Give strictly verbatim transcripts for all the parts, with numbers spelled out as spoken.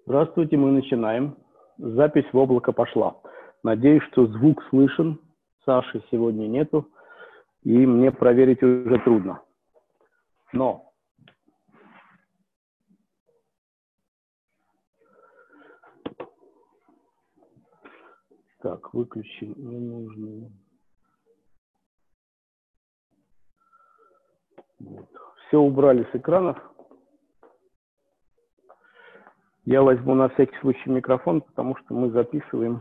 Здравствуйте, мы начинаем. Запись в облако пошла. Надеюсь, что звук слышен. Саши сегодня нету, и мне проверить уже трудно. Но так, выключим ненужные. Вот. Все убрали с экранов. Я возьму на всякий случай микрофон, потому что мы записываем.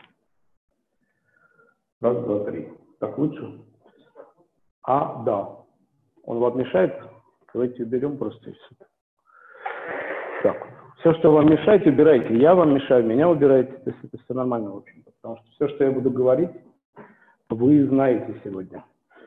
Раз, два, три. Так лучше? А, да. Он вам мешает? Давайте уберем просто и все. Так. Все, что вам мешает, убирайте. Я вам мешаю, меня убирайте. То есть это все нормально, в общем-то. Потому что все, что я буду говорить, вы знаете сегодня.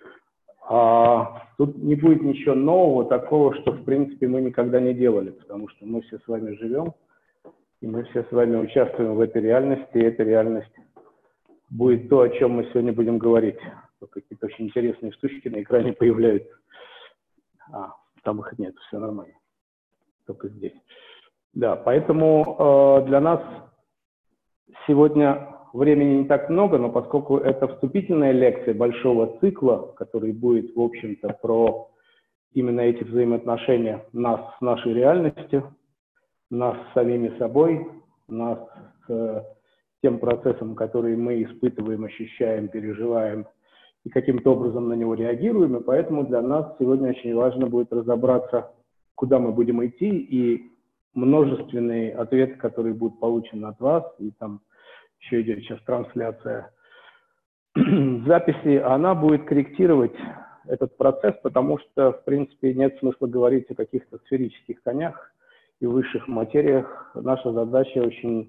А тут не будет ничего нового, такого, что, в принципе, мы никогда не делали. Потому что мы все с вами живем, и мы все с вами участвуем в этой реальности, и эта реальность будет то, о чем мы сегодня будем говорить. Какие-то очень интересные штучки на экране появляются. А, там их нет, все нормально. Только здесь. Да, поэтому э, для нас сегодня времени не так много, но поскольку это вступительная лекция большого цикла, который будет, в общем-то, про именно эти взаимоотношения нас с нашей реальностью, нас с самими собой, нас с тем процессом, который мы испытываем, ощущаем, переживаем и каким-то образом на него реагируем. И поэтому для нас сегодня очень важно будет разобраться, куда мы будем идти, и множественные ответы, которые будут получены от вас, и там еще идет сейчас трансляция записи, она будет корректировать этот процесс, потому что, в принципе, нет смысла говорить о каких-то сферических конях и высших материях. Наша задача очень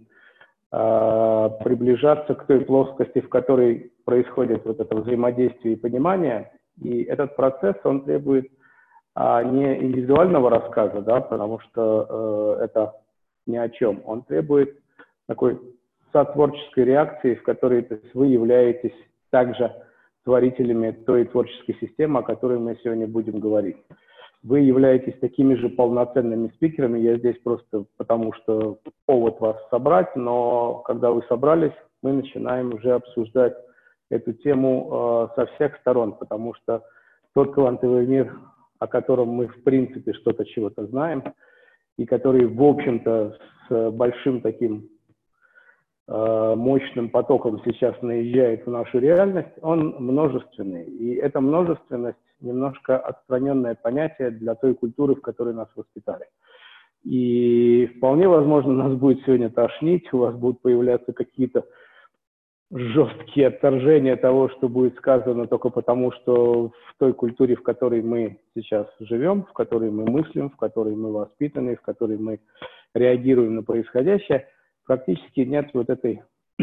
э, приближаться к той плоскости, в которой происходит вот это взаимодействие и понимание. И этот процесс, он требует а, не индивидуального рассказа, да, потому что э, это ни о чем. Он требует такой сотворческой реакции, в которой, то есть, вы являетесь также творителями той творческой системы, о которой мы сегодня будем говорить. Вы являетесь такими же полноценными спикерами. Я здесь просто потому, что повод вас собрать, но когда вы собрались, мы начинаем уже обсуждать эту тему э, со всех сторон, потому что тот квантовый мир, о котором мы, в принципе, что-то чего-то знаем, и который, в общем-то, с большим таким э, мощным потоком сейчас наезжает в нашу реальность, он множественный. И эта множественность немножко отстраненное понятие для той культуры, в которой нас воспитали. И вполне возможно, нас будет сегодня тошнить, у вас будут появляться какие-то жесткие отторжения того, что будет сказано только потому, что в той культуре, в которой мы сейчас живем, в которой мы мыслим, в которой мы воспитаны, в которой мы реагируем на происходящее, практически нет вот этой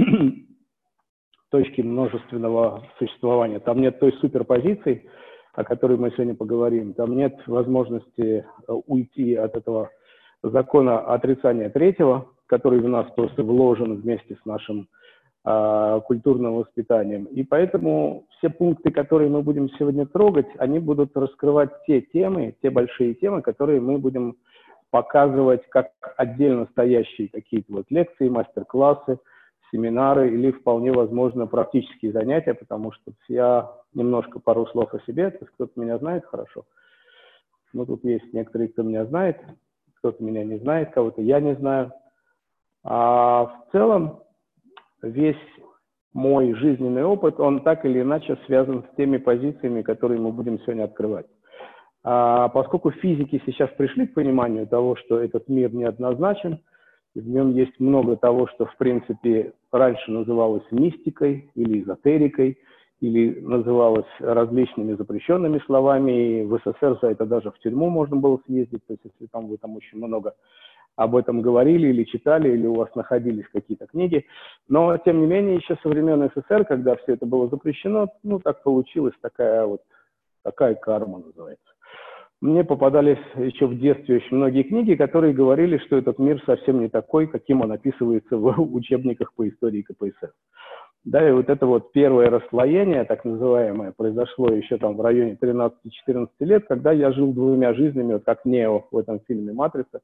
точки множественного существования. Там нет той суперпозиции, о которой мы сегодня поговорим. Там нет возможности уйти от этого закона отрицания третьего, который в нас просто вложен вместе с нашим э, культурным воспитанием. И поэтому все пункты, которые мы будем сегодня трогать, они будут раскрывать те темы, те большие темы, которые мы будем показывать как отдельно стоящие какие-то вот лекции, мастер-классы, семинары или вполне возможно практические занятия, потому что я немножко пару слов о себе, то есть кто-то меня знает хорошо, но тут есть некоторые, кто меня знает, кто-то меня не знает, кого-то я не знаю. А в целом весь мой жизненный опыт, он так или иначе связан с теми позициями, которые мы будем сегодня открывать. А поскольку физики сейчас пришли к пониманию того, что этот мир неоднозначен, в нем есть много того, что, в принципе, раньше называлось мистикой или эзотерикой, или называлось различными запрещенными словами. И в СССР за это даже в тюрьму можно было съездить, то есть если там вы там очень много об этом говорили или читали, или у вас находились какие-то книги. Но, тем не менее, еще со времен СССР, когда все это было запрещено, ну, так получилась такая вот, такая карма называется. Мне попадались еще в детстве очень многие книги, которые говорили, что этот мир совсем не такой, каким он описывается в учебниках по истории ка пэ эс эс. Да, и вот это вот первое расслоение, так называемое, произошло еще там в районе тринадцати-четырнадцати лет, когда я жил двумя жизнями, вот как Нео в этом фильме «Матрица»,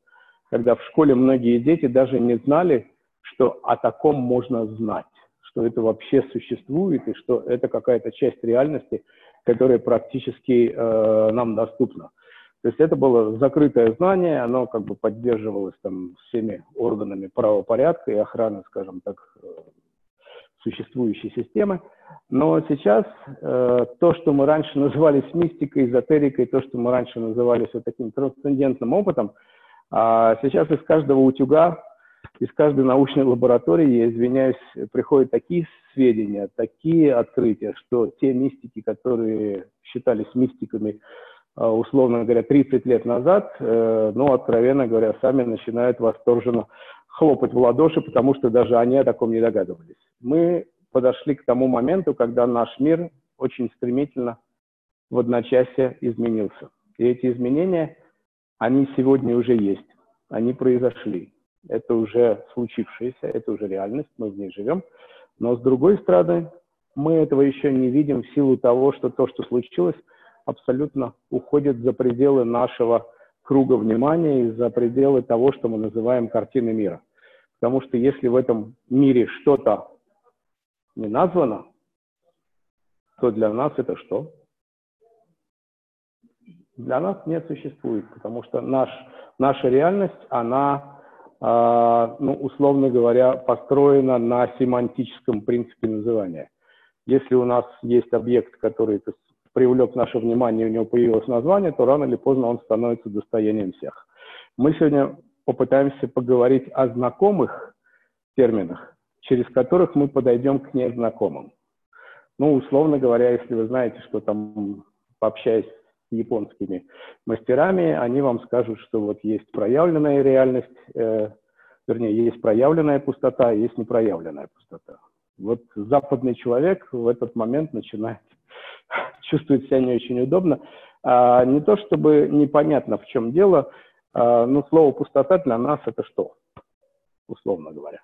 когда в школе многие дети даже не знали, что о таком можно знать, что это вообще существует и что это какая-то часть реальности, которая практически э, нам доступна. То есть это было закрытое знание, оно как бы поддерживалось там всеми органами правопорядка и охраны, скажем так, существующей системы. Но сейчас э, то, что мы раньше называли мистикой, эзотерикой, то, что мы раньше называли вот таким трансцендентным опытом, а сейчас из каждого утюга, из каждой научной лаборатории, я извиняюсь, приходят такие сведения, такие открытия, что те мистики, которые считались мистиками, условно говоря, тридцать лет назад, э, ну, откровенно говоря, сами начинают восторженно хлопать в ладоши, потому что даже они о таком не догадывались. Мы подошли к тому моменту, когда наш мир очень стремительно в одночасье изменился. И эти изменения, они сегодня уже есть, они произошли. Это уже случившееся, это уже реальность, мы в ней живем. Но с другой стороны, мы этого еще не видим в силу того, что то, что случилось, абсолютно уходит за пределы нашего круга внимания и за пределы того, что мы называем картиной мира. Потому что если в этом мире что-то не названо, то для нас это что? Для нас не существует, потому что наш, наша реальность, она, э, ну, условно говоря, построена на семантическом принципе называния. Если у нас есть объект, который то есть, привлек наше внимание, у него появилось название, то рано или поздно он становится достоянием всех. Мы сегодня попытаемся поговорить о знакомых терминах, через которых мы подойдем к незнакомым. Ну, условно говоря, если вы знаете, что там, пообщаясь с японскими мастерами, они вам скажут, что вот есть проявленная реальность, э, вернее, есть проявленная пустота, есть непроявленная пустота. Вот западный человек в этот момент начинает чувствовать себя не очень удобно. А, не то чтобы непонятно, в чем дело, а, но слово «пустота» для нас это что, условно говоря?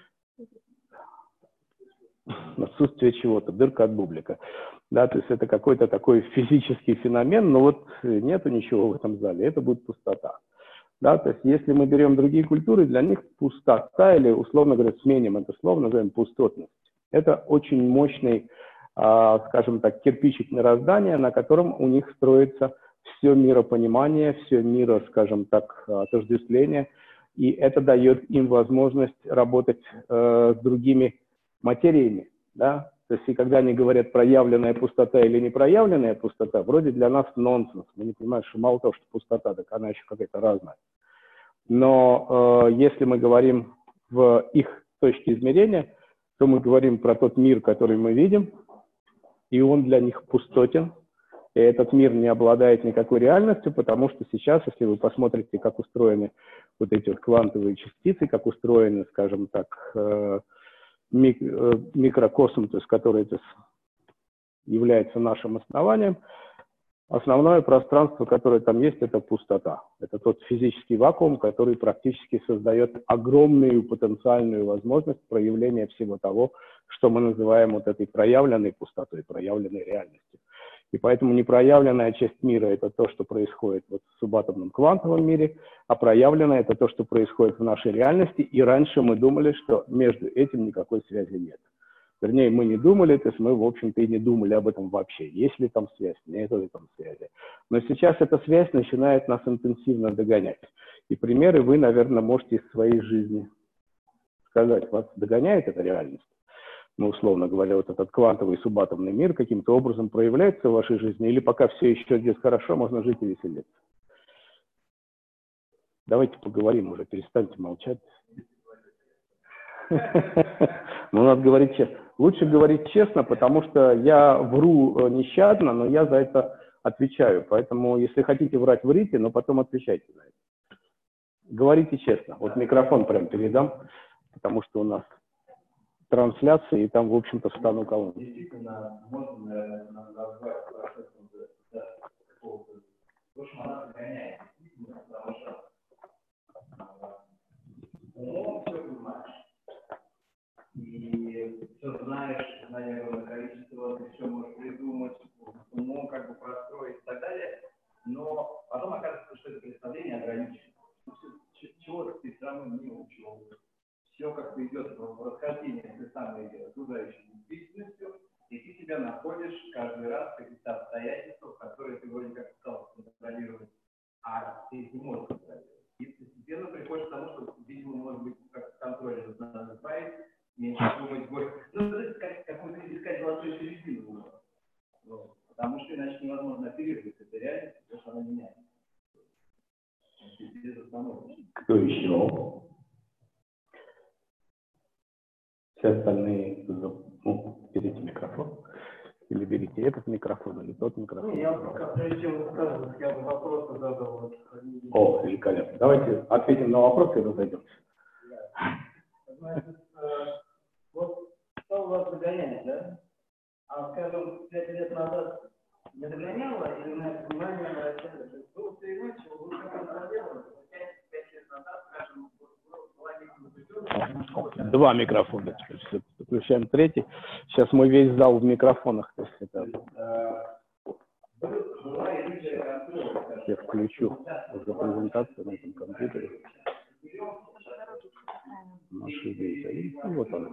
Отсутствие чего-то, дырка от бублика. Да, то есть это какой-то такой физический феномен, но вот нету ничего в этом зале, это будет пустота. Да, то есть если мы берем другие культуры, для них пустота, или условно говоря, сменим это слово, назовем пустотность. Это очень мощный, а, скажем так, кирпичик мироздания, на котором у них строится все миропонимание, все миро, скажем так, отождествление, и это дает им возможность работать э, с другими материями, да, то есть и когда они говорят проявленная пустота или непроявленная пустота, вроде для нас нонсенс, мы не понимаем, что мало того, что пустота, так она еще какая-то разная. Но э, если мы говорим в их точке измерения, то мы говорим про тот мир, который мы видим, и он для них пустотен, и этот мир не обладает никакой реальностью, потому что сейчас, если вы посмотрите, как устроены вот эти вот квантовые частицы, как устроены, скажем так, э, мик, э, микрокосм, то есть который то есть, является нашим основанием, основное пространство, которое там есть, это пустота. Это тот физический вакуум, который практически создает огромную потенциальную возможность проявления всего того, что мы называем вот этой проявленной пустотой, проявленной реальностью. И поэтому непроявленная часть мира – это то, что происходит вот в субатомном квантовом мире, а проявленная – это то, что происходит в нашей реальности. И раньше мы думали, что между этим никакой связи нет. Вернее, мы не думали, то есть мы, в общем-то, и не думали об этом вообще. Есть ли там связь, нет ли там связи. Но сейчас эта связь начинает нас интенсивно догонять. И примеры вы, наверное, можете из своей жизни сказать. Вас догоняет эта реальность? Ну, условно говоря, вот этот квантовый субатомный мир каким-то образом проявляется в вашей жизни, или пока все еще здесь хорошо, можно жить и веселиться? Давайте поговорим уже, перестаньте молчать. Ну, надо говорить честно. Лучше говорить честно, потому что я вру нещадно, но я за это отвечаю. Поэтому, если хотите врать, врите, но потом отвечайте за это. Говорите честно. Вот микрофон прям передам, потому что у нас трансляции, и там, в общем-то, встану колонну. Действительно, можно, наверное, назвать процессом какого-то... В общем, она догоняет, потому что умом все понимаешь. И все знаешь, знания огромное количество, ты все можешь придумать, умом как бы простроить и так далее. Но потом оказывается, что это представление ограничено. Чего все как-то идет в расхождение с той самой окружающей действительностью, и ты себя находишь каждый раз в каких-то обстоятельствах, которые ты вроде как стал контролировать, а ты их не можешь контролировать. И постепенно приходишь к тому, что, видимо, может быть, как контроль надо избавить, меньше думать, больше. Ну, то есть, как, какую-то искать золотую середину. Вот. Потому что иначе невозможно оперировать этой реальностью, потому что она меняется. Кто еще? Все остальные, ну, берите микрофон. Или берите этот микрофон, или тот микрофон. Ну, я пока, прежде чем высказывать, я бы вопросы задал. О, великолепно. Давайте ответим на вопросы и разойдемся. Значит, вот что у вас догоняет, да? А, скажем, пять лет назад не догоняло, или на внимание на расчеты? То есть было все иначе, вы как контролировали, пять лет назад, скажем, была некая. Два микрофона. Включаем третий. Сейчас мы весь зал в микрофонах. То есть это... Я включу уже презентацию на этом компьютере. Наши деятели. Ну, вот она.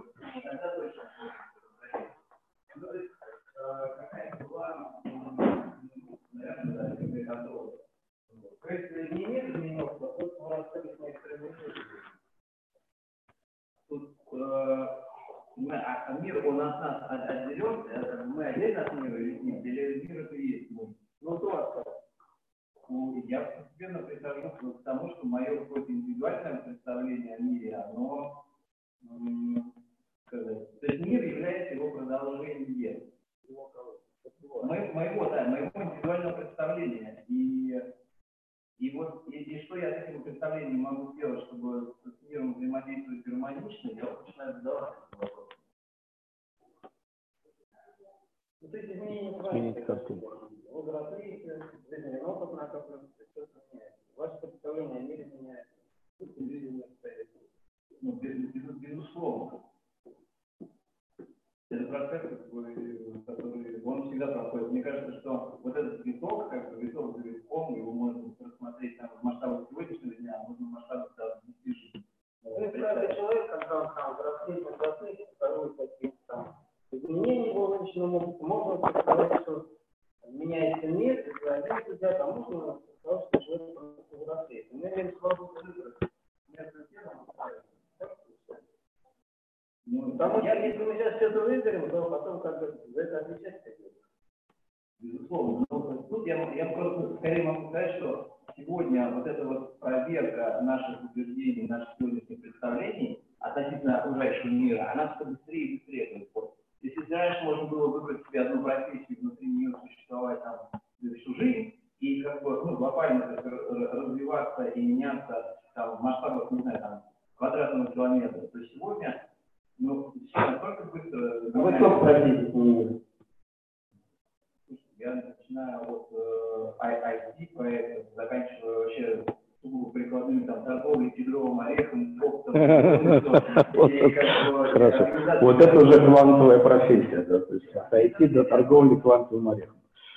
Тут мы, а мир, он от нас отделен, мы отдельно от мира, или мир это и есть мы. Ну, то, ну, я постепенно прихожу к тому, что мое какое-то индивидуальное представление о мире, оно, сказать, то есть мир является его продолжением. Мо, моего, да, моего индивидуального представления. И, и вот, и, и что я с этим представлением могу сделать, чтобы с миром взаимодействовать гармонично, я вот начинаю задавать этот вопрос. Вот эти изменения картинки. Возросли, жизненный опыт накопился, что-то меняется. Ваше представление о мире меняется. Ну, без, без, безусловно. Это процесс, который, который он всегда проходит. Мне кажется, что вот этот виток, как бы виток за витком, его можно рассмотреть там, в масштабах сегодняшнего дня, а можно в масштабах там десяти. Ну, и каждый человек, когда он там взрослеет, взрослеет, второй таких там изменений его личного опыта, можно представлять, что меняется мир, и за один взгляд, а можно сказать, что человек просто взрослеет. Мы имеем свободу выбора между телом и правильным. Ну, потому что если мы сейчас все это выберем, то потом как бы за это отвечать хотим. Безусловно. Но тут я, я просто скорее могу сказать, что сегодня вот эта вот проверка наших убеждений, наших сегодняшних представлений относительно окружающего мира, она все быстрее и быстрее происходит. Если раньше можно было выбрать себе одну профессию, внутри нее существовать там всю жизнь, и как бы ну, глобально развиваться и меняться там, в масштабах, не знаю, там, квадратного километра, то сегодня ну, все настолько быстро... А вы что профессии сменили? Я начинаю от э, ай ти проектов, заканчиваю вообще сугубо прикладными там торговлей кедровым орехом, оптом. Хорошо. Вот это уже квантовая профессия, да, то есть от ай ти до торговли квантовым орехом.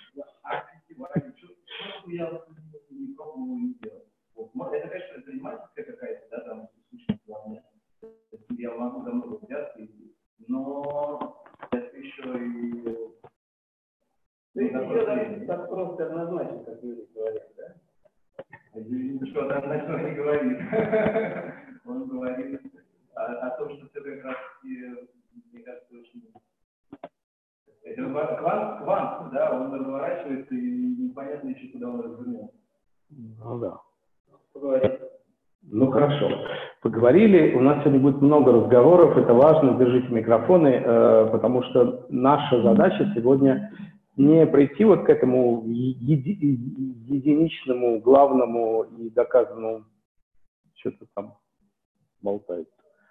Я не пробовал не делать. Это, конечно, занимательская какая-то, да, там, сущность главная. Я могу там много взяться, но это еще и... Да и так просто однозначно, как Юрий говорит, да? Что однозначно не говорит. Он говорит о, о том, что все как раз, мне кажется, очень... Это квант, квант, да, он разворачивается и непонятно еще, куда он развернется. Ну да. Поговорить. Ну хорошо. Поговорили, у нас сегодня будет много разговоров, это важно, держите микрофоны, э, потому что наша задача сегодня не прийти вот к этому еди единичному, главному и доказанному, что-то там болтает,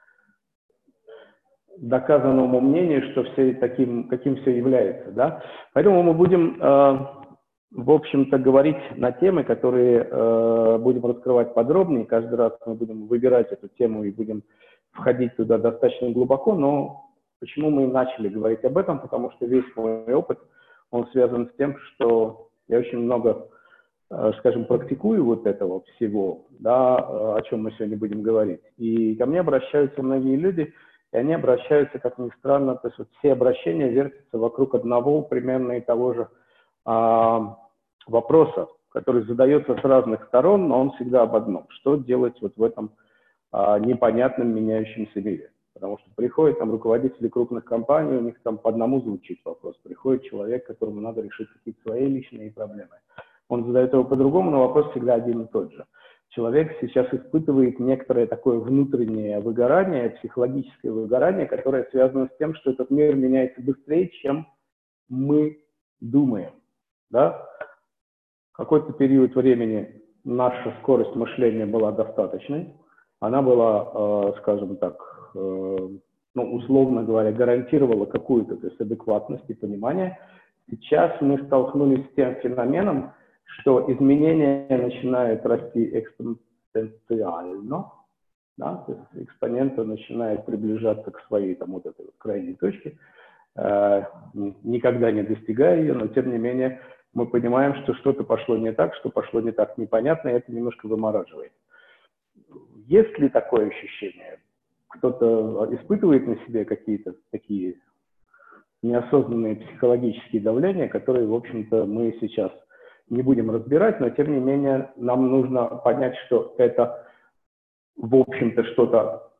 доказанному мнению, что все таким, каким все является, да. Поэтому мы будем, э, в общем-то, говорить на темы, которые э, будем раскрывать подробнее. Каждый раз мы будем выбирать эту тему и будем входить туда достаточно глубоко. Но почему мы начали говорить об этом? Потому что весь мой опыт, он связан с тем, что я очень много скажем, практикую вот этого всего, да, о чем мы сегодня будем говорить. И ко мне обращаются многие люди, и они обращаются, как ни странно, то есть вот все обращения вертятся вокруг одного примерно и того же а, вопроса, который задается с разных сторон, но он всегда об одном. Что делать вот в этом а, непонятном меняющемся мире? Потому что приходят там руководители крупных компаний, у них там по одному звучит вопрос. Приходит человек, которому надо решить какие-то свои личные проблемы. Он задает его по-другому, но вопрос всегда один и тот же. Человек сейчас испытывает некоторое такое внутреннее выгорание, психологическое выгорание, которое связано с тем, что этот мир меняется быстрее, чем мы думаем. Да? В какой-то период времени наша скорость мышления была достаточной. Она была, э, скажем так, э, ну, условно говоря, гарантировала какую-то, то есть, адекватность и понимание. Сейчас мы столкнулись с тем феноменом, что изменения начинают расти экспоненциально, да, то есть экспоненты начинают приближаться к своей там вот этой вот крайней точке, э, никогда не достигая ее, но тем не менее мы понимаем, что что-то пошло не так, что пошло не так непонятно, и это немножко вымораживает. Есть ли такое ощущение? Кто-то испытывает на себе какие-то такие неосознанные психологические давления, которые, в общем-то, мы сейчас не будем разбирать, но тем не менее нам нужно понять, что это, в общем-то, что-то,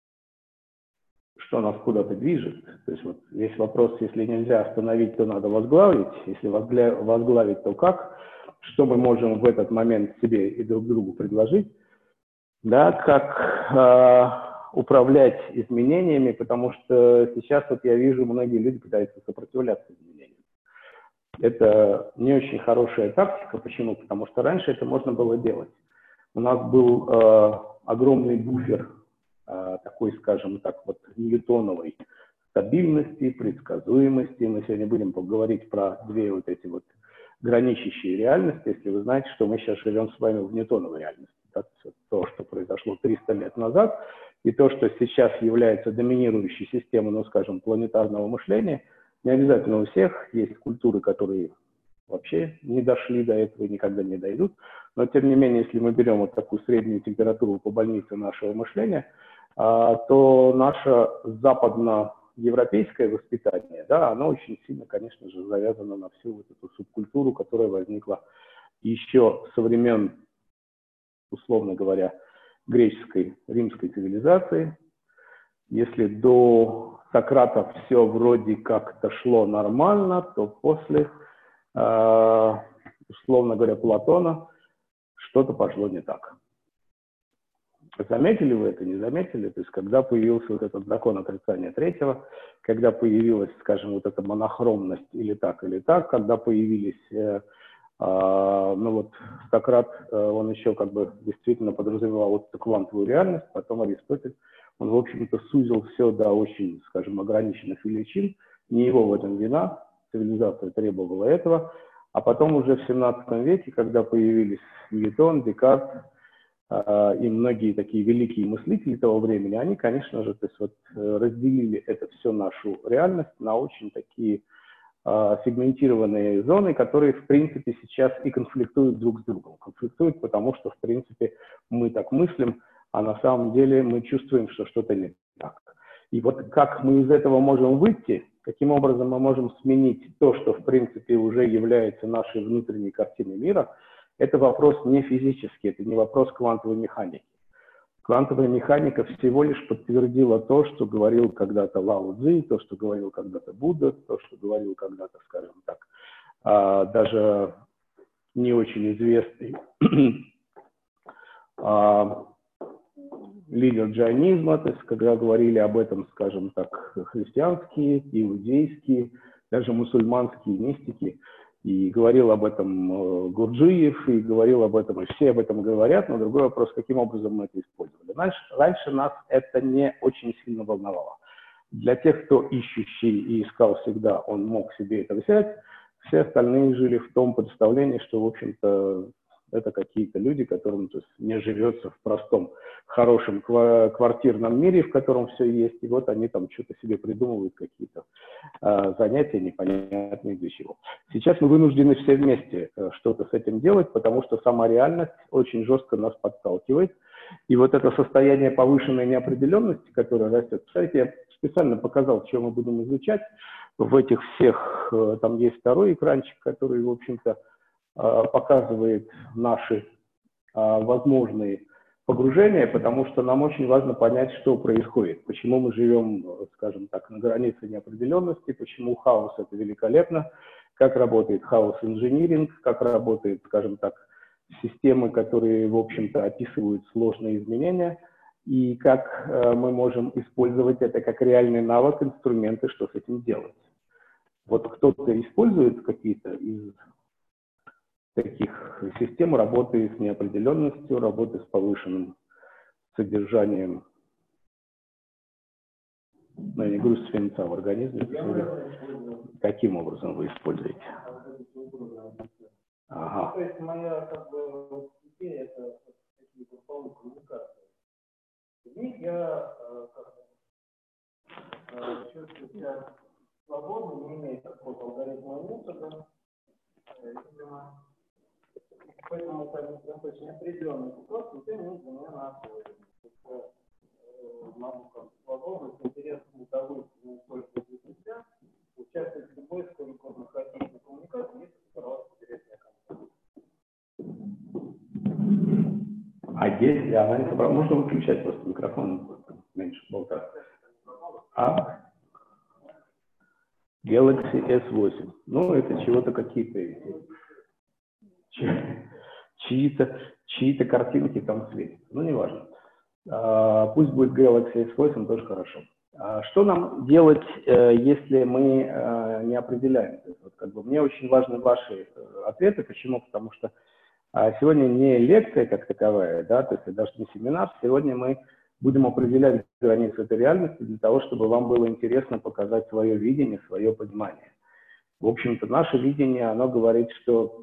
что нас куда-то движет. То есть вот весь вопрос, если нельзя остановить, то надо возглавить. Если возглавить, то как? Что мы можем в этот момент себе и друг другу предложить? Да, как э, управлять изменениями, потому что сейчас вот я вижу, многие люди пытаются сопротивляться изменениям. Это не очень хорошая тактика. Почему? Потому что раньше это можно было делать. У нас был э, огромный буфер э, такой, скажем так, вот ньютоновой стабильности, предсказуемости. Мы сегодня будем поговорить про две вот эти вот граничащие реальности, если вы знаете, что мы сейчас живем с вами в ньютоновой реальности. Да? То, что произошло триста лет назад, и то, что сейчас является доминирующей системой, ну, скажем, планетарного мышления. Не обязательно у всех, есть культуры, которые вообще не дошли до этого и никогда не дойдут, но тем не менее, если мы берем вот такую среднюю температуру по больнице нашего мышления, то наше западноевропейское воспитание, да, оно очень сильно, конечно же, завязано на всю вот эту субкультуру, которая возникла еще со времен, условно говоря, греческой, римской цивилизации. Если до Сократа все вроде как-то шло нормально, то после, э, условно говоря, Платона что-то пошло не так. Заметили вы это, не заметили? То есть, когда появился вот этот закон отрицания третьего, когда появилась, скажем, вот эта монохромность или так, или так, когда появились, э, э, ну вот, Сократ, э, он еще как бы действительно подразумевал вот эту квантовую реальность, потом Аристотель, он, в общем-то, сузил все до очень, скажем, ограниченных величин. Не его в этом вина, цивилизация требовала этого. А потом уже в семнадцатом веке, когда появились Ньютон, Декарт э, и многие такие великие мыслители того времени, они, конечно же, то есть вот, разделили это все нашу реальность на очень такие э, сегментированные зоны, которые, в принципе, сейчас и конфликтуют друг с другом. Конфликтуют, потому что, в принципе, мы так мыслим, а на самом деле мы чувствуем, что что-то не так. И вот как мы из этого можем выйти, каким образом мы можем сменить то, что в принципе уже является нашей внутренней картиной мира, это вопрос не физический, это не вопрос квантовой механики. Квантовая механика всего лишь подтвердила то, что говорил когда-то Лао Цзи, то, что говорил когда-то Будда, то, что говорил когда-то, скажем так, даже не очень известный лидер джайнизма, то есть когда говорили об этом, скажем так, христианские, иудейские, даже мусульманские мистики, и говорил об этом Гурджиев, и говорил об этом, и все об этом говорят, но другой вопрос, каким образом мы это использовали. Раньше, раньше нас это не очень сильно волновало. Для тех, кто ищущий и искал всегда, он мог себе это взять, все остальные жили в том представлении, что, в общем-то, это какие-то люди, которым, то есть, не живется в простом, хорошем квартирном мире, в котором все есть, и вот они там что-то себе придумывают, какие-то э, занятия непонятные для чего. Сейчас мы вынуждены все вместе э, что-то с этим делать, потому что сама реальность очень жестко нас подталкивает. И вот это состояние повышенной неопределенности, которое растет, кстати, я специально показал, что мы будем изучать. В этих всех, э, там есть второй экранчик, который, в общем-то, э, показывает наши э, возможные погружение, потому что нам очень важно понять, что происходит, почему мы живем, скажем так, на границе неопределенности, почему хаос – это великолепно, как работает хаос-инжиниринг, как работает, скажем так, системы, которые, в общем-то, описывают сложные изменения, и как э, мы можем использовать это как реальный навык, инструменты, что с этим делать. Вот кто-то использует какие-то из таких систем работы с неопределенностью, работы с повышенным содержанием, ну, я не говорю, свинца в организме. Каким образом вы используете? Ага. То есть моя как бы идея — это такие групповые коммуникации. В них я как бы чувствую себя свободно, не имея какого-то алгоритма метода. Поэтому это достаточно неопределенный вопрос, но тем не менее для меня на освоение. Могу как свободно, с интересным удовольствием использовать для себя, участвовать в любой сколь угодно хаотичной коммуникации, если это вас интересная компания. А если она не собрала, можно выключать просто микрофон, меньше болтать. А? Galaxy эс восемь. Ну, это чего-то какие-то чьи-то чьи-то картинки там светят. Ну, неважно. А, пусть будет Galaxy эс восемь, тоже хорошо. А что нам делать, э, если мы э, не определяем? То есть, вот, как бы, мне очень важны ваши э, ответы. Почему? Потому что а, сегодня не лекция как таковая, да, то есть даже не семинар. Сегодня мы будем определять границы этой реальности для того, чтобы вам было интересно показать свое видение, свое понимание. В общем-то, наше видение, оно говорит, что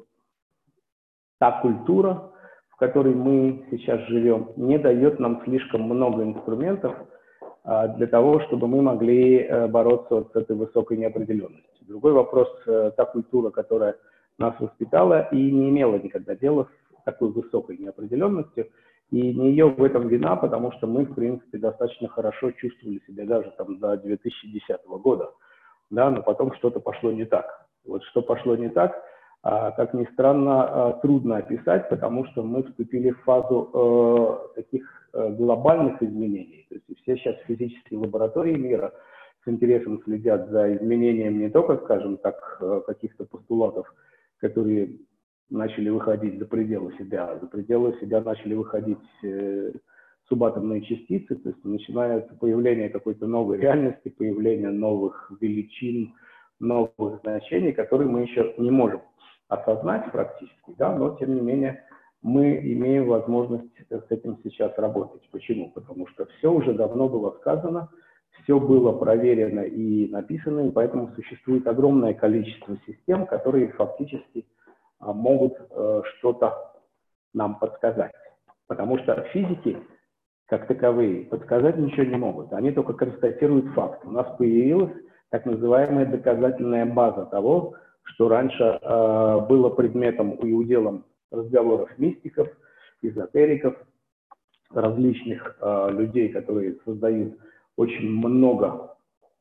та культура, в которой мы сейчас живем, не дает нам слишком много инструментов а, для того, чтобы мы могли а, бороться вот с этой высокой неопределенностью. Другой вопрос, а, та культура, которая нас воспитала и не имела никогда дела с такой высокой неопределенностью, и не ее в этом вина, потому что мы, в принципе, достаточно хорошо чувствовали себя даже там до две тысячи десятого года, да, но потом что-то пошло не так. Вот что пошло не так, а, как ни странно, а, трудно описать, потому что мы вступили в фазу э, таких э, глобальных изменений. То есть все сейчас физические лаборатории мира с интересом следят за изменением не только, скажем так, э, каких-то постулатов, которые начали выходить за пределы себя, а за пределы себя начали выходить э, субатомные частицы, то есть начинается появление какой-то новой реальности, появление новых величин, новых значений, которые мы еще не можем осознать практически, да, но тем не менее мы имеем возможность с этим сейчас работать. Почему? Потому что все уже давно было сказано, все было проверено и написано, и поэтому существует огромное количество систем, которые фактически а, могут э, что-то нам подсказать. Потому что физики, как таковые, подсказать ничего не могут. Они только констатируют факт. У нас появилась так называемая доказательная база того, что раньше э, было предметом и уделом разговоров мистиков, эзотериков, различных э, людей, которые создают очень много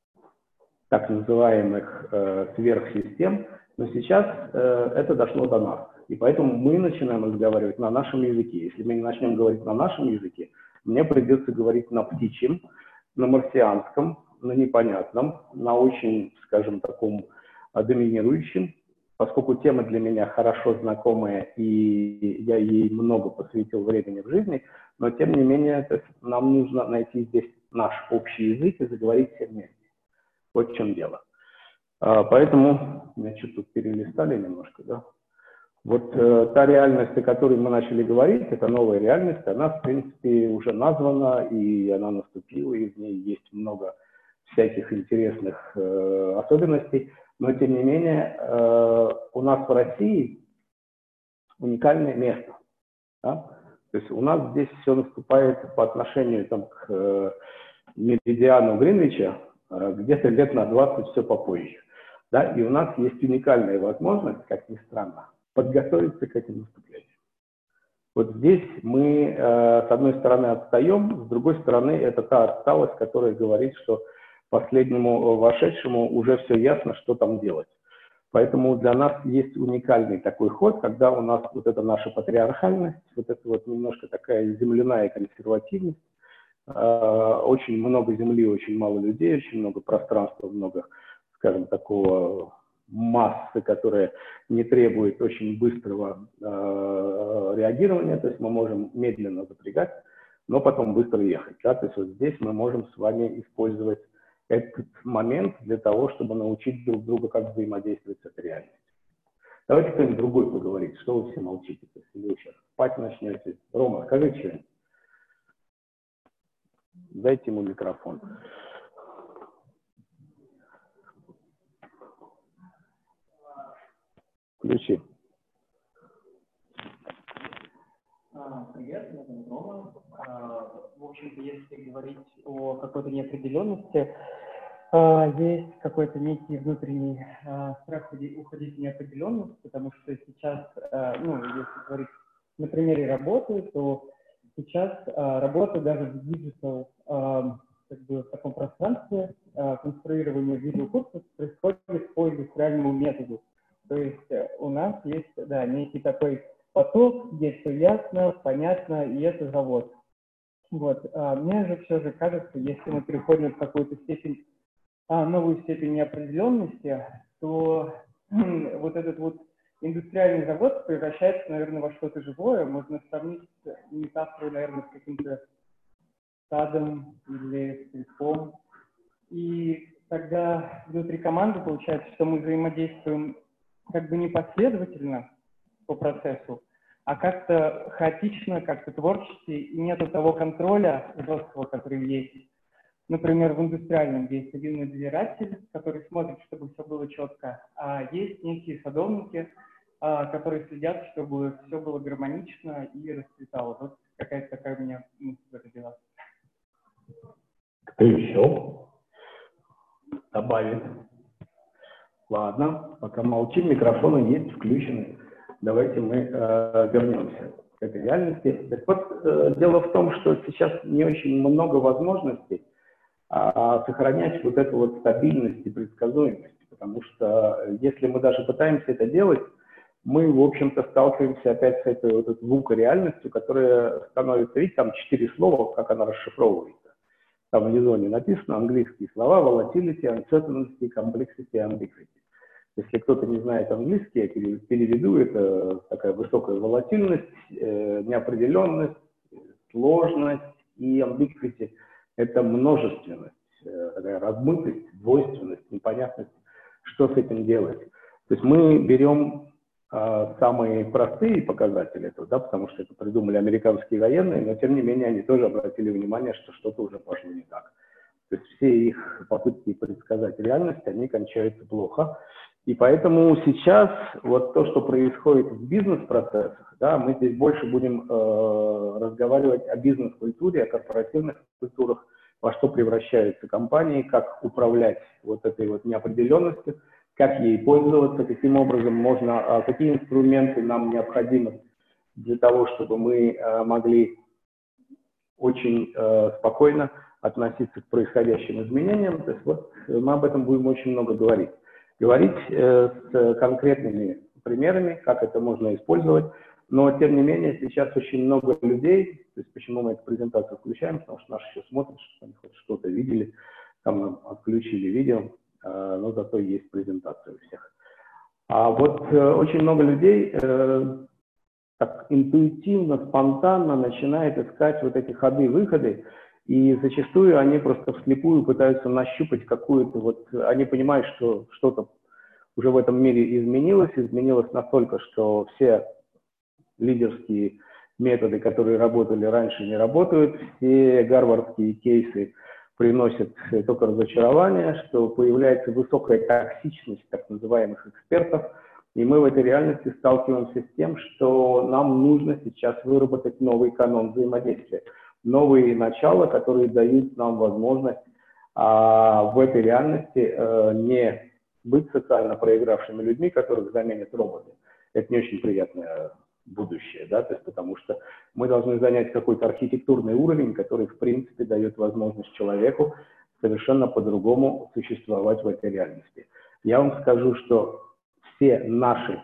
так называемых э, сверхсистем, но сейчас э, это дошло до нас. И поэтому мы начинаем разговаривать на нашем языке. Если мы не начнем говорить на нашем языке, мне придется говорить на птичьем, на марсианском, на непонятном, на очень, скажем, таком доминирующем, поскольку тема для меня хорошо знакомая, и я ей много посвятил времени в жизни, но тем не менее то есть, нам нужно найти здесь наш общий язык и заговорить все вместе. Вот в чем дело. А, поэтому, меня что тут перелистали немножко, да? Вот э, та реальность, о которой мы начали говорить, это новая реальность, она, в принципе, уже названа, и она наступила, и в ней есть много всяких интересных э, особенностей. Но, тем не менее, э, у нас в России уникальное место. Да? То То есть у нас здесь все наступает по отношению там, к э, меридиану Гринвича э, где-то лет на двадцать все попозже. Да? И у нас есть уникальная возможность, как ни странно, подготовиться к этим наступлениям. Вот здесь мы, э, с одной стороны, отстаем, с другой стороны, это та отсталость, которая говорит, что последнему вошедшему уже все ясно, что там делать. Поэтому для нас есть уникальный такой ход, когда у нас вот эта наша патриархальность, вот эта вот немножко такая земляная консервативность, э, очень много земли, очень мало людей, очень много пространства, много, скажем, такого массы, которая не требует очень быстрого э, реагирования, то есть мы можем медленно запрягать, но потом быстро ехать. Да? То есть вот здесь мы можем с вами использовать этот момент для того, чтобы научить друг друга, как взаимодействовать с этой реальностью. Давайте кто-нибудь другой поговорит, что вы все молчите, то есть, или вы сейчас спать начнете. Рома, скажи что-нибудь. Дайте ему микрофон. Включи. Привет, меня зовут Рома. В общем-то, если говорить о какой-то неопределенности, есть какой-то некий внутренний страх уходить в неопределенность, потому что сейчас, ну, если говорить на примере работы, то сейчас работа даже в диджитал, как бы в таком пространстве, конструирование видеокурсов происходит по индустриальному методу. То есть у нас есть, да, некий такой поток, где все ясно, понятно, и это завод. Вот. А мне же все же кажется, если мы переходим в какую-то степень, а, новую степень неопределенности, то вот этот вот индустриальный завод превращается, наверное, во что-то живое. Можно сравнить метафору, наверное, с каким-то садом или цветком. И тогда внутри команды получается, что мы взаимодействуем как бы непоследовательно по процессу, а как-то хаотично, как-то творчески, и нету того контроля жесткого, который есть. Например, в индустриальном есть один надзиратель, который смотрит, чтобы все было четко, а есть некие садовники, которые следят, чтобы все было гармонично и расцветало. Вот какая-то такая у меня мысль родилась. Кто еще добавит? Ладно, пока молчим, микрофоны есть включены. Давайте мы э, вернемся к этой реальности. Так вот, э, дело в том, что сейчас не очень много возможностей а, сохранять вот эту вот стабильность и предсказуемость. Потому что если мы даже пытаемся это делать, мы, в общем-то, сталкиваемся опять с этой вот этой звукореальностью, которая становится, видите, там четыре слова, как она расшифровывается. Там внизу не написано английские слова: volatility, uncertainty, complexity, ambiguity. Если кто-то не знает английский, я переведу, это такая высокая волатильность, э, неопределенность, сложность, и ambiguity – это множественность, э, такая размытость, двойственность, непонятность, что с этим делать. То есть мы берем э, самые простые показатели этого, да, потому что это придумали американские военные, но тем не менее они тоже обратили внимание, что что-то уже пошло не так. То есть все их попытки предсказать реальность, они кончаются плохо. И поэтому сейчас вот то, что происходит в бизнес-процессах, да, мы здесь больше будем э, разговаривать о бизнес-культуре, о корпоративных культурах, во что превращаются компании, как управлять вот этой вот неопределенностью, как ей пользоваться, каким образом можно, какие инструменты нам необходимы для того, чтобы мы э, могли очень э, спокойно относиться к происходящим изменениям. То есть вот мы об этом будем очень много говорить. Говорить э, с конкретными примерами, как это можно использовать. Но, тем не менее, сейчас очень много людей, то есть почему мы эту презентацию включаем, потому что наши еще смотрят, что они хоть что-то видели, там нам отключили видео, э, но зато есть презентация у всех. А вот э, очень много людей э, так интуитивно, спонтанно начинает искать вот эти ходы-выходы, и зачастую они просто вслепую пытаются нащупать какую-то вот, они понимают, что что-то уже в этом мире изменилось, изменилось настолько, что все лидерские методы, которые работали раньше, не работают, все гарвардские кейсы приносят только разочарование, что появляется высокая токсичность так называемых экспертов. То И мы в этой реальности сталкиваемся с тем, что нам нужно сейчас выработать новый канон взаимодействия, новые начала, которые дают нам возможность а, в этой реальности а, не быть социально проигравшими людьми, которых заменят роботы. Это не очень приятное будущее, да, то есть потому что мы должны занять какой-то архитектурный уровень, который, в принципе, дает возможность человеку совершенно по-другому существовать в этой реальности. Я вам скажу, что все наши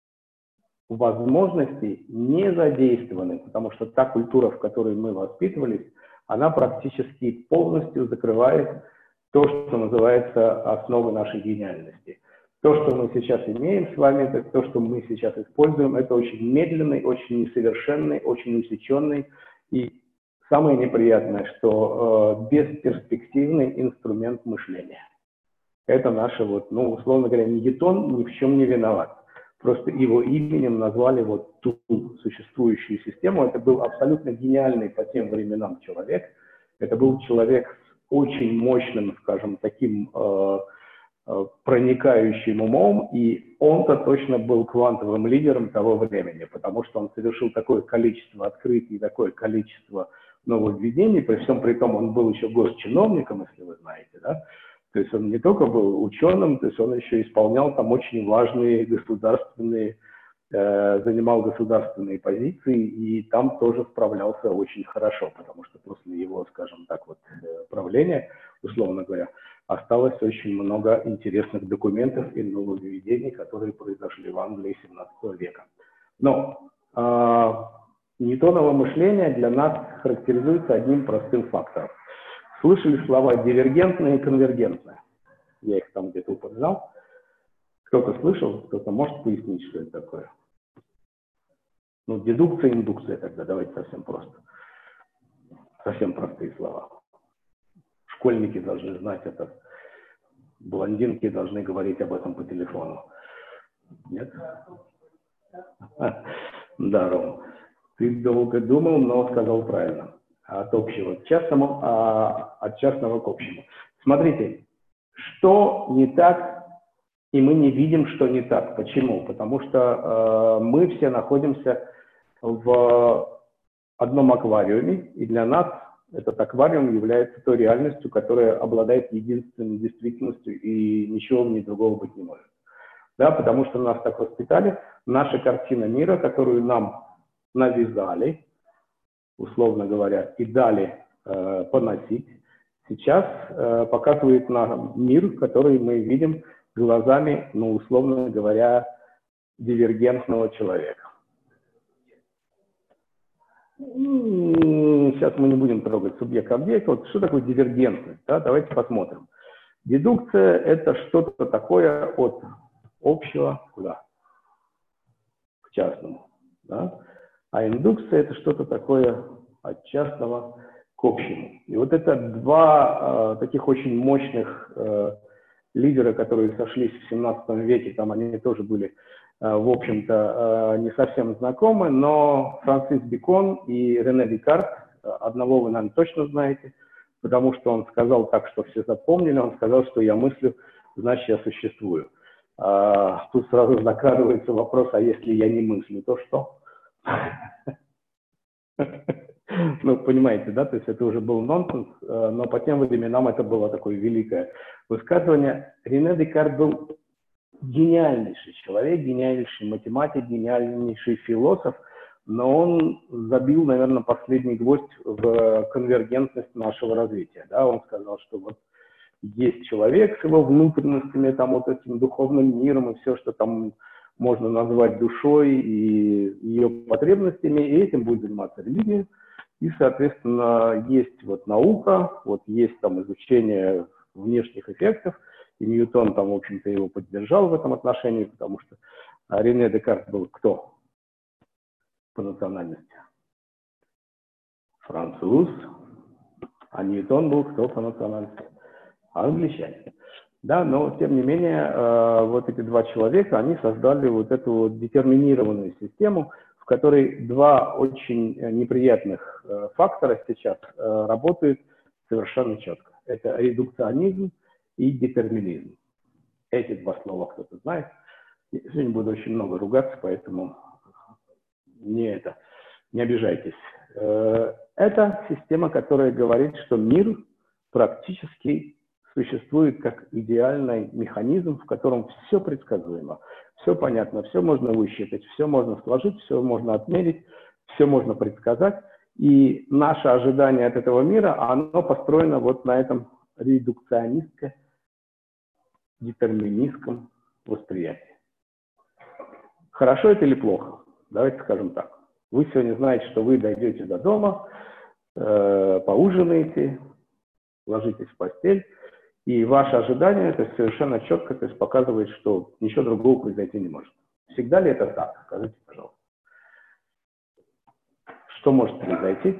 возможности не задействованы, потому что та культура, в которой мы воспитывались, она практически полностью закрывает то, что называется основы нашей гениальности. То, что мы сейчас имеем с вами, это то, что мы сейчас используем, это очень медленный, очень несовершенный, очень усеченный и самое неприятное, что э, бесперспективный инструмент мышления. Это наше, вот, ну, условно говоря, Ньютон ни в чем не виноват. Просто его именем назвали вот ту существующую систему. Это был абсолютно гениальный по тем временам человек. Это был человек с очень мощным, скажем, таким э, э, проникающим умом, и он-то точно был квантовым лидером того времени, потому что он совершил такое количество открытий, такое количество нововведений, при всем при том он был еще госчиновником, если вы знаете, да. То есть он не только был ученым, то есть он еще исполнял там очень важные государственные, э, занимал государственные позиции, и там тоже справлялся очень хорошо, потому что после его, скажем так, вот, правления, условно говоря, осталось очень много интересных документов и нововведений, которые произошли в Англии семнадцатого века. Но э, ньютоново мышление для нас характеризуется одним простым фактором. Слышали слова дивергентное и конвергентное? Я их там где-то упоминал. Кто-то слышал, кто-то может пояснить, что это такое? Ну, дедукция, индукция тогда, давайте совсем просто. Совсем простые слова. Школьники должны знать это. Блондинки должны говорить об этом по телефону. Нет? Да, Ром. Ты долго думал, но сказал правильно. От общего к частному, а от частного к общему. Смотрите, что не так, и мы не видим, что не так. Почему? Потому что э, мы все находимся в одном аквариуме, и для нас этот аквариум является той реальностью, которая обладает единственной действительностью, и ничего в ней другого быть не может. Да, потому что нас так воспитали, наша картина мира, которую нам навязали, условно говоря, и дали э, поносить, сейчас э, показывает нам мир, который мы видим глазами, ну, условно говоря, дивергентного человека. Сейчас мы не будем трогать субъект-объект. Вот что такое дивергентность? Да? Давайте посмотрим. Дедукция – это что-то такое от общего куда? К частному. Да? А индукция – это что-то такое от частного к общему. И вот это два э, таких очень мощных э, лидера, которые сошлись в семнадцатом веке, там они тоже были, э, в общем-то, э, не совсем знакомы, но Франсис Бекон и Рене Декарт, одного вы, наверное, точно знаете, потому что он сказал так, что все запомнили, он сказал, что я мыслю, значит, я существую. Э, тут сразу закрадывается вопрос, а если я не мыслю, то что? Ну, понимаете, да, то есть это уже был нонсенс, но по тем временам это было такое великое высказывание. Рене Декарт был гениальнейший человек, гениальнейший математик, гениальнейший философ, но он забил, наверное, последний гвоздь в конвергентность нашего развития. Да? Он сказал, что вот есть человек с его внутренностями, там вот этим духовным миром и все, что там можно назвать душой и ее потребностями, и этим будет заниматься религия. И, соответственно, есть вот наука, вот есть там изучение внешних эффектов, и Ньютон там, в общем-то, его поддержал в этом отношении, потому что Рене Декарт был кто по национальности? Француз. А Ньютон был кто по национальности? Англичанин. Да, но тем не менее, э, вот эти два человека, они создали вот эту вот детерминированную систему, в которой два очень неприятных э, фактора сейчас э, работают совершенно четко. Это редукционизм и детерминизм. Эти два слова кто-то знает. Я сегодня буду очень много ругаться, поэтому не это, не обижайтесь. Это система, которая говорит, что мир практически существует как идеальный механизм, в котором все предсказуемо, все понятно, все можно высчитать, все можно сложить, все можно отмерить, все можно предсказать. И наше ожидание от этого мира, оно построено вот на этом редукционистско-детерминистском восприятии. Хорошо это или плохо? Давайте скажем так. Вы сегодня знаете, что вы дойдете до дома, э, поужинаете, ложитесь в постель, и ваше ожидание это совершенно четко, то есть показывает, что ничего другого произойти не может. Всегда ли это так? Скажите, пожалуйста. Что может произойти?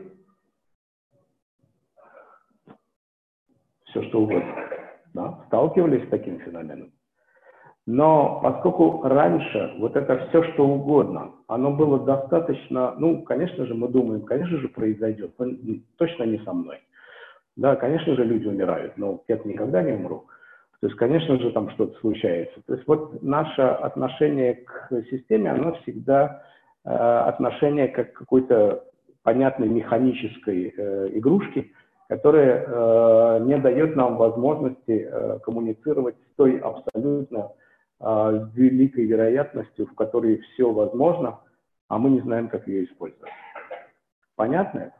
Все, что угодно. Да? Сталкивались с таким феноменом? Но поскольку раньше вот это все, что угодно, оно было достаточно, ну, конечно же, мы думаем, конечно же, произойдет, но точно не со мной. Да, конечно же, люди умирают, но я никогда не умру. То есть, конечно же, там что-то случается. То есть вот наше отношение к системе, оно всегда э, отношение как к какой-то понятной механической э, игрушке, которая э, не дает нам возможности э, коммуницировать с той абсолютно э, великой вероятностью, в которой все возможно, а мы не знаем, как ее использовать. Понятно это?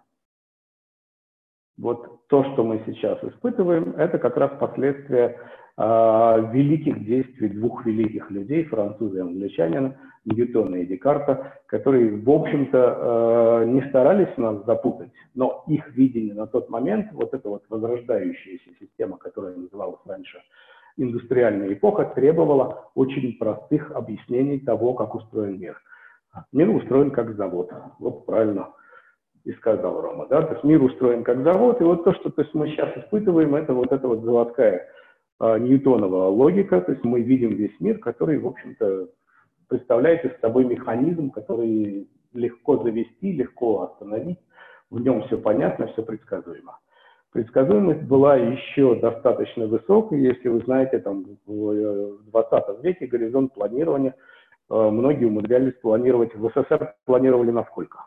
Вот то, что мы сейчас испытываем, это как раз последствия э, великих действий двух великих людей, француза и англичанина, Ньютона и Декарта, которые, в общем-то, э, не старались нас запутать, но их видение на тот момент, вот эта вот возрождающаяся система, которая называлась раньше индустриальная эпоха, требовала очень простых объяснений того, как устроен мир. Мир устроен как завод. Вот правильно и сказал Рома, да, то есть мир устроен как завод, и вот то, что то есть мы сейчас испытываем, это вот эта вот заводская э, ньютонова логика, то есть мы видим весь мир, который, в общем-то, представляет из собой механизм, который легко завести, легко остановить, в нем все понятно, все предсказуемо. Предсказуемость была еще достаточно высокой, если вы знаете, там в двадцатом веке горизонт планирования, э, многие умудрялись планировать, в СССР планировали на сколько?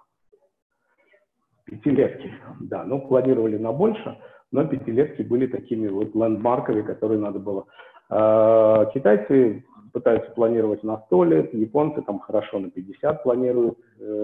Пятилетки, да, ну планировали на больше, но пятилетки были такими вот лендмарками, которые надо было. А, китайцы пытаются планировать на сто лет, японцы там хорошо на пятьдесят планируют.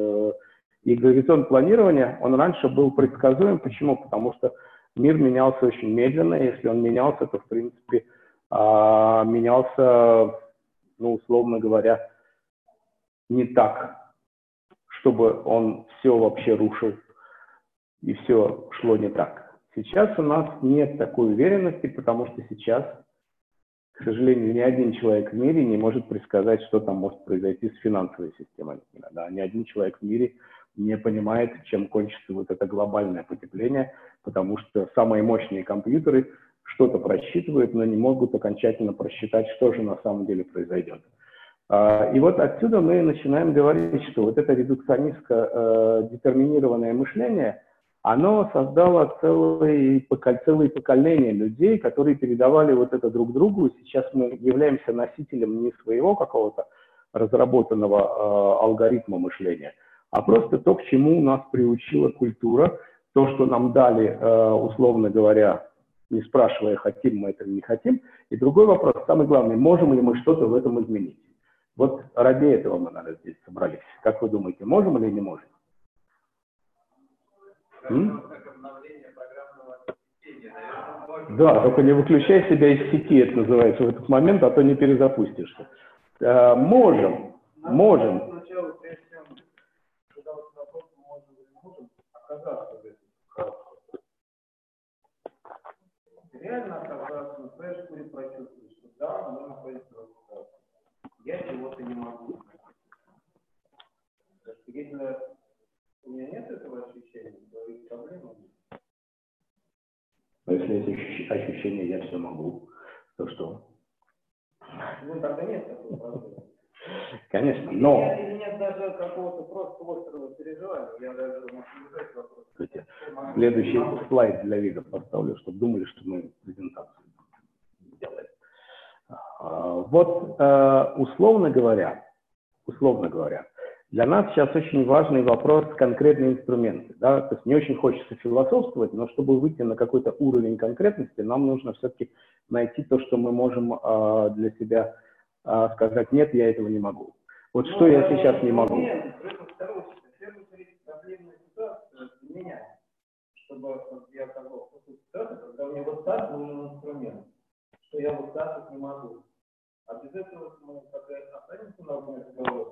И горизонт планирования, он раньше был предсказуем. Почему? Потому что мир менялся очень медленно, если он менялся, то в принципе а, менялся, ну условно говоря, не так, чтобы он все вообще рушил. И все шло не так. Сейчас у нас нет такой уверенности, потому что сейчас, к сожалению, ни один человек в мире не может предсказать, что там может произойти с финансовой системой. Да, ни один человек в мире не понимает, чем кончится вот это глобальное потепление, потому что самые мощные компьютеры что-то просчитывают, но не могут окончательно просчитать, что же на самом деле произойдет. И вот отсюда мы начинаем говорить, что вот это редукционистско-детерминированное мышление, оно создало целые, целые поколения людей, которые передавали вот это друг другу. И сейчас мы являемся носителем не своего какого-то разработанного э, алгоритма мышления, а просто то, к чему нас приучила культура, то, что нам дали, э, условно говоря, не спрашивая, хотим мы это или не хотим. И другой вопрос, самый главный, можем ли мы что-то в этом изменить? Вот ради этого мы, наверное, здесь собрались. Как вы думаете, можем или не можем? М? Да, только не выключай себя из сети, это называется, в этот момент, а то не перезапустишься. А, можем, можем. Реально оказаться, на своей шкуре прочувствовать, что да, мы находимся в ситуации. Я чего-то не могу. Если у меня нет этого ощущения, то и проблема нет. Но если эти ощущения я все могу, то что? Ну, тогда нет такой проблемы. Конечно, но... Или нет даже какого-то просто острого переживания, я даже могу решать вопрос. Следующий слайд для вида поставлю, чтобы думали, что мы презентацию делаем. Вот, условно говоря, условно говоря, для нас сейчас очень важный вопрос конкретные инструменты. Да? То есть не очень хочется философствовать, но чтобы выйти на какой-то уровень конкретности, нам нужно все-таки найти то, что мы можем э, для себя э, сказать, нет, я этого не могу. Вот ну, что я сейчас не могу. Чтобы я сказал, когда у меня вот так нужен инструмент, что я вот так не могу. А без этого мы пока останемся на одной разговоре.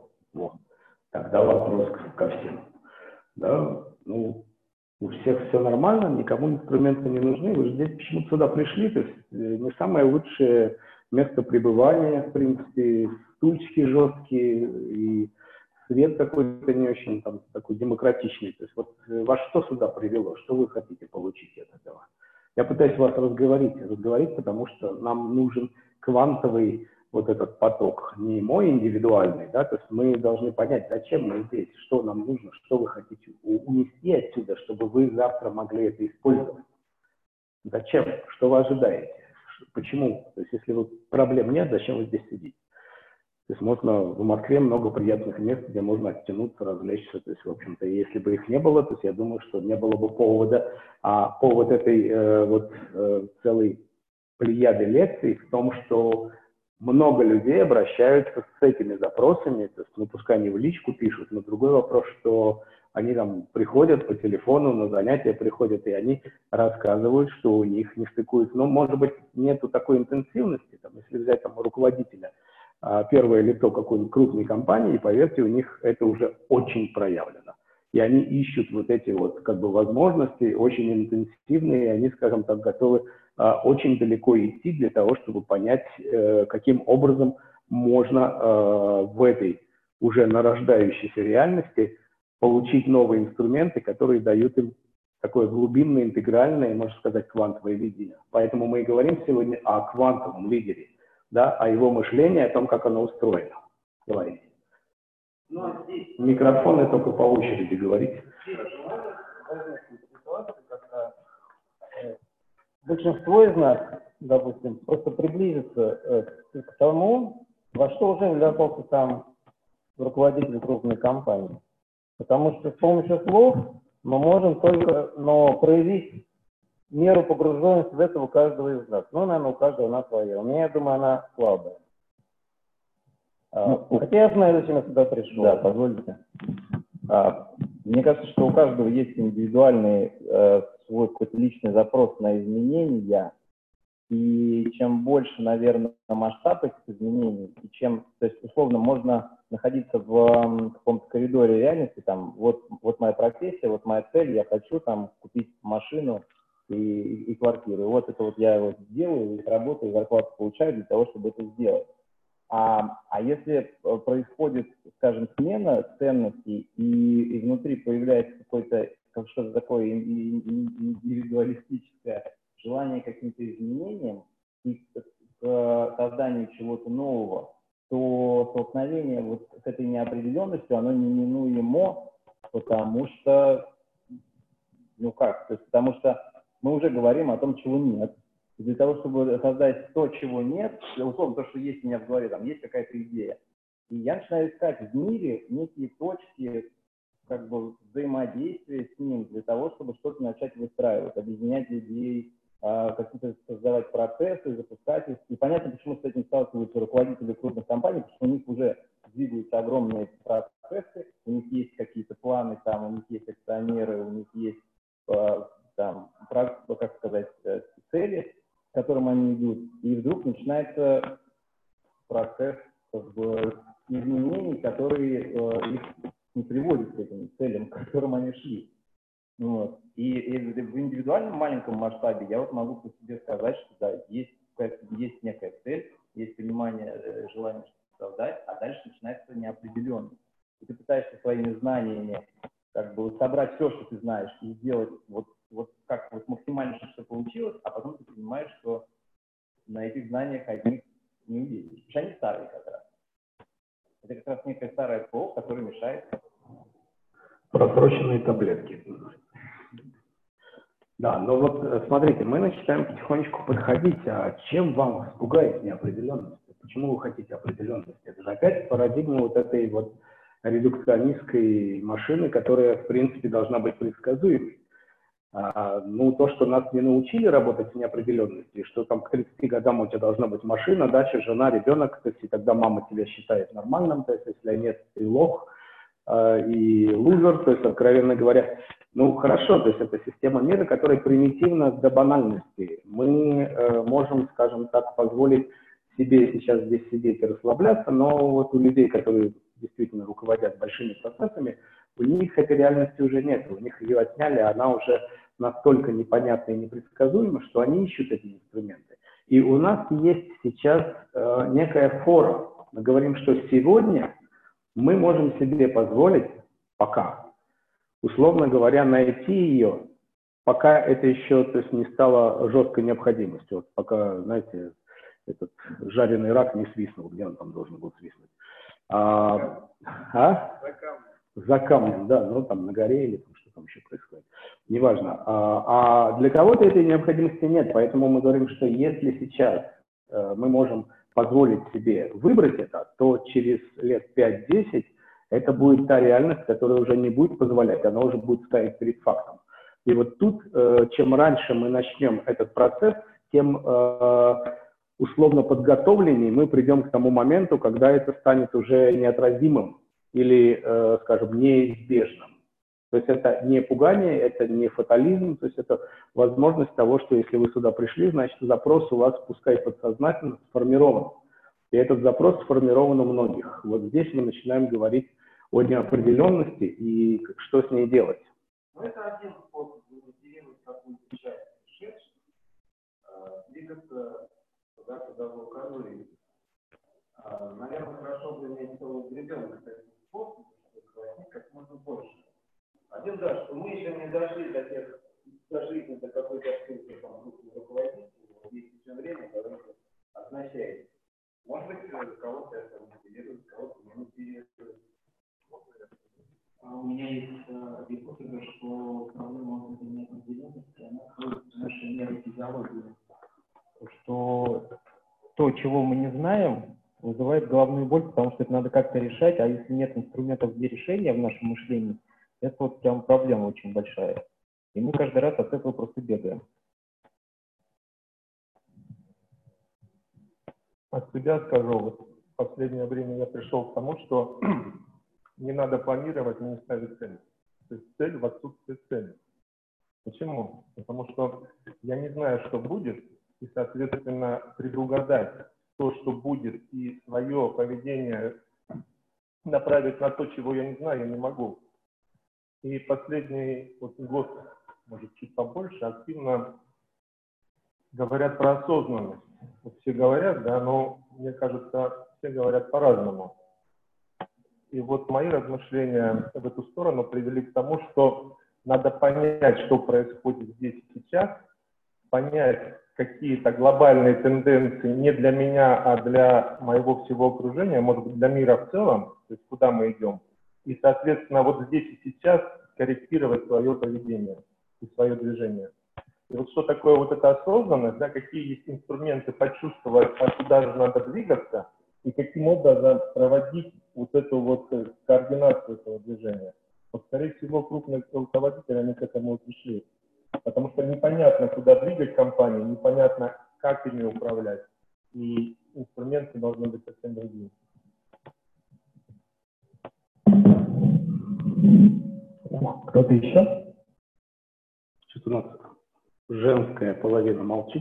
Тогда вопрос ко всем. Да, ну, у всех все нормально, никому инструменты не нужны. Вы же здесь почему-то сюда пришли, то есть не самое лучшее место пребывания, в принципе, стульчики жесткие и свет какой-то не очень там такой демократичный. То есть вот вас что сюда привело, что вы хотите получить от этого? Я пытаюсь вас разговорить, разговорить, потому что нам нужен квантовый вот этот поток, не мой индивидуальный, да, то есть мы должны понять, зачем мы здесь, что нам нужно, что вы хотите унести отсюда, чтобы вы завтра могли это использовать. Зачем? Что вы ожидаете? Почему? То есть если вы, проблем нет, зачем вы здесь сидите? То есть можно в Москве много приятных мест, где можно оттянуться, развлечься. То есть, в общем-то, если бы их не было, то есть я думаю, что не было бы повода. А повод этой э, вот э, целой плеяды лекций в том, что много людей обращаются с этими запросами, то есть, ну, пускай они в личку пишут, но другой вопрос, что они там приходят по телефону, на занятия приходят, и они рассказывают, что у них не стыкуется. Но, может быть, нету такой интенсивности, там, если взять там руководителя, первое лицо какой-нибудь крупной компании, и поверьте, у них это уже очень проявлено. И они ищут вот эти вот как бы возможности, очень интенсивные, и они, скажем так, готовы а, очень далеко идти для того, чтобы понять, э, каким образом можно э, в этой уже нарождающейся реальности получить новые инструменты, которые дают им такое глубинное, интегральное, можно сказать, квантовое видение. Поэтому мы и говорим сегодня о квантовом лидере, да, о его мышлении, о том, как оно устроено. Говорите. Ну, здесь... Микрофоны только по очереди говорите. Большинство из нас, допустим, просто приблизится э, к тому, во что уже вляпался сам руководитель крупной компании. Потому что с помощью слов мы можем только, но проявить меру погруженности в это у каждого из нас. Ну, наверное, у каждого она своя. У меня, я думаю, она слабая. Ну, а, хотя я знаю, зачем я сюда пришел. Да, позвольте. А, мне кажется, что у каждого есть индивидуальный э, свой какой-то личный запрос на изменения. И чем больше, наверное, масштаб этих изменений, и чем, то есть, условно, можно находиться в um, каком-то коридоре реальности, там, вот, вот моя профессия, вот моя цель, я хочу там купить машину и, и, и квартиру. И вот это вот я вот делаю, работаю, зарплату получаю для того, чтобы это сделать. А, а если происходит, скажем, смена ценностей, и, и внутри появляется какое-то, как что-то такое индивидуалистическое желание к каким-то изменениям и к созданию чего-то нового, то столкновение вот с этой неопределенностью, оно неминуемо, потому что, ну как, то есть потому что мы уже говорим о том, чего нет. И для того, чтобы создать то, чего нет, условно, то, что есть у меня в голове, там есть какая-то идея. И я начинаю искать в мире некие точки, как бы, взаимодействия с ним, для того, чтобы что-то начать выстраивать, объединять людей, какие-то создавать процессы, запускать их. И понятно, почему с этим сталкиваются руководители крупных компаний, потому что у них уже двигаются огромные процессы, у них есть какие-то планы, там, у них есть акционеры, у них есть, там, как сказать, цели, к которым они идут. И вдруг начинается процесс, как бы, изменений, которые их не приводят к этим целям, к которым они шли. Вот. И, и в индивидуальном маленьком масштабе я вот могу по себе сказать, что да, есть, есть некая цель, есть понимание, желание что-то создать, а дальше начинается неопределенность. И ты пытаешься своими знаниями как бы собрать все, что ты знаешь, и сделать вот, вот как вот максимально, чтобы все получилось, а потом ты понимаешь, что на этих знаниях одних не увидишь. Потому что они старые как раз. Это как раз некая старая ПО, которая мешает. Просроченные таблетки. Да, но вот смотрите, мы начинаем потихонечку подходить, а чем вам пугает неопределенность? Почему вы хотите определенности? Это же опять парадигма вот этой вот редукционистской машины, которая, в принципе, должна быть предсказуемой. А, ну, то, что нас не научили работать с неопределенностью, что там к тридцати годам у тебя должна быть машина, дача, жена, ребенок, то есть и тогда мама тебя считает нормальным, то есть если нет, ты лох э, и лузер, то есть, откровенно говоря, ну, хорошо, то есть это система мира, которая примитивна до банальности. Мы э, можем, скажем так, позволить себе сейчас здесь сидеть и расслабляться, но вот у людей, которые действительно руководят большими процессами, у них этой реальности уже нет, у них ее отняли, она уже настолько непонятна и непредсказуема, что они ищут эти инструменты. И у нас есть сейчас э, некая фора. Мы говорим, что сегодня мы можем себе позволить, пока, условно говоря, найти ее, пока это еще, то есть, не стало жесткой необходимостью. Вот пока, знаете, этот жареный рак не свистнул, где он там должен был свистнуть. А? а? За камнем, да, ну там на горе или там, что там еще происходит, неважно. А, а для кого-то этой необходимости нет, поэтому мы говорим, что если сейчас э, мы можем позволить себе выбрать это, то через лет пять-десять это будет та реальность, которая уже не будет позволять, она уже будет ставить перед фактом. И вот тут, э, чем раньше мы начнем этот процесс, тем э, условно подготовленнее мы придем к тому моменту, когда это станет уже неотразимым или, э, скажем, неизбежным. То есть это не пугание, это не фатализм, то есть это возможность того, что если вы сюда пришли, значит запрос у вас, пускай подсознательно, сформирован. И этот запрос сформирован у многих. Вот здесь мы начинаем говорить о неопределенности и что с ней делать. Ну, это один способ зарегулировать какую-то часть пришедших, двигаться туда, куда вы указываете. Наверное, хорошо бы иметь целого ребенка таких способов, чтобы хватить как можно больше. Один, да, что мы еще не дошли до тех, до жизни, до какой-то открытия, там, руководителя, есть еще время, которое означает. Может быть, кого-то это мотивирует, кого-то не мотивирует. А у меня есть э, гипотеза, что проблема вот этой неопределенности, она находится в нашей нейрофизиологии. Что то, чего мы не знаем, вызывает головную боль, потому что это надо как-то решать, а если нет инструментов для решения в нашем мышлении, это вот прям проблема очень большая. И мы каждый раз от этого просто бегаем. От себя скажу, вот в последнее время я пришел к тому, что не надо планировать, но не ставить цель. То есть цель в отсутствии цели. Почему? Потому что я не знаю, что будет, и, соответственно, предугадать то, что будет, и свое поведение направить на то, чего я не знаю, я не могу. И последний вот год, может, чуть побольше, активно говорят про осознанность. Вот все говорят, да, но мне кажется, все говорят по-разному. И вот мои размышления в эту сторону привели к тому, что надо понять, что происходит здесь и сейчас, понять какие-то глобальные тенденции не для меня, а для моего всего окружения, может быть, для мира в целом, то есть куда мы идем. И, соответственно, вот здесь и сейчас корректировать свое поведение и свое движение. И вот что такое вот эта осознанность, да, какие есть инструменты почувствовать, а куда же надо двигаться, и каким образом проводить вот эту вот координацию этого движения. Вот, скорее всего, крупные руководители, они к этому и пришли. Потому что непонятно, куда двигать компанию, непонятно, как ими управлять. И инструменты должны быть совсем другие. Кто-то еще? Что-то у нас женская половина молчит.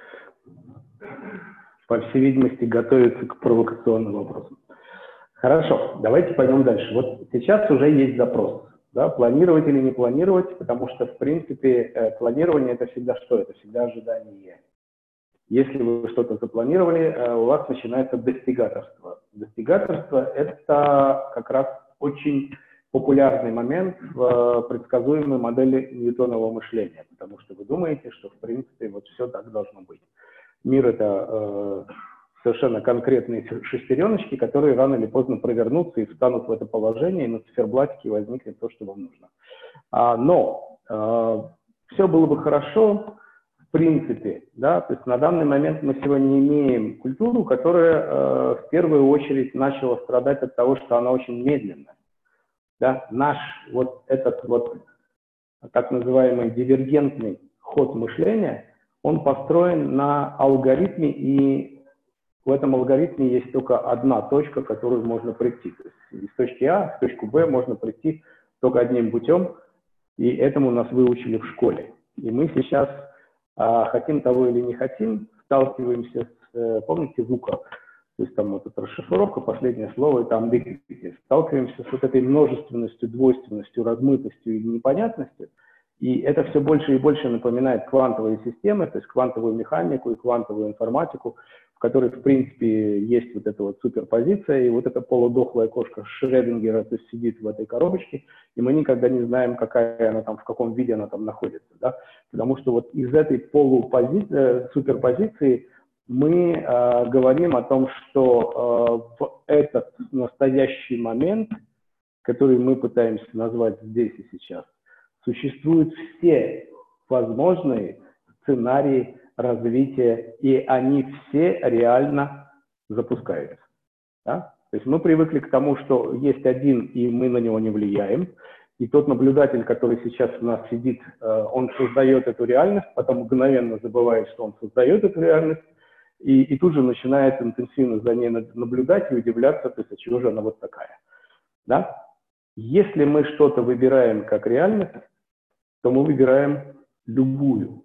По всей видимости, готовится к провокационным вопросам. Хорошо, давайте пойдем дальше. Вот сейчас уже есть запрос. Да, планировать или не планировать, потому что, в принципе, планирование – это всегда что? Это всегда ожидание. Если вы что-то запланировали, у вас начинается достигаторство. Достигаторство – это как раз очень популярный момент в предсказуемой модели ньютонового мышления, потому что вы думаете, что, в принципе, вот все так должно быть. Мир – это э, совершенно конкретные шестереночки, которые рано или поздно провернутся и встанут в это положение, и на циферблатике возникнет то, что вам нужно. А, но э, все было бы хорошо в принципе, да, то есть на данный момент мы сегодня имеем культуру, которая э, в первую очередь начала страдать от того, что она очень медленная. Да? Наш вот этот вот так называемый дивергентный ход мышления, он построен на алгоритме, и в этом алгоритме есть только одна точка, к которой можно прийти. То есть из точки А в точку Б можно прийти только одним путем, и этому нас выучили в школе. И мы сейчас, а, хотим того или не хотим, сталкиваемся с, помните, ВУКа, то есть там вот эта расшифровка, последнее слово, это ambiguity. Сталкиваемся с вот этой множественностью, двойственностью, размытостью и непонятностью, и это все больше и больше напоминает квантовые системы, то есть квантовую механику и квантовую информатику, в которой, в принципе, есть вот эта вот суперпозиция, и вот эта полудохлая кошка Шрёдингера, то есть сидит в этой коробочке, и мы никогда не знаем, какая она там, в каком виде она там находится, да? Потому что вот из этой полупозиции, суперпозиции мы э, говорим о том, что э, в этот настоящий момент, который мы пытаемся назвать здесь и сейчас, существуют все возможные сценарии развития, и они все реально запускаются. Да? То есть мы привыкли к тому, что есть один, и мы на него не влияем. И тот наблюдатель, который сейчас у нас сидит, он создает эту реальность, потом мгновенно забывает, что он создает эту реальность, и, и тут же начинает интенсивно за ней наблюдать и удивляться, то есть, а чего же она вот такая. Да? Если мы что-то выбираем как реальность, то мы выбираем любую.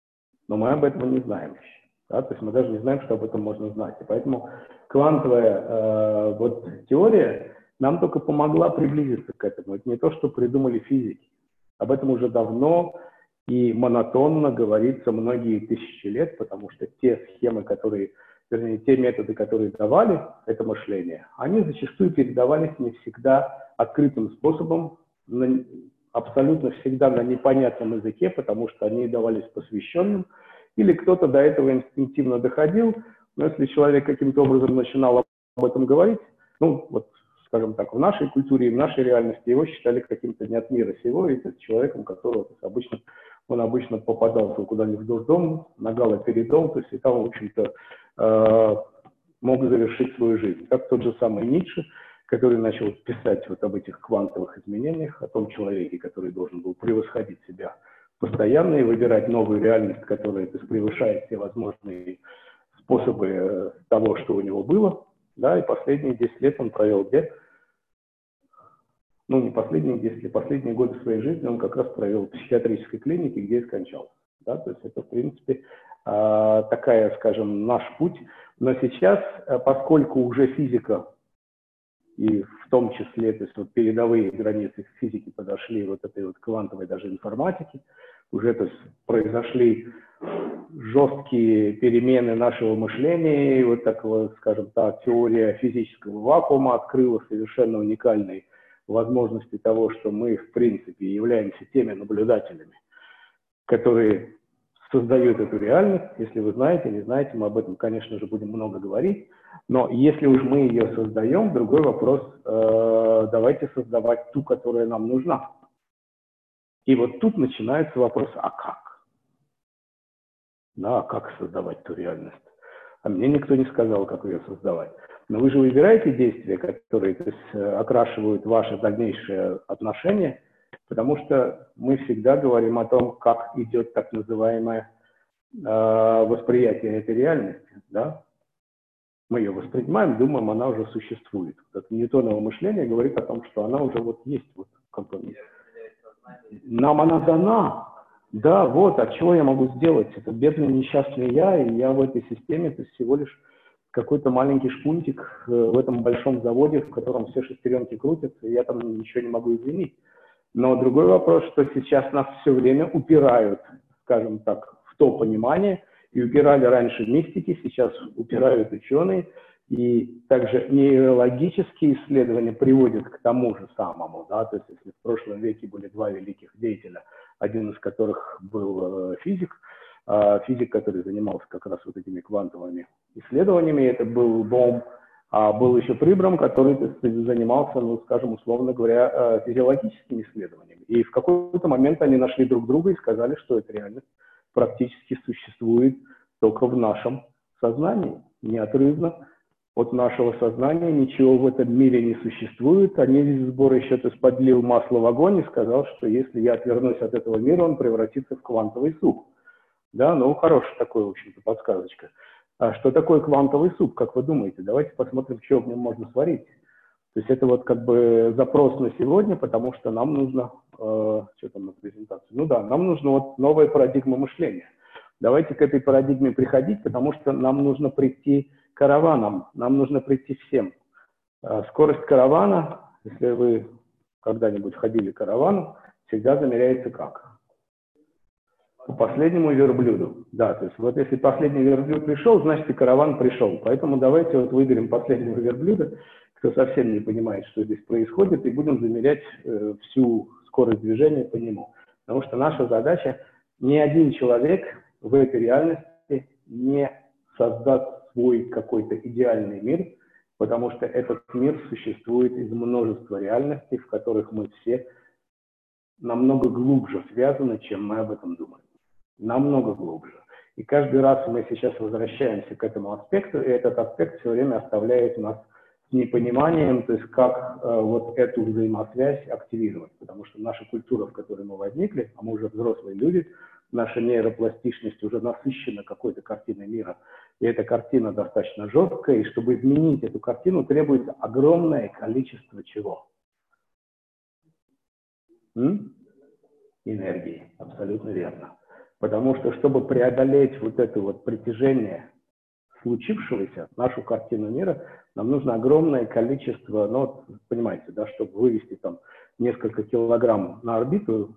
Но мы об этом не знаем еще. Да? То есть мы даже не знаем, что об этом можно знать. И поэтому квантовая э, вот, теория нам только помогла приблизиться к этому. Это не то, что придумали физики. Об этом уже давно и монотонно говорится многие тысячи лет, потому что те схемы, которые, вернее, те методы, которые давали это мышление, они зачастую передавались не всегда открытым способом, на, абсолютно всегда на непонятном языке, потому что они давались посвященным, или кто-то до этого инстинктивно доходил, но если человек каким-то образом начинал об этом говорить, ну, вот, скажем так, в нашей культуре и в нашей реальности его считали каким-то не от мира сего, и это человеком, которого обычно, он обычно попадался куда-нибудь в дурдом, на галоперидол, то есть и там, в общем-то, э, мог завершить свою жизнь. Как тот же самый Ницше, который начал писать вот об этих квантовых изменениях, о том человеке, который должен был превосходить себя постоянно и выбирать новую реальность, которая то есть, превышает все возможные способы того, что у него было. Да, и последние десять лет он провел где? Ну, не последние десять лет, последние годы своей жизни он как раз провел в психиатрической клинике, где и скончался. Да, то есть это, в принципе, такая, скажем, наш путь. Но сейчас, поскольку уже физика, и в том числе, то есть вот передовые границы физики подошли вот этой вот квантовой даже информатики, уже то есть произошли жесткие перемены нашего мышления, и вот такого, скажем так, теория физического вакуума открыла совершенно уникальные возможности того, что мы, в принципе, являемся теми наблюдателями, которые создают эту реальность. Если вы знаете, не знаете, мы об этом, конечно же, будем много говорить. Но если уж мы ее создаем, другой вопрос, э, давайте создавать ту, которая нам нужна. И вот тут начинается вопрос, а как? Да, как создавать ту реальность? А мне никто не сказал, как ее создавать. Но вы же выбираете действия, которые то есть, окрашивают ваши дальнейшие отношения, потому что мы всегда говорим о том, как идет так называемое э, восприятие этой реальности. Да? Мы ее воспринимаем, думаем, она уже существует. Вот это ньютоново мышление говорит о том, что она уже вот есть вот компромисс. Нам она дана. Да, вот, а чего я могу сделать? Это бедный несчастный я, и я в этой системе, это всего лишь какой-то маленький шпунтик в этом большом заводе, в котором все шестеренки крутятся, и я там ничего не могу изменить. Но другой вопрос, что сейчас нас все время упирают, скажем так, в то понимание, и упирали раньше мистики, сейчас упирают ученые, и также нейрологические исследования приводят к тому же самому. Да? То есть если в прошлом веке были два великих деятеля, один из которых был э, физик, э, физик, который занимался как раз вот этими квантовыми исследованиями, это был Бом, а был еще Прибрам, который занимался, ну, скажем, условно говоря, э, физиологическими исследованиями. И в какой-то момент они нашли друг друга и сказали, что это реальность практически существует только в нашем сознании, неотрывно. От нашего сознания ничего в этом мире не существует, а Невис Сбор еще то есть подлил масло в огонь и сказал, что если я отвернусь от этого мира, он превратится в квантовый суп. Да, ну хорошая такая, в общем-то, подсказочка. А что такое квантовый суп, как вы думаете? Давайте посмотрим, что в нем можно сварить. То есть это вот как бы запрос на сегодня, потому что нам нужно, э, что там на презентации? Ну да, нам нужна вот новая парадигма мышления. Давайте к этой парадигме приходить, потому что нам нужно прийти караваном, нам нужно прийти всем. Э, скорость каравана, если вы когда-нибудь ходили караваном, всегда замеряется как? По последнему верблюду. Да, то есть вот если последний верблюд пришел, значит и караван пришел. Поэтому давайте вот выберем последнего верблюда, кто совсем не понимает, что здесь происходит, и будем замерять э, всю скорость движения по нему. Потому что наша задача, ни один человек в этой реальности не создаст свой какой-то идеальный мир, потому что этот мир существует из множества реальностей, в которых мы все намного глубже связаны, чем мы об этом думаем. Намного глубже. И каждый раз мы сейчас возвращаемся к этому аспекту, и этот аспект все время оставляет нас с непониманием, то есть как э, вот эту взаимосвязь активировать. Потому что наша культура, в которой мы возникли, а мы уже взрослые люди, наша нейропластичность уже насыщена какой-то картиной мира, и эта картина достаточно жесткая, и чтобы изменить эту картину, требуется огромное количество чего? М? Энергии, абсолютно верно. Потому что, чтобы преодолеть вот это вот притяжение случившегося, нашу картину мира, нам нужно огромное количество, ну, вот, понимаете, да, чтобы вывести там несколько килограмм на орбиту,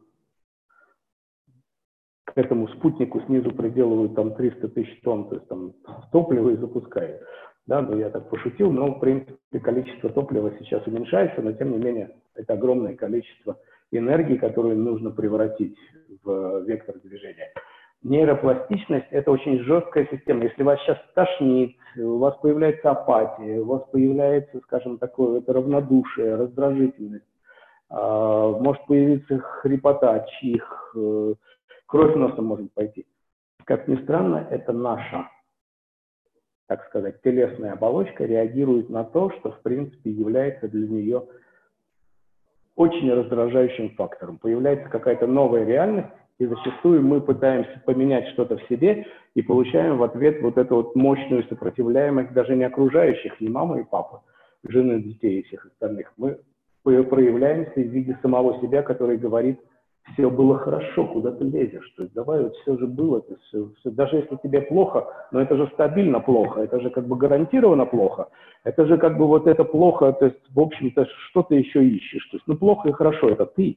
к этому спутнику снизу приделывают там триста тысяч тонн, то есть там топлива и запускают. Да, ну я так пошутил, но в принципе количество топлива сейчас уменьшается, но тем не менее это огромное количество энергии, которую нужно превратить в вектор движения. Нейропластичность – это очень жесткая система. Если вас сейчас тошнит, у вас появляется апатия, у вас появляется, скажем, такое это равнодушие, раздражительность, может появиться хрипота, чих, кровь носом может пойти. Как ни странно, это наша, так сказать, телесная оболочка реагирует на то, что в принципе является для нее очень раздражающим фактором. Появляется какая-то новая реальность, и зачастую мы пытаемся поменять что-то в себе и получаем в ответ вот эту вот мощную сопротивляемость даже не окружающих, не мамы и папы, жены, детей и всех остальных. Мы проявляемся в виде самого себя, который говорит: все было хорошо, куда ты лезешь, то есть давай, вот все же было, то есть все, все, даже если тебе плохо, но это же стабильно плохо, это же как бы гарантированно плохо, это же как бы вот это плохо, то есть в общем-то что ты еще ищешь, то есть ну плохо и хорошо, это ты.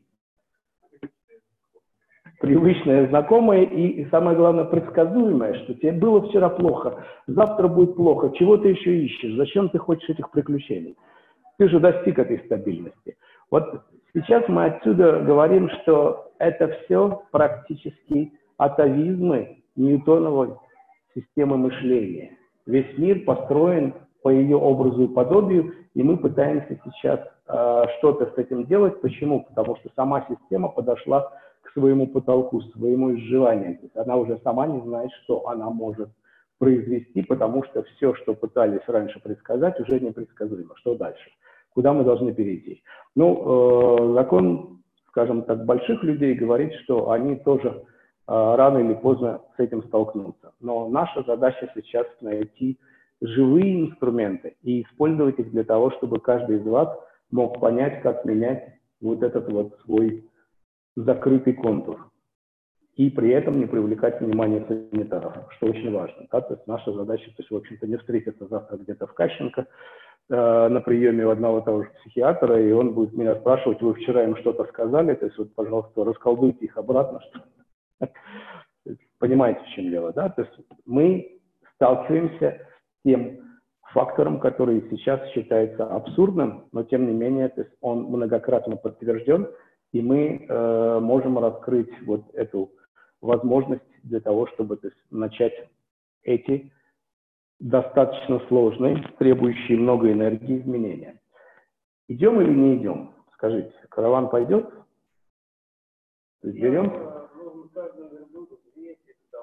Привычное, знакомое и, и самое главное предсказуемое, что тебе было вчера плохо, завтра будет плохо, чего ты еще ищешь, зачем ты хочешь этих приключений? Ты же достиг этой стабильности. Вот сейчас мы отсюда говорим, что это все практически атовизмы Ньютоновой системы мышления. Весь мир построен по ее образу и подобию, и мы пытаемся сейчас э, что-то с этим делать. Почему? Потому что сама система подошла к своему потолку, своему изживанию. То есть она уже сама не знает, что она может произвести, потому что все, что пытались раньше предсказать, уже непредсказуемо. Что дальше? Куда мы должны перейти? Ну, э, закон, скажем так, больших людей говорит, что они тоже э, рано или поздно с этим столкнутся. Но наша задача сейчас найти живые инструменты и использовать их для того, чтобы каждый из вас мог понять, как менять вот этот вот свой закрытый контур. И при этом не привлекать внимание санитаров, что очень важно. Да? То есть наша задача, то есть, в общем-то, не встретиться завтра где-то в Кащенко, на приеме у одного того же психиатра, и он будет меня спрашивать: вы вчера им что-то сказали, то есть вот, пожалуйста, расколдуйте их обратно. Что... Понимаете, в чем дело, да? То есть мы сталкиваемся с тем фактором, который сейчас считается абсурдным, но тем не менее, то есть он многократно подтвержден, и мы э, можем раскрыть вот эту возможность для того, чтобы, то есть, начать эти достаточно сложные, требующие много энергии изменения. Идем или не идем? Скажите, караван пойдет? То есть берем?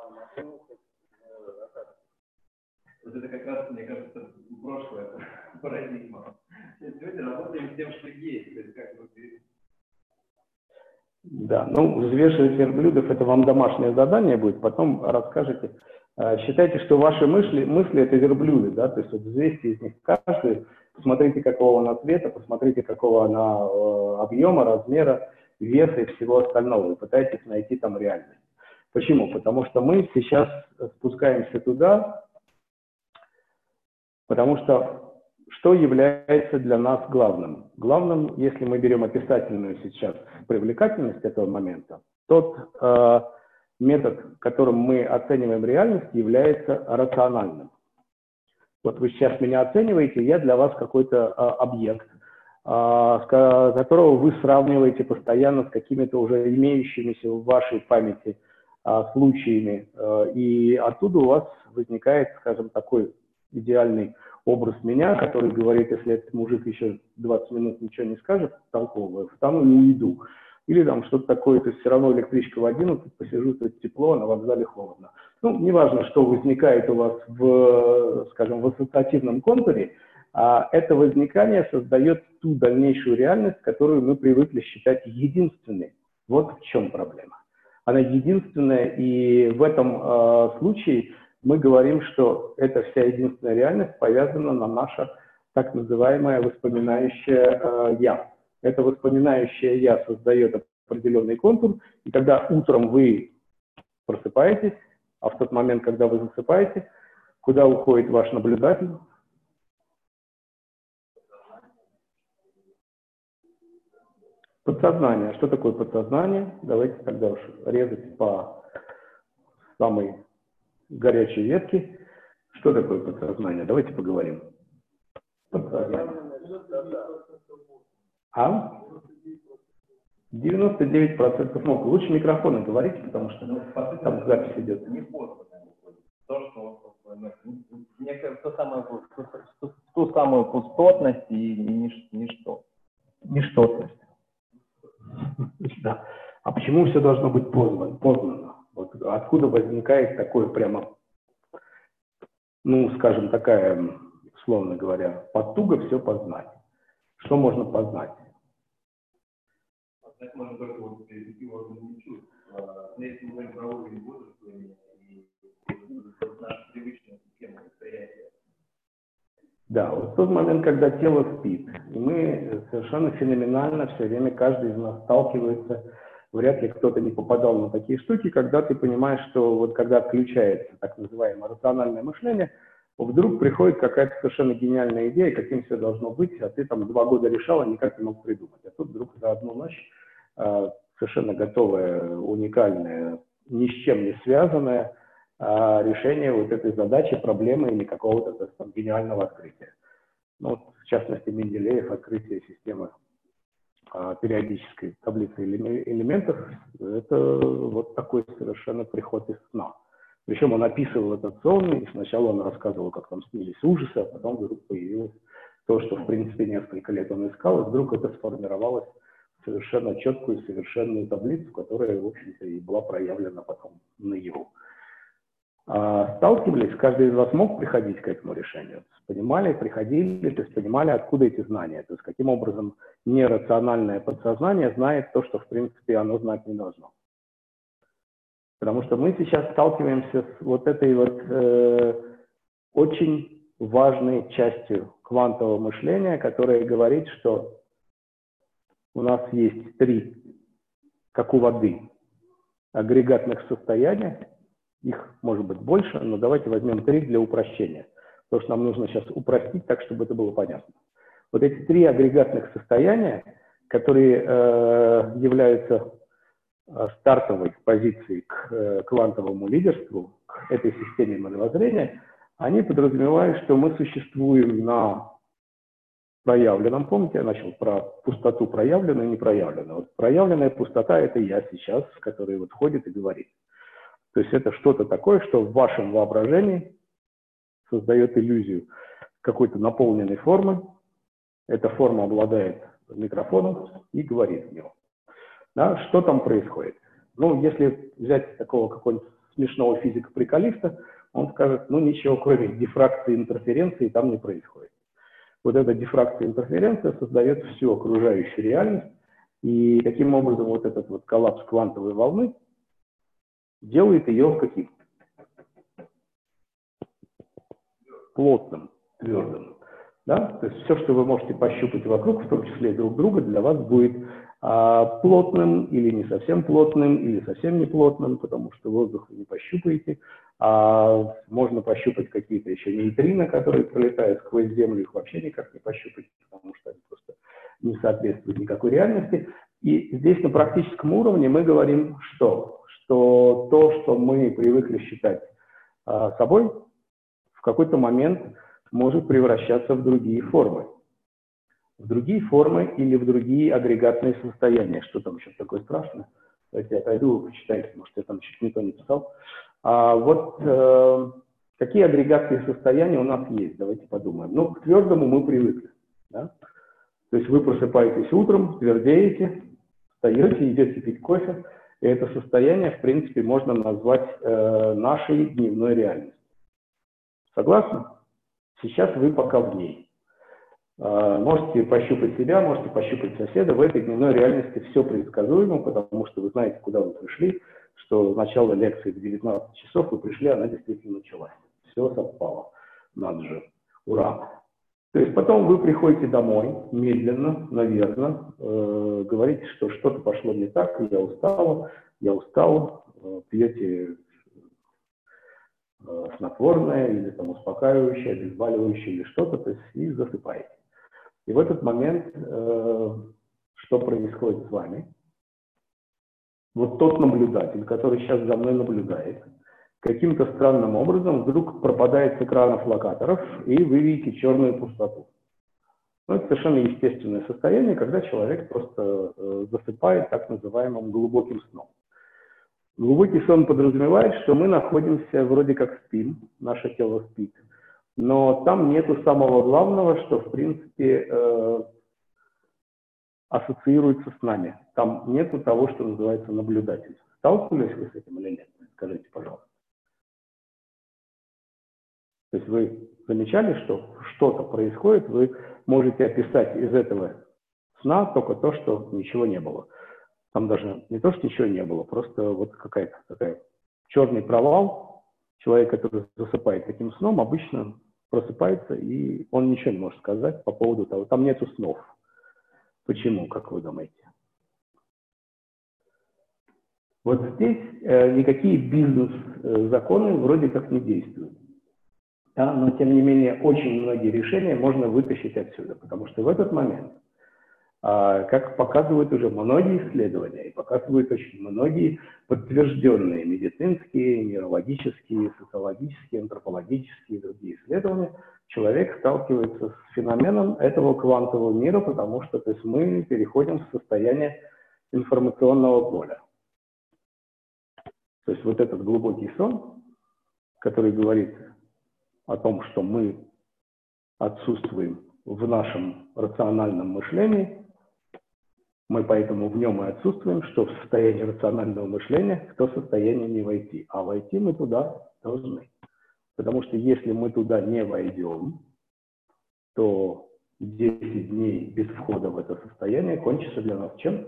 как раз, мне кажется, прошлое парадигма. Сегодня работаем с тем, что есть. То есть, как бы... Да, ну, взвешивать верблюдов — это вам домашнее задание будет, потом расскажете. Считайте, что ваши мысли, мысли — это верблюды, да, то есть вот взвесьте из них каждую, посмотрите, какого она цвета, посмотрите, какого она э, объема, размера, веса и всего остального, и пытайтесь найти там реальность. Почему? Потому что мы сейчас спускаемся туда, потому что что является для нас главным? Главным, если мы берем описательную сейчас привлекательность этого момента, тот э, метод, которым мы оцениваем реальность, является рациональным. Вот вы сейчас меня оцениваете, я для вас какой-то э, объект, э, которого вы сравниваете постоянно с какими-то уже имеющимися в вашей памяти э, случаями, э, и оттуда у вас возникает, скажем, такой идеальный образ меня, который говорит, если этот мужик еще двадцать минут ничего не скажет толкового, встану и уйду. Или там что-то такое, то есть все равно электричка в одиннадцать, посижу, тут тепло, а на вокзале холодно. Ну, неважно, что возникает у вас в, скажем, в ассоциативном контуре, а это возникание создает ту дальнейшую реальность, которую мы привыкли считать единственной. Вот в чем проблема. Она единственная, и в этом э, случае мы говорим, что эта вся единственная реальность повязана на наше так называемое воспоминающее э, «я». Это воспоминающее «я» создает определенный контур, и когда утром вы просыпаетесь, а в тот момент, когда вы засыпаете, куда уходит ваш наблюдатель? Подсознание. Что такое подсознание? Давайте тогда уж резать по самой горячей ветке. Что такое подсознание? Давайте поговорим. Подсознание. А? девяносто девять процентов мозга. Лучше микрофоны говорите, потому что ну, там запись идет. Не поздно. То, что некая ту самую, ту, ту самую пустотность и, и нич, ничто. Ничтотность. Да. А почему все должно быть познано? познано? Вот откуда возникает такое прямо, ну, скажем, такая, условно говоря, потуга все познать? Что можно познать? Познать можно только вот перейти органы чувств. Если мы говорим про уровень бодрствования и нашу привычную систему восприятия. Да, вот тот момент, когда тело спит, и мы совершенно феноменально все время, каждый из нас сталкивается, вряд ли кто-то не попадал на такие штуки, когда ты понимаешь, что вот когда отключается так называемое рациональное мышление, вдруг приходит какая-то совершенно гениальная идея, каким все должно быть, а ты там два года решал, а никак не мог придумать. А тут вдруг за одну ночь э, совершенно готовое, уникальное, ни с чем не связанное э, решение вот этой задачи, проблемы или какого-то там гениального открытия. Ну, вот, в частности, Менделеев, открытие системы э, периодической таблицы элементов, это вот такой совершенно приход из сна. Причем он описывал этот сон, и сначала он рассказывал, как там снились ужасы, а потом вдруг появилось то, что, в принципе, несколько лет он искал, и вдруг это сформировалось в совершенно четкую, совершенную таблицу, которая, в общем-то, и была проявлена потом наяву. А сталкивались, каждый из вас мог приходить к этому решению? Понимали, приходили, то есть понимали, откуда эти знания, то есть каким образом нерациональное подсознание знает то, что, в принципе, оно знать не должно. Потому что мы сейчас сталкиваемся с вот этой вот э, очень важной частью квантового мышления, которая говорит, что у нас есть три, как у воды, агрегатных состояния. Их может быть больше, но давайте возьмем три для упрощения. Потому что нам нужно сейчас упростить так, чтобы это было понятно. Вот эти три агрегатных состояния, которые э, являются стартовой позиции к квантовому лидерству, к этой системе мировоззрения, они подразумевают, что мы существуем на проявленном. Помните, я начал про пустоту проявленную и непроявленную. Вот проявленная пустота — это я сейчас, который вот ходит и говорит. То есть это что-то такое, что в вашем воображении создает иллюзию какой-то наполненной формы. Эта форма обладает микрофоном и говорит в него. Да, что там происходит? Ну, если взять такого какого-нибудь смешного физика-приколиста, он скажет, ну ничего, кроме дифракции интерференции там не происходит. Вот эта дифракция интерференция создает всю окружающую реальность, и таким образом вот этот вот коллапс квантовой волны делает ее каким? Плотным, твердым. Да? То есть все, что вы можете пощупать вокруг, в том числе и друг друга, для вас будет а, плотным или не совсем плотным, или совсем не плотным, потому что воздух вы не пощупаете. А можно пощупать какие-то еще нейтрино, которые пролетают сквозь Землю, их вообще никак не пощупать, потому что они просто не соответствуют никакой реальности. И здесь на практическом уровне мы говорим, что, что то, что мы привыкли считать а, собой, в какой-то момент может превращаться в другие формы. В другие формы или в другие агрегатные состояния. Что там еще такое страшное? Давайте я отойду, вы почитайте, может, я там чуть не то не писал. А вот э, какие агрегатные состояния у нас есть? Давайте подумаем. Ну, к твердому мы привыкли. Да? То есть вы просыпаетесь утром, твердеете, встаете, идете пить кофе. И это состояние, в принципе, можно назвать э, нашей дневной реальностью. Согласны? Сейчас вы пока в ней. Можете пощупать себя, можете пощупать соседа. В этой дневной реальности все предсказуемо, потому что вы знаете, куда вы пришли, что начало лекции в девятнадцать часов вы пришли, она действительно началась. Все совпало. Надо же. Ура! То есть потом вы приходите домой, медленно, наверное, э, говорите, что что-то пошло не так, я устала, я устала, э, пьете снотворное или там успокаивающее, обезболивающее или что-то, то есть и засыпаете. И в этот момент э, что происходит с вами? Вот тот наблюдатель, который сейчас за мной наблюдает, каким-то странным образом вдруг пропадает с экранов локаторов, и вы видите черную пустоту. Ну, это совершенно естественное состояние, когда человек просто э, засыпает так называемым глубоким сном. Глубокий сон подразумевает, что мы находимся вроде как спим, наше тело спит, но там нету самого главного, что в принципе э, ассоциируется с нами. Там нету того, что называется наблюдатель. Сталкивались вы с этим или нет? Скажите, пожалуйста. То есть вы замечали, что что-то происходит, вы можете описать из этого сна только то, что ничего не было. Там даже не то, что ничего не было, просто вот какая-то такая черный провал. Человек, который засыпает таким сном, обычно просыпается, и он ничего не может сказать по поводу того. Там нету снов. Почему, как вы думаете? Вот здесь э, никакие бизнес-законы вроде как не действуют. Да? Но, тем не менее, очень многие решения можно вытащить отсюда, потому что в этот момент, как показывают уже многие исследования, и показывают очень многие подтвержденные медицинские, нейрологические, социологические, антропологические и другие исследования, человек сталкивается с феноменом этого квантового мира, потому что то есть мы переходим в состояние информационного поля. То есть вот этот глубокий сон, который говорит о том, что мы отсутствуем в нашем рациональном мышлении, мы поэтому в нем и отсутствуем, что в состоянии рационального мышления, в то состояние не войти. А войти мы туда должны. Потому что если мы туда не войдем, то десять дней без входа в это состояние кончится для нас чем?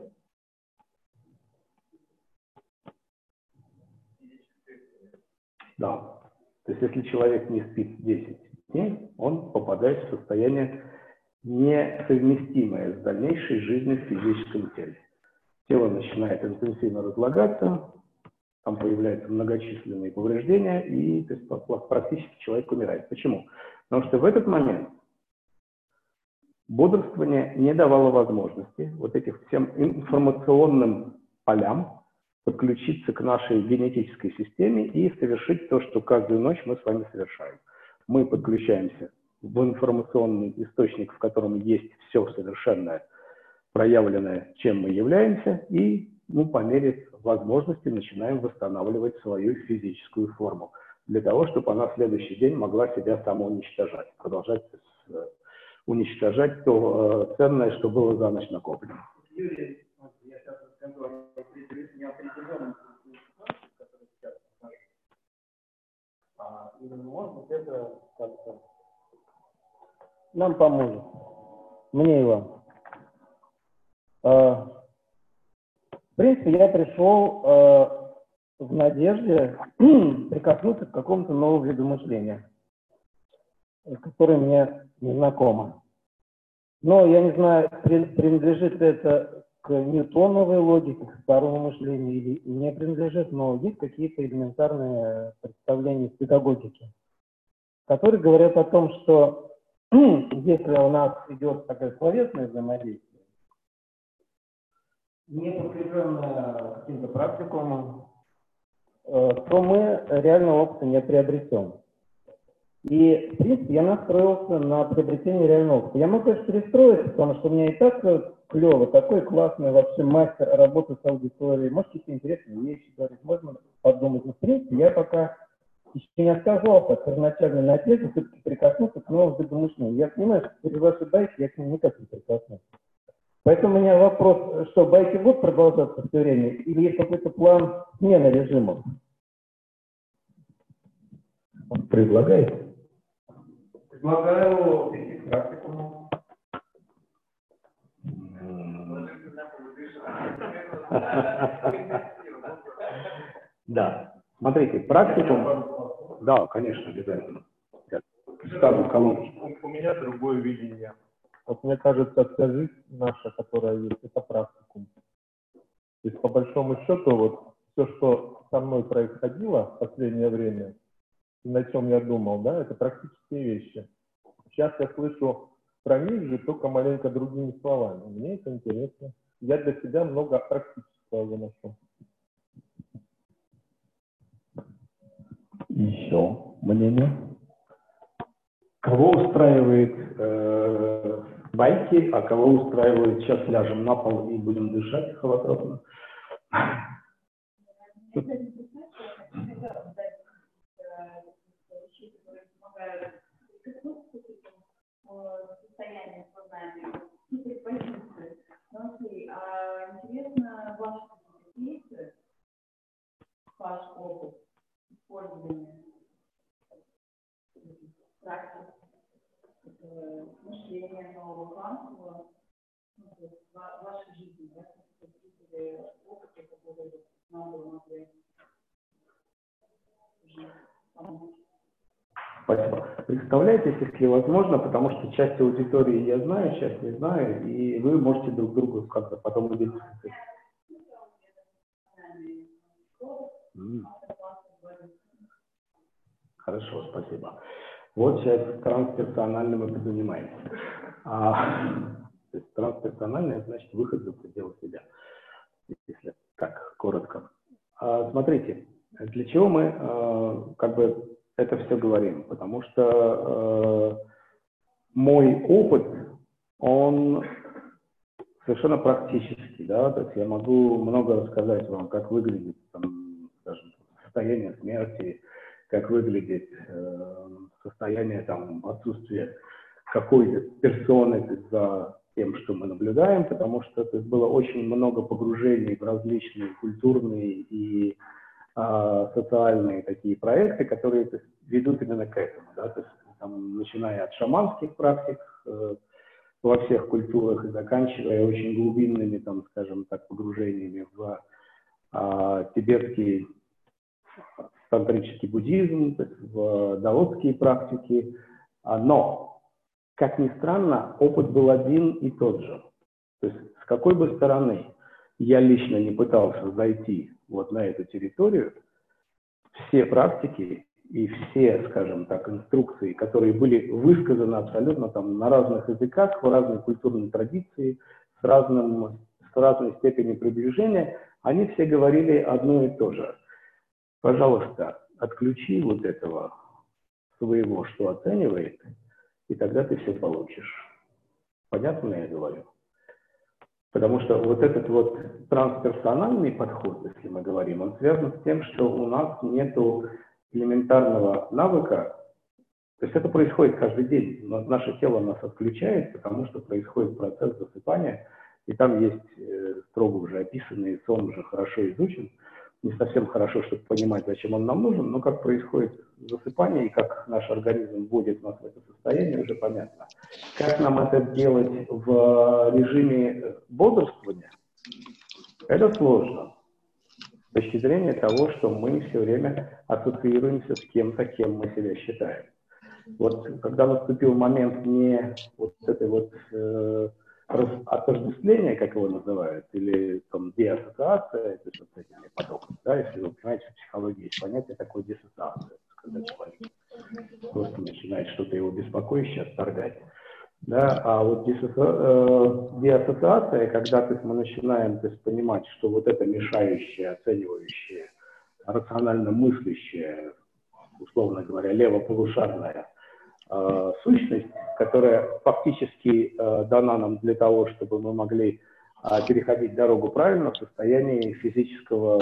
Да. То есть если человек не спит десять дней, он попадает в состояние несовместимое с дальнейшей жизнью в физическом теле. Тело начинает интенсивно разлагаться, там появляются многочисленные повреждения, и то есть, практически человек умирает. Почему? Потому что в этот момент бодрствование не давало возможности вот этим всем информационным полям подключиться к нашей генетической системе и совершить то, что каждую ночь мы с вами совершаем. Мы подключаемся в информационный источник, в котором есть все совершенное, проявленное, чем мы являемся, и ну, по мере возможности начинаем восстанавливать свою физическую форму, для того, чтобы она в следующий день могла себя самоуничтожать, продолжать э, уничтожать то э, ценное, что было за ночь накоплено. Юрий, я сейчас расскажу о неопределенном, который сейчас и, может быть, это как-то нам поможет. Мне и вам. В принципе, я пришел в надежде прикоснуться к какому-то новому виду мышления, который мне не знакомо. Но я не знаю, принадлежит это к ньютоновой логике, к старому мышлению или не принадлежит, но есть какие-то элементарные представления в педагогике, которые говорят о том, что если у нас идет такое словесное взаимодействие, не подкрепленное каким-то практикумом, то мы реального опыта не приобретем. И, в принципе, я настроился на приобретение реального опыта. Я могу, конечно, перестроиться, потому что у меня и так клево, такой классный вообще мастер работы с аудиторией, может, какие-то интересные вещи говорить, можно подумать. Но, в принципе, я пока еще не отказался от первоначальной надежды все-таки прикоснуться к новому виду мышления. Я понимаю, что при вашей байке я к ним никак не прикоснулся. Поэтому у меня вопрос, что байки будут продолжаться все время, или есть какой-то план смены режимов? Предлагаете? Предлагаю перейти к практикуму. Да. Смотрите, практикум... Да, конечно, обязательно. Ставлю колонку. У меня другое видение. Вот мне кажется, вся жизнь наша, которая есть, это практикум. То есть, по большому счету, вот все, что со мной происходило в последнее время, и на чем я думал, да, это практические вещи. Сейчас я слышу про них же только маленько другими словами. Мне это интересно. Я для себя много практического выношу. Еще мнение? Кого устраивает э, байки, а кого устраивает сейчас ляжем на пол и будем дышать холотропно? Состояние сознания, позиции. Смотри, а интересно ваши действия, ваш опыт использования практик, мышления нового классового в вашей жизни, да, какие-то опыты, которые надо могли уже помочь. Спасибо. Представляете, если возможно, потому что часть аудитории я знаю, часть не знаю, и вы можете друг другу как-то потом убедиться. Хорошо, спасибо. Вот сейчас трансперсональным мы занимаемся. А, то есть трансперсональное значит выход за пределы себя, если так коротко. А, смотрите, для чего мы а, как бы это все говорим? Потому что э, мой опыт, он совершенно практический, да, то есть я могу много рассказать вам, как выглядит, там, скажем, состояние смерти, как выглядит э, состояние там отсутствия какой-то персоны за тем, что мы наблюдаем, потому что то есть, было очень много погружений в различные культурные и социальные такие проекты, которые есть, ведут именно к этому, да, то есть, там, начиная от шаманских практик э, во всех культурах и заканчивая очень глубинными, там, скажем так, погружениями в э, тибетский тантрический буддизм, то есть в даосские практики, но, как ни странно, опыт был один и тот же. То есть с какой бы стороны я лично не пытался зайти вот на эту территорию, все практики и все, скажем так, инструкции, которые были высказаны абсолютно там на разных языках, в разной культурной традиции, с, разным, с разной степенью приближения, они все говорили одно и то же. Пожалуйста, отключи вот этого своего, что оценивает, и тогда ты все получишь. Понятно я говорю? Потому что вот этот вот трансперсональный подход, если мы говорим, он связан с тем, что у нас нет элементарного навыка. То есть это происходит каждый день. Но наше тело нас отключает, потому что происходит процесс засыпания. И там есть э, строго уже описанный, сон уже хорошо изучен. не совсем хорошо, чтобы понимать, зачем он нам нужен, но как происходит засыпание и как наш организм вводит нас в это состояние, уже понятно. Как нам это делать в режиме бодрствования? Это сложно. С точки зрения того, что мы все время ассоциируемся с кем-то, кем мы себя считаем. Вот когда наступил момент не вот этой вот э, отождествления, как его называют, или там деассоциация, то есть вот с этими потоками, да, если вы понимаете, в психологии есть понятие такое диссоциация, когда человек просто начинает что-то его беспокоящее отторгать. Да, а вот деассоциация, когда то есть, мы начинаем то есть, понимать, что вот это мешающее, оценивающее, рационально мыслящее, условно говоря, левополушарная э, сущность, которая фактически э, дана нам для того, чтобы мы могли э, переходить дорогу правильно в состоянии физического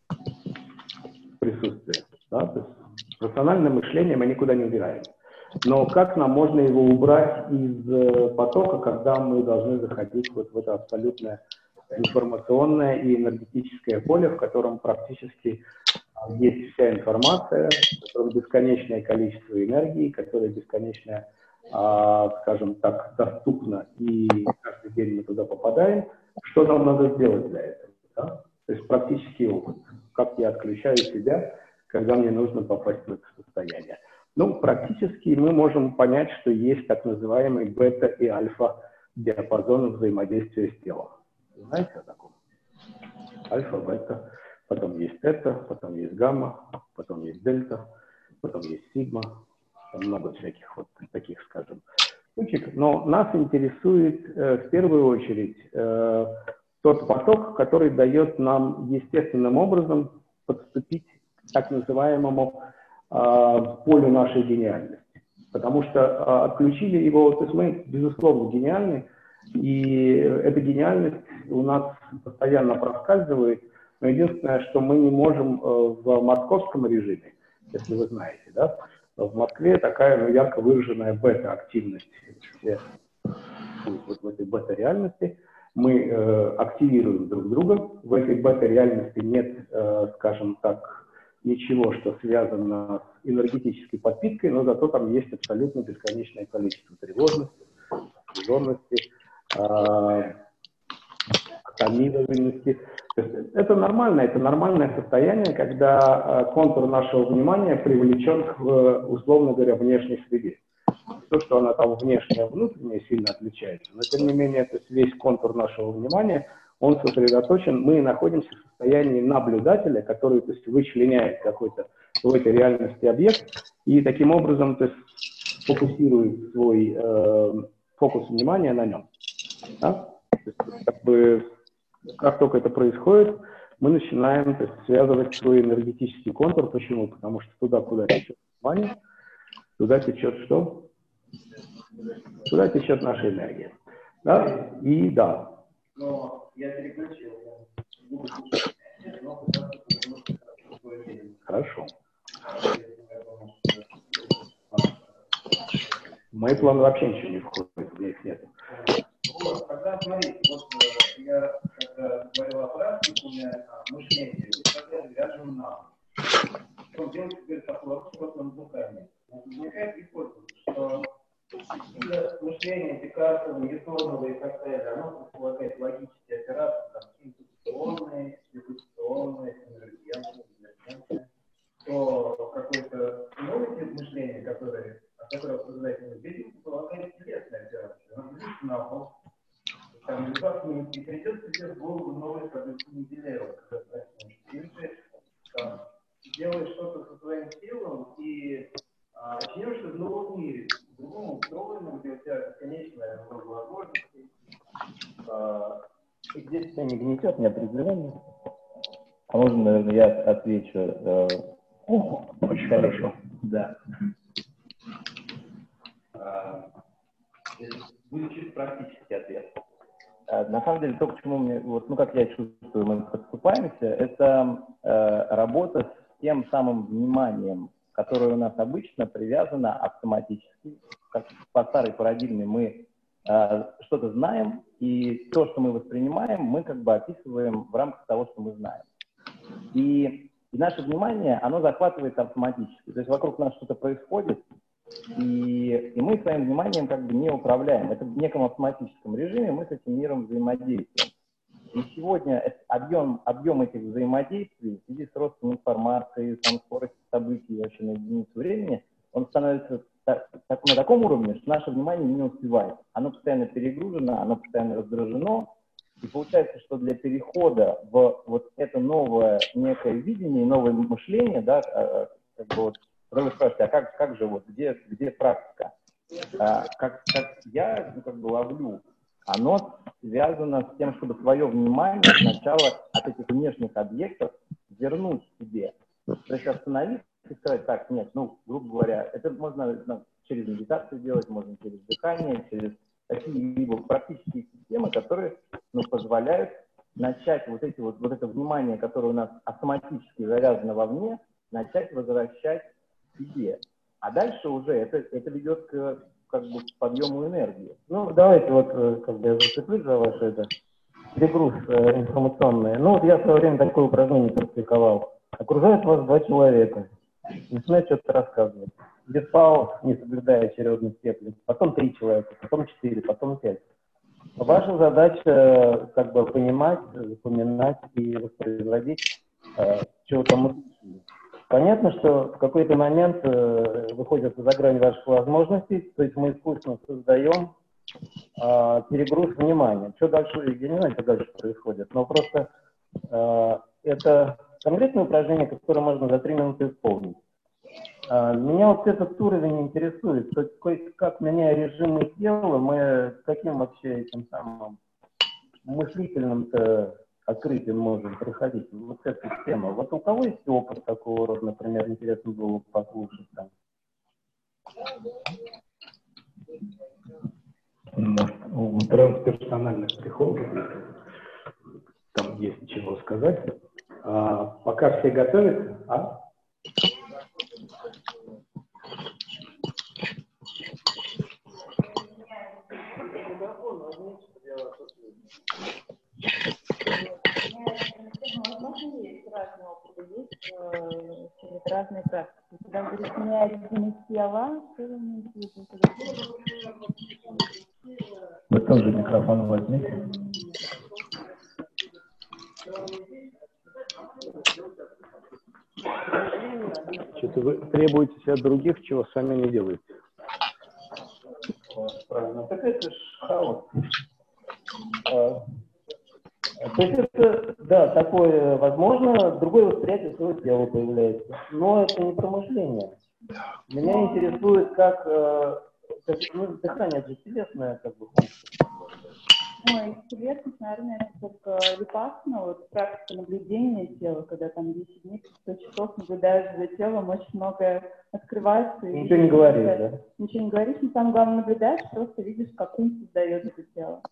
присутствия. Да? То есть рациональное мышление мы никуда не убираем. Но как нам можно его убрать из э, потока, когда мы должны заходить вот в это абсолютное информационное и энергетическое поле, в котором практически есть вся информация, в котором бесконечное количество энергии, которая бесконечно, а, скажем так, доступна, и каждый день мы туда попадаем. Что нам надо сделать для этого? Да? То есть практический опыт. Как я отключаю себя, когда мне нужно попасть в это состояние. Ну, практически мы можем понять, что есть так называемый бета и альфа диапазоны взаимодействия с телом. Знаете о таком? Альфа, бета, потом есть тета, потом есть гамма, потом есть дельта, потом есть сигма. Там много всяких вот таких, скажем, штучек. Но нас интересует э, в первую очередь э, тот поток, который дает нам естественным образом подступить к так называемому полю нашей гениальности. Потому что а, отключили его, то есть мы, безусловно, гениальны, и эта гениальность у нас постоянно проскальзывает, но единственное, что мы не можем э, в московском режиме, если вы знаете, да, в Москве такая ну, ярко выраженная бета-активность. Все, вот в этой бета-реальности мы э, активируем друг друга, в этой бета-реальности нет, э, скажем так, ничего, что связано с энергетической подпиткой, но зато там есть абсолютно бесконечное количество тревожности, напряженности, атомизованности. Это нормально, это нормальное состояние, когда контур нашего внимания привлечен к, условно говоря, внешней среде. То, что она там внешняя, внутренняя сильно отличается, но тем не менее, то есть весь контур нашего внимания, он сосредоточен, мы находимся в состоянии наблюдателя, который то есть, вычленяет какой-то в этой реальности объект и таким образом то есть, фокусирует свой э, фокус внимания на нем. Да? То есть, как, бы, как только это происходит, мы начинаем то есть, связывать свой энергетический контур. Почему? Потому что туда, куда течет внимание, туда течет что? Туда течет наша энергия. Да? И да. Но я переключил. Хорошо. В мои планы вообще ничего не входит, у меня их нет. Вот, тогда смотрите, вот я когда говорил о практике, мышление, когда вяжем на. Он делает теперь такой вопрос на дыхании. Возникает гипотеза, что мышление Декарта, Ньютонова и так далее, оно предполагает логические операции, там, интуиционные, дегустационные, конвергентные, дивергентные, то какой-то новый тип мышления, который, от которого создатель видит, предполагает телесные операции. Он видит на пол, там, и придет тебе в голову новый продуктивный дилемма, когда ты там, делаешь что-то со своим телом и очнешься в новом мире, в другом устроенном, где у тебя бесконечная много возможностей. И здесь тебя не гнетет неопределенность. А можно, наверное, я отвечу. Э, Очень хорошо. Да. Будет чисто практический ответ. На самом деле, то, к чему мне, вот, ну, как я чувствую, мы подступаемся, это э, работа с тем самым вниманием, которое у нас обычно привязано автоматически. Как по старой парадигме мы э, что-то знаем, и то, что мы воспринимаем, мы как бы описываем в рамках того, что мы знаем. И, и наше внимание, оно захватывается автоматически. То есть вокруг нас что-то происходит, и, и мы своим вниманием как бы не управляем. Это в неком автоматическом режиме мы с этим миром взаимодействуем. И сегодня объем, объем этих взаимодействий в связи с ростом информации, там, скоростью событий вообще на единицу времени, он становится так, так, на таком уровне, что наше внимание не успевает. Оно постоянно перегружено, оно постоянно раздражено. И получается, что для перехода в вот это новое некое видение, новое мышление, да, как бы вот, вы спрашиваете, а как, как же вот, где, где практика? А, как, как я ну, как бы ловлю, оно связано с тем, чтобы свое внимание сначала от этих внешних объектов вернуть себе. То есть остановиться и сказать, так, нет, ну, грубо говоря, это можно ну, через медитацию делать, можно через дыхание, через какие-либо практические системы, которые ну, позволяют начать вот, эти вот, вот это внимание, которое у нас автоматически завязано вовне, начать возвращать к себе. А дальше уже это, это ведет к как бы к подъему энергии. Ну, давайте вот как бы я зацеплюсь за ваше это перегруз э, информационный. Ну, вот я в свое время такое упражнение практиковал. Окружают вас два человека. Начинают что-то рассказывать. Без пауз, не соблюдая очередность степени. Потом три человека, потом четыре, потом пять. Ваша задача как бы понимать, запоминать и воспроизводить, э, что там услышали. Понятно, что в какой-то момент э, выходит за грань ваших возможностей, то есть мы искусственно создаем э, перегруз внимания. Что дальше, я не знаю, что дальше происходит, но просто э, это конкретное упражнение, которое можно за три минуты исполнить. Э, меня вот этот уровень интересует, то есть как меняя режимы тела, мы каким вообще этим самым мыслительным-то открытием можем проходить вот эту тему. Вот у кого есть опыт такого рода, например, интересно было бы послушать там? Может, у трансперсональных психологов там есть чего сказать. А, пока все готовятся, а? Возможно, есть разные опыты, есть э, разные практики. Когда вы говорите, меняя режимы тела, что вы имеете в виду? Вы тоже микрофон возьмите. Что-то вы требуете от других, чего сами не делаете. Правильно. Так это ж хаос. То есть это, да, такое возможно, другое восприятие своего тела появляется. Но это не про мышление. Меня интересует, как, как ну, дыхание же телесное, как бы. Ой, интересно, наверное, это только випассана, вот практика наблюдения тела, когда там десять дней, сто часов наблюдаешь за телом, очень многое открывается. Ничего не говоришь, да? Ничего не говоришь, но самое главное наблюдаешь, просто видишь, как ум создает это тело.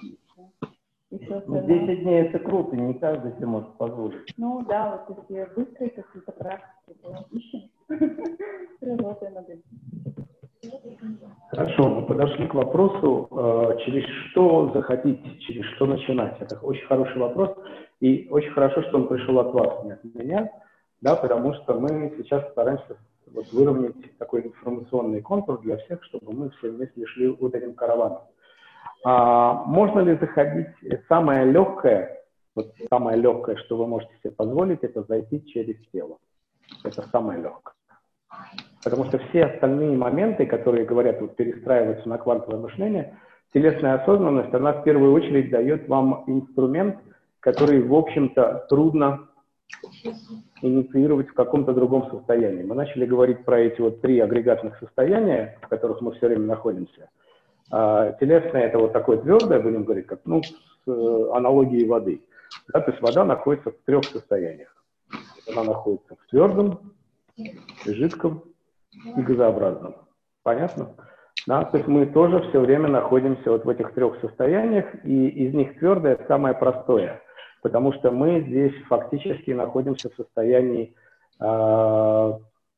Ну, десять дней это круто, не каждый себе может позволить. Ну да, вот если быстрые какие-то практики, то ищем, работаем над этим. Хорошо, мы подошли к вопросу, э, через что захотите, через что начинать. Это очень хороший вопрос, и очень хорошо, что он пришел от вас, не от меня, да, потому что мы сейчас стараемся вот, выровнять такой информационный контур для всех, чтобы мы все вместе шли вот этим караваном. А можно ли заходить, самое легкое, вот самое легкое, что вы можете себе позволить, это зайти через тело. Это самое легкое. Потому что все остальные моменты, которые говорят вот, перестраиваться на квантовое мышление, телесная осознанность, она в первую очередь дает вам инструмент, который, в общем-то, трудно инициировать в каком-то другом состоянии. Мы начали говорить про эти вот три агрегатных состояния, в которых мы все время находимся. А, телесное — это вот такое твердое, будем говорить, как ну, с э, аналогией воды. Да, то есть вода находится в трех состояниях. Она находится в твердом, жидком и газообразном. Понятно? Да, то есть мы тоже все время находимся вот в этих трех состояниях, и из них твердое — самое простое, потому что мы здесь фактически находимся в состоянии э,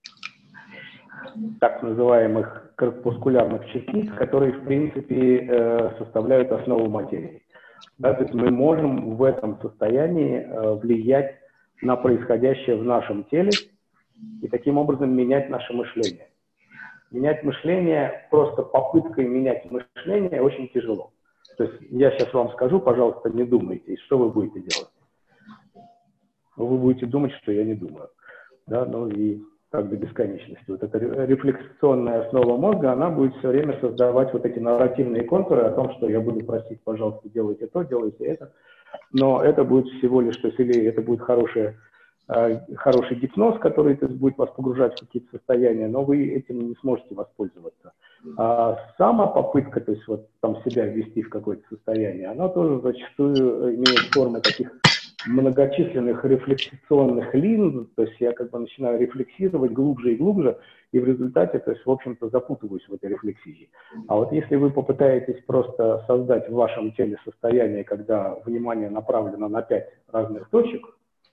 так называемых корпускулярных частиц, которые, в принципе, э, составляют основу материи. Да, то есть мы можем в этом состоянии э, влиять на происходящее в нашем теле и таким образом менять наше мышление. Менять мышление, просто попыткой менять мышление очень тяжело. То есть я сейчас вам скажу, пожалуйста, не думайте, что вы будете делать. Вы будете думать, что я не думаю. Да, ну и как до бесконечности. Вот эта рефлексионная основа мозга, она будет все время создавать вот эти нарративные контуры о том, что я буду просить, пожалуйста, делайте то, делайте это. Но это будет всего лишь, то есть или это будет хорошее, э, хороший гипноз, который то есть, будет вас погружать в какие-то состояния, но вы этим не сможете воспользоваться. А сама попытка, то есть вот там себя ввести в какое-то состояние, она тоже зачастую имеет формы таких многочисленных рефлексионных линз, то есть я как бы начинаю рефлексировать глубже и глубже, и в результате, то есть, в общем-то, запутываюсь в этой рефлексии. А вот если вы попытаетесь просто создать в вашем теле состояние, когда внимание направлено на пять разных точек,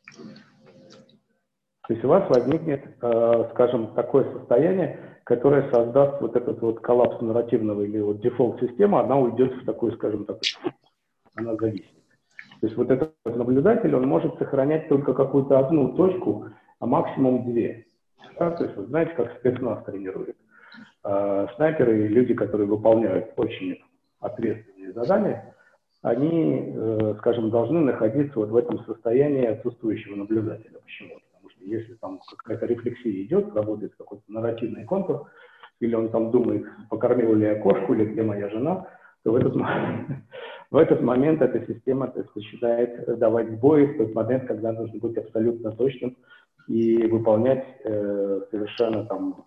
то есть у вас возникнет, э, скажем, такое состояние, которое создаст вот этот вот коллапс нарративного или вот дефолт-системы, она уйдет в такую, скажем так, она зависит. То есть вот этот наблюдатель, он может сохранять только какую-то одну точку, а максимум две. Да? То есть вы знаете, как спецназ тренирует. Э, снайперы и люди, которые выполняют очень ответственные задания, они, э, скажем, должны находиться вот в этом состоянии отсутствующего наблюдателя. Почему? Потому что если там какая-то рефлексия идет, работает какой-то нарративный контур, или он там думает, покормил ли я кошку, или где моя жена, то в этот момент, в этот момент эта система то есть, начинает давать сбои в тот момент, когда нужно быть абсолютно точным и выполнять э, совершенно там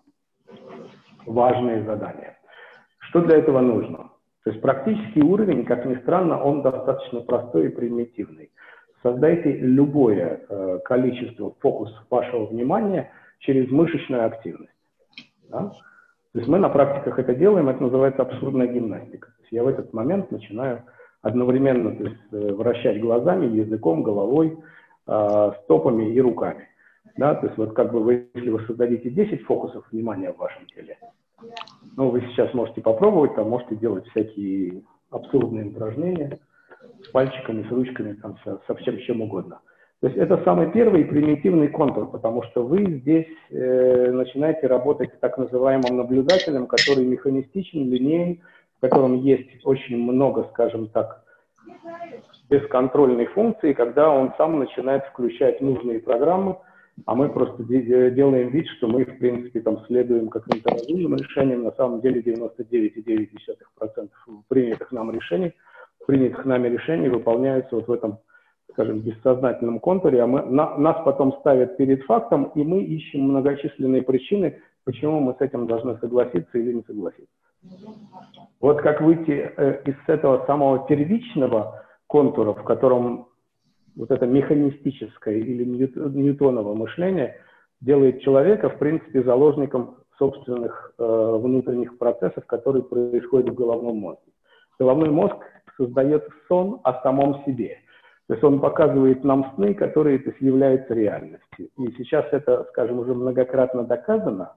важные задания. Что для этого нужно? То есть практический уровень, как ни странно, он достаточно простой и примитивный. Создайте любое э, количество фокусов вашего внимания через мышечную активность. Да? То есть мы на практиках это делаем, это называется абсурдная гимнастика. То есть я в этот момент начинаю одновременно то есть, вращать глазами, языком, головой, э, стопами и руками. Да? То есть вот как бы вы, если вы создадите десять фокусов внимания в вашем теле, ну вы сейчас можете попробовать, там можете делать всякие абсурдные упражнения с пальчиками, с ручками, там, со всем чем угодно. То есть это самый первый примитивный контур, потому что вы здесь э, начинаете работать с так называемым наблюдателем, который механистичен, линейный, в котором есть очень много, скажем так, бесконтрольной функции, когда он сам начинает включать нужные программы, а мы просто де делаем вид, что мы, в принципе, там следуем каким-то разумным решениям. На самом деле девяносто девять и девять десятых процента принятых нам решений, принятых нами решений выполняются вот в этом, скажем, бессознательном контуре, а мы, на, нас потом ставят перед фактом, и мы ищем многочисленные причины, почему мы с этим должны согласиться или не согласиться. Вот как выйти э, из этого самого первичного контура, в котором вот это механистическое или ньютоново мышление делает человека, в принципе, заложником собственных э, внутренних процессов, которые происходят в головном мозге. Головной мозг создает сон о самом себе. То есть он показывает нам сны, которые то есть, являются реальностью. И сейчас это, скажем, уже многократно доказано,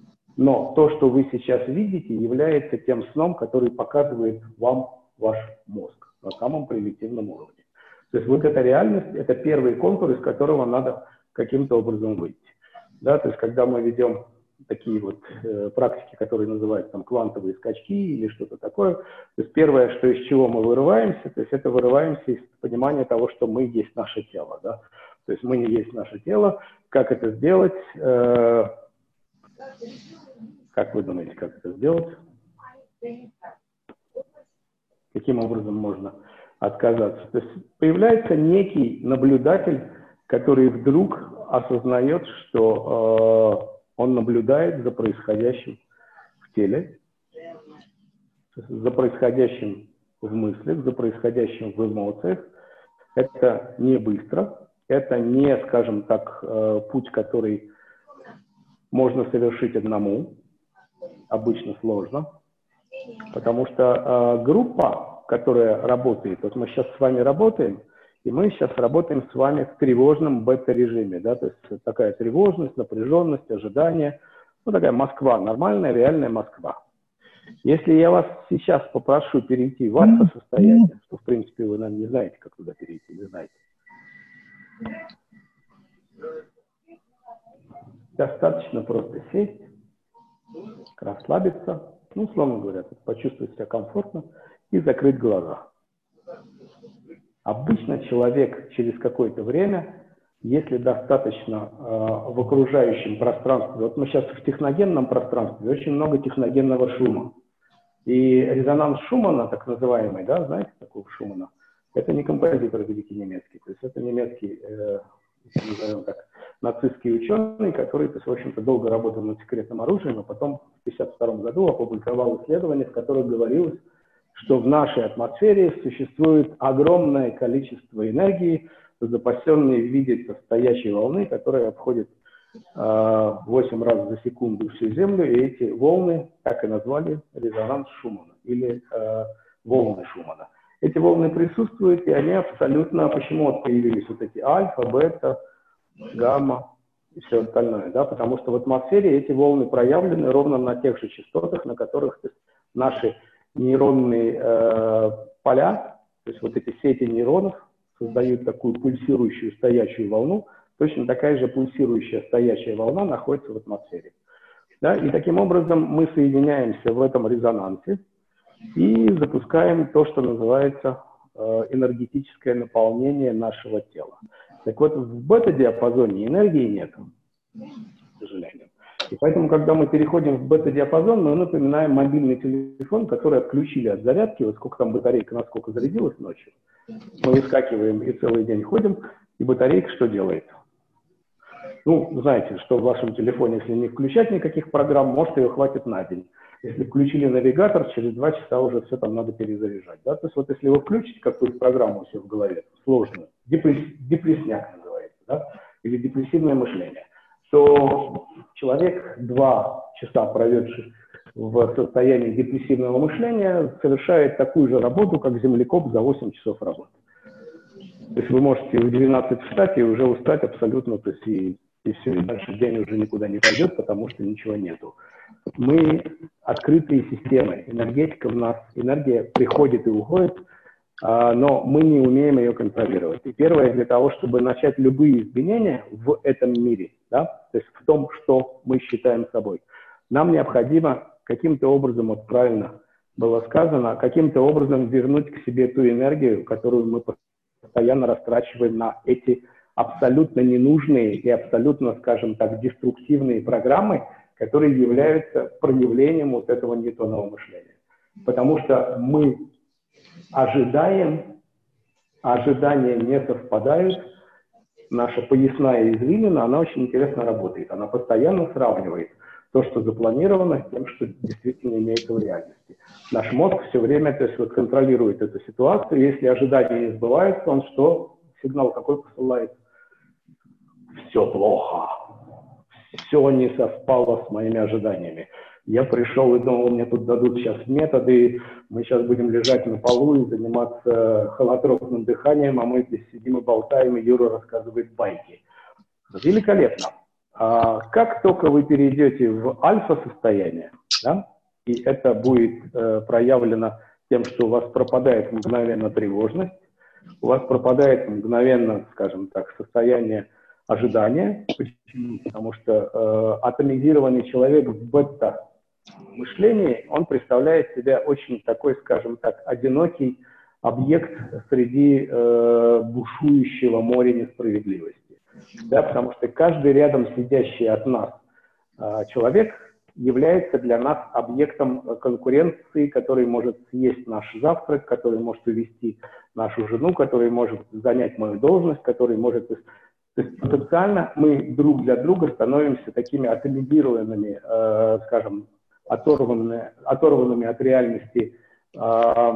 но то, что вы сейчас видите, является тем сном, который показывает вам ваш мозг на самом примитивном уровне. То есть вот эта реальность, это первый контур, из которого надо каким-то образом выйти. Да, то есть когда мы ведем такие вот э, практики, которые называются там квантовые скачки или что-то такое, то есть первое, что из чего мы вырываемся, то есть это вырываемся из понимания того, что мы есть наше тело. Да? То есть мы не есть наше тело. Как это сделать? Э, как вы думаете, как это сделать? Каким образом можно отказаться? То есть появляется некий наблюдатель, который вдруг осознает, что э, он наблюдает за происходящим в теле, за происходящим в мыслях, за происходящим в эмоциях. Это не быстро, это не, скажем так, э, путь, который можно совершить одному, обычно сложно, потому что э, группа, которая работает, вот мы сейчас с вами работаем, и мы сейчас работаем с вами в тревожном бета-режиме, да, то есть такая тревожность, напряженность, ожидание, ну такая Москва, нормальная, реальная Москва. Если я вас сейчас попрошу перейти в ваше состояние, что в принципе вы, наверное, не знаете, как туда перейти, не знаете. Достаточно просто сесть, расслабиться, ну, условно говоря, почувствовать себя комфортно и закрыть глаза. Обычно человек через какое-то время, если достаточно э, в окружающем пространстве, вот мы сейчас в техногенном пространстве, очень много техногенного шума. И резонанс Шумана, так называемый, да, знаете такого Шумана, это не композитор великий немецкий, то есть это немецкий, э, назовем так, нацистский ученый, который, то есть, в общем-то, долго работал над секретным оружием, а потом в тысяча девятьсот пятьдесят втором году опубликовал исследование, в котором говорилось, что в нашей атмосфере существует огромное количество энергии, запасенной в виде стоящей волны, которая обходит э, восемь раз за секунду всю Землю, и эти волны так и назвали резонанс Шумана, или э, волны Шумана. Эти волны присутствуют, и они абсолютно, почему вот появились вот эти альфа, бета, гамма и все остальное, да, потому что в атмосфере эти волны проявлены ровно на тех же частотах, на которых наши нейронные э, поля, то есть вот эти сети нейронов создают такую пульсирующую стоящую волну, точно такая же пульсирующая стоящая волна находится в атмосфере. Да? И таким образом мы соединяемся в этом резонансе и запускаем то, что называется э, энергетическое наполнение нашего тела. Так вот, в бета-диапазоне энергии нет, к сожалению. И поэтому, когда мы переходим в бета-диапазон, мы напоминаем мобильный телефон, который отключили от зарядки, вот сколько там батарейка, насколько зарядилась ночью. Мы выскакиваем и целый день ходим, и батарейка что делает? Ну, знаете, что в вашем телефоне, если не включать никаких программ, может, ее хватит на день. Если включили навигатор, через два часа уже все там надо перезаряжать. Да? То есть вот если вы включите какую-то программу у себя в голове, сложную, депресс, депрессняк называется, да? Или депрессивное мышление, то человек, два часа проведший в состоянии депрессивного мышления, совершает такую же работу, как землекоп за восемь часов работы. То есть вы можете в двенадцать встать и уже устать абсолютно, то есть и, и все, и дальше день уже никуда не пойдет, потому что ничего нету. Мы открытые системы, энергетика в нас, энергия приходит и уходит, но мы не умеем ее контролировать. И первое, для того, чтобы начать любые изменения в этом мире, да, то есть в том, что мы считаем собой, нам необходимо каким-то образом, вот правильно было сказано, каким-то образом вернуть к себе ту энергию, которую мы постоянно растрачиваем на эти абсолютно ненужные и абсолютно, скажем так, деструктивные программы, которые являются проявлением вот этого ньютонового мышления. Потому что мы ожидаем, ожидания не совпадают, наша поясная извилина, она очень интересно работает. Она постоянно сравнивает то, что запланировано, с тем, что действительно имеется в реальности. Наш мозг все время, то есть, вот, контролирует эту ситуацию. Если ожидания не сбываются, он что? Сигнал какой посылает? Все плохо. Все не совпало с моими ожиданиями. Я пришел и думал, мне тут дадут сейчас методы, мы сейчас будем лежать на полу и заниматься холотропным дыханием, а мы здесь сидим и болтаем, и Юра рассказывает байки. Великолепно. А как только вы перейдете в альфа-состояние, да, и это будет э, проявлено тем, что у вас пропадает мгновенно тревожность, у вас пропадает мгновенно, скажем так, состояние ожидания. Почему? Потому что э, атомизированный человек в бета-мышлении, он представляет себя очень такой, скажем так, одинокий объект среди э, бушующего моря несправедливости. Да, потому что каждый рядом сидящий от нас э, человек является для нас объектом конкуренции, который может съесть наш завтрак, который может увести нашу жену, который может занять мою должность, который может... То есть потенциально мы друг для друга становимся такими атомизированными, э, скажем, оторванными, оторванными от реальности э,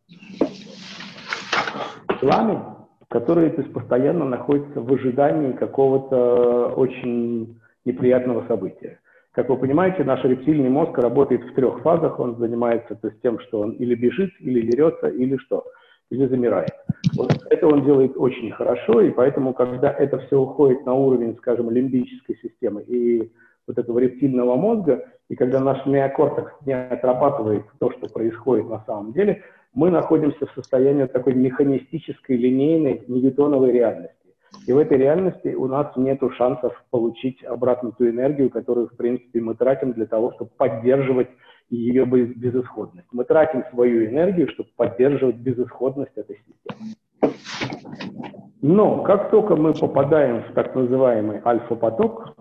телами, которые, то есть, постоянно находятся в ожидании какого-то очень неприятного события. Как вы понимаете, наш рептильный мозг работает в трех фазах. Он занимается, то есть, тем, что он или бежит, или дерется, или что, или замирает. Вот это он делает очень хорошо, и поэтому, когда это все уходит на уровень, скажем, лимбической системы и вот этого рептильного мозга, и когда наш неокортекс не отрабатывает то, что происходит на самом деле, мы находимся в состоянии такой механистической, линейной, ньютоновой реальности. И в этой реальности у нас нет шансов получить обратно ту энергию, которую, в принципе, мы тратим для того, чтобы поддерживать ее безысходность. Мы тратим свою энергию, чтобы поддерживать безысходность этой системы. Но как только мы попадаем в так называемый альфа-поток,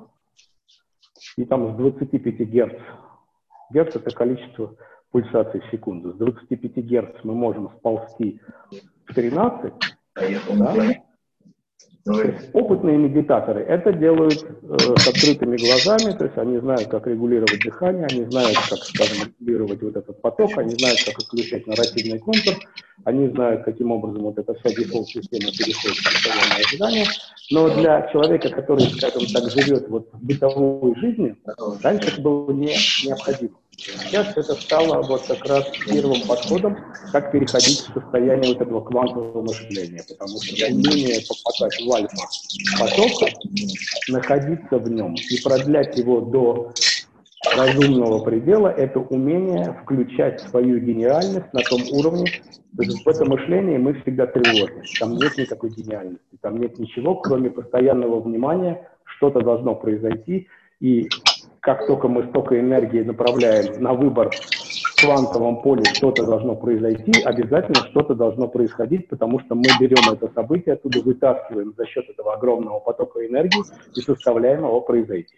и там с двадцати пяти герц, герц — это количество пульсаций в секунду, с двадцати пяти герц мы можем сползти в тринадцать, да? То есть опытные медитаторы это делают э, с открытыми глазами, то есть они знают, как регулировать дыхание, они знают, как, скажем, регулировать вот этот поток, они знают, как отключать нарративный контур, они знают, каким образом вот эта вся дефолт-система переходит в состояние ожидания. Но для человека, который, скажем так, живет вот в бытовой жизни, раньше это было не необходимо. Сейчас это стало вот как раз первым подходом, как переходить в состояние вот этого квантового мышления, потому что умение попадать в альфа-поток, находиться в нем и продлять его до разумного предела, это умение включать свою гениальность на том уровне. То есть в этом мышлении мы всегда тревожны, там нет никакой гениальности, там нет ничего, кроме постоянного внимания, что-то должно произойти, и как только мы столько энергии направляем на выбор в квантовом поле, что-то должно произойти, обязательно что-то должно происходить, потому что мы берем это событие, оттуда вытаскиваем за счет этого огромного потока энергии и заставляем его произойти.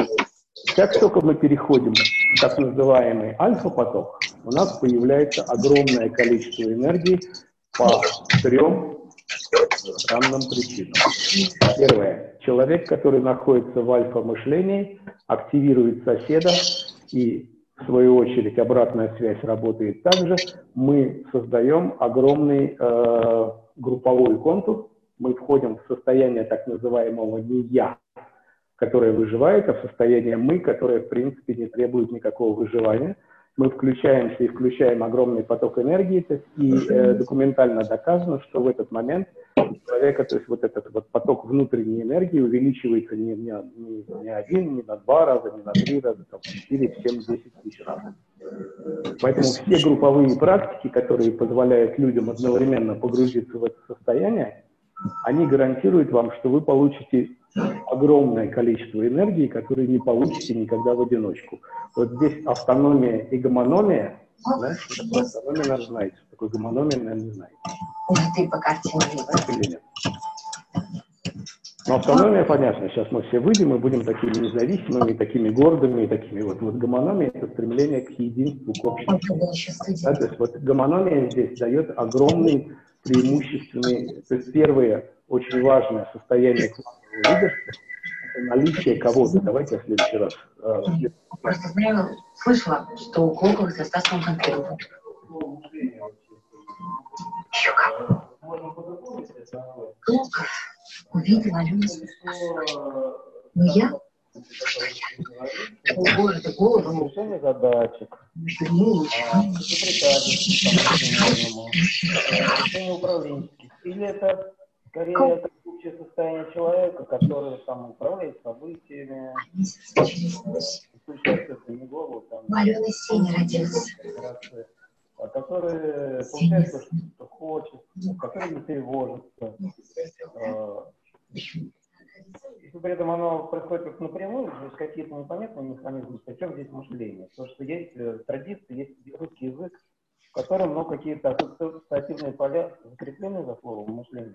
Как только мы переходим в так называемый альфа-поток, у нас появляется огромное количество энергии по трем странным причинам. Первое. Человек, который находится в альфа-мышлении, активирует соседа, и в свою очередь обратная связь работает также. Мы создаем огромный э, групповой контур, мы входим в состояние так называемого «не-я», которое выживает, а в состояние «мы», которое в принципе не требует никакого выживания. Мы включаемся и включаем огромный поток энергии, и э, документально доказано, что в этот момент у человека, то есть вот этот вот поток внутренней энергии увеличивается не, не, не, не один, не на два раза, не на три раза, там, четыре, семь, десять тысяч раз. Поэтому все групповые практики, которые позволяют людям одновременно погрузиться в это состояние, они гарантируют вам, что вы получите огромное количество энергии, которое не получите никогда в одиночку. Вот здесь автономия и гомономия. Знаете, что такое автономия, наверное, знаете. Что такое гомономия, наверное, не знаете. Ты по картине или нет? Но автономия, понятно, сейчас мы все выйдем и будем такими независимыми, такими гордыми, такими вот. Вот гомономия — это стремление к единству, к обществу. Да, то есть вот гомономия здесь дает огромный преимущественный, то есть первое очень важное состояние квантового лидерства — это наличие кого-то. Давайте в следующий раз. Просто знаю, слышала, что у Клоковых со Стасом конкретно. Еще как. Клоков увидела Алену. Но я, что я, у города голову, решение задачек, решение управленческих. Или это скорее это общее состояние человека, который там управляет событиями, включает это не голову, там, Алены Сеня родился. который получается, что хочет, который не тревожится. И при этом оно происходит как напрямую, есть какие-то непонятные механизмы, причем здесь мышление. Потому что есть традиции, есть русский язык, в котором ну, какие-то ассоциативные поля закреплены за словом мышление.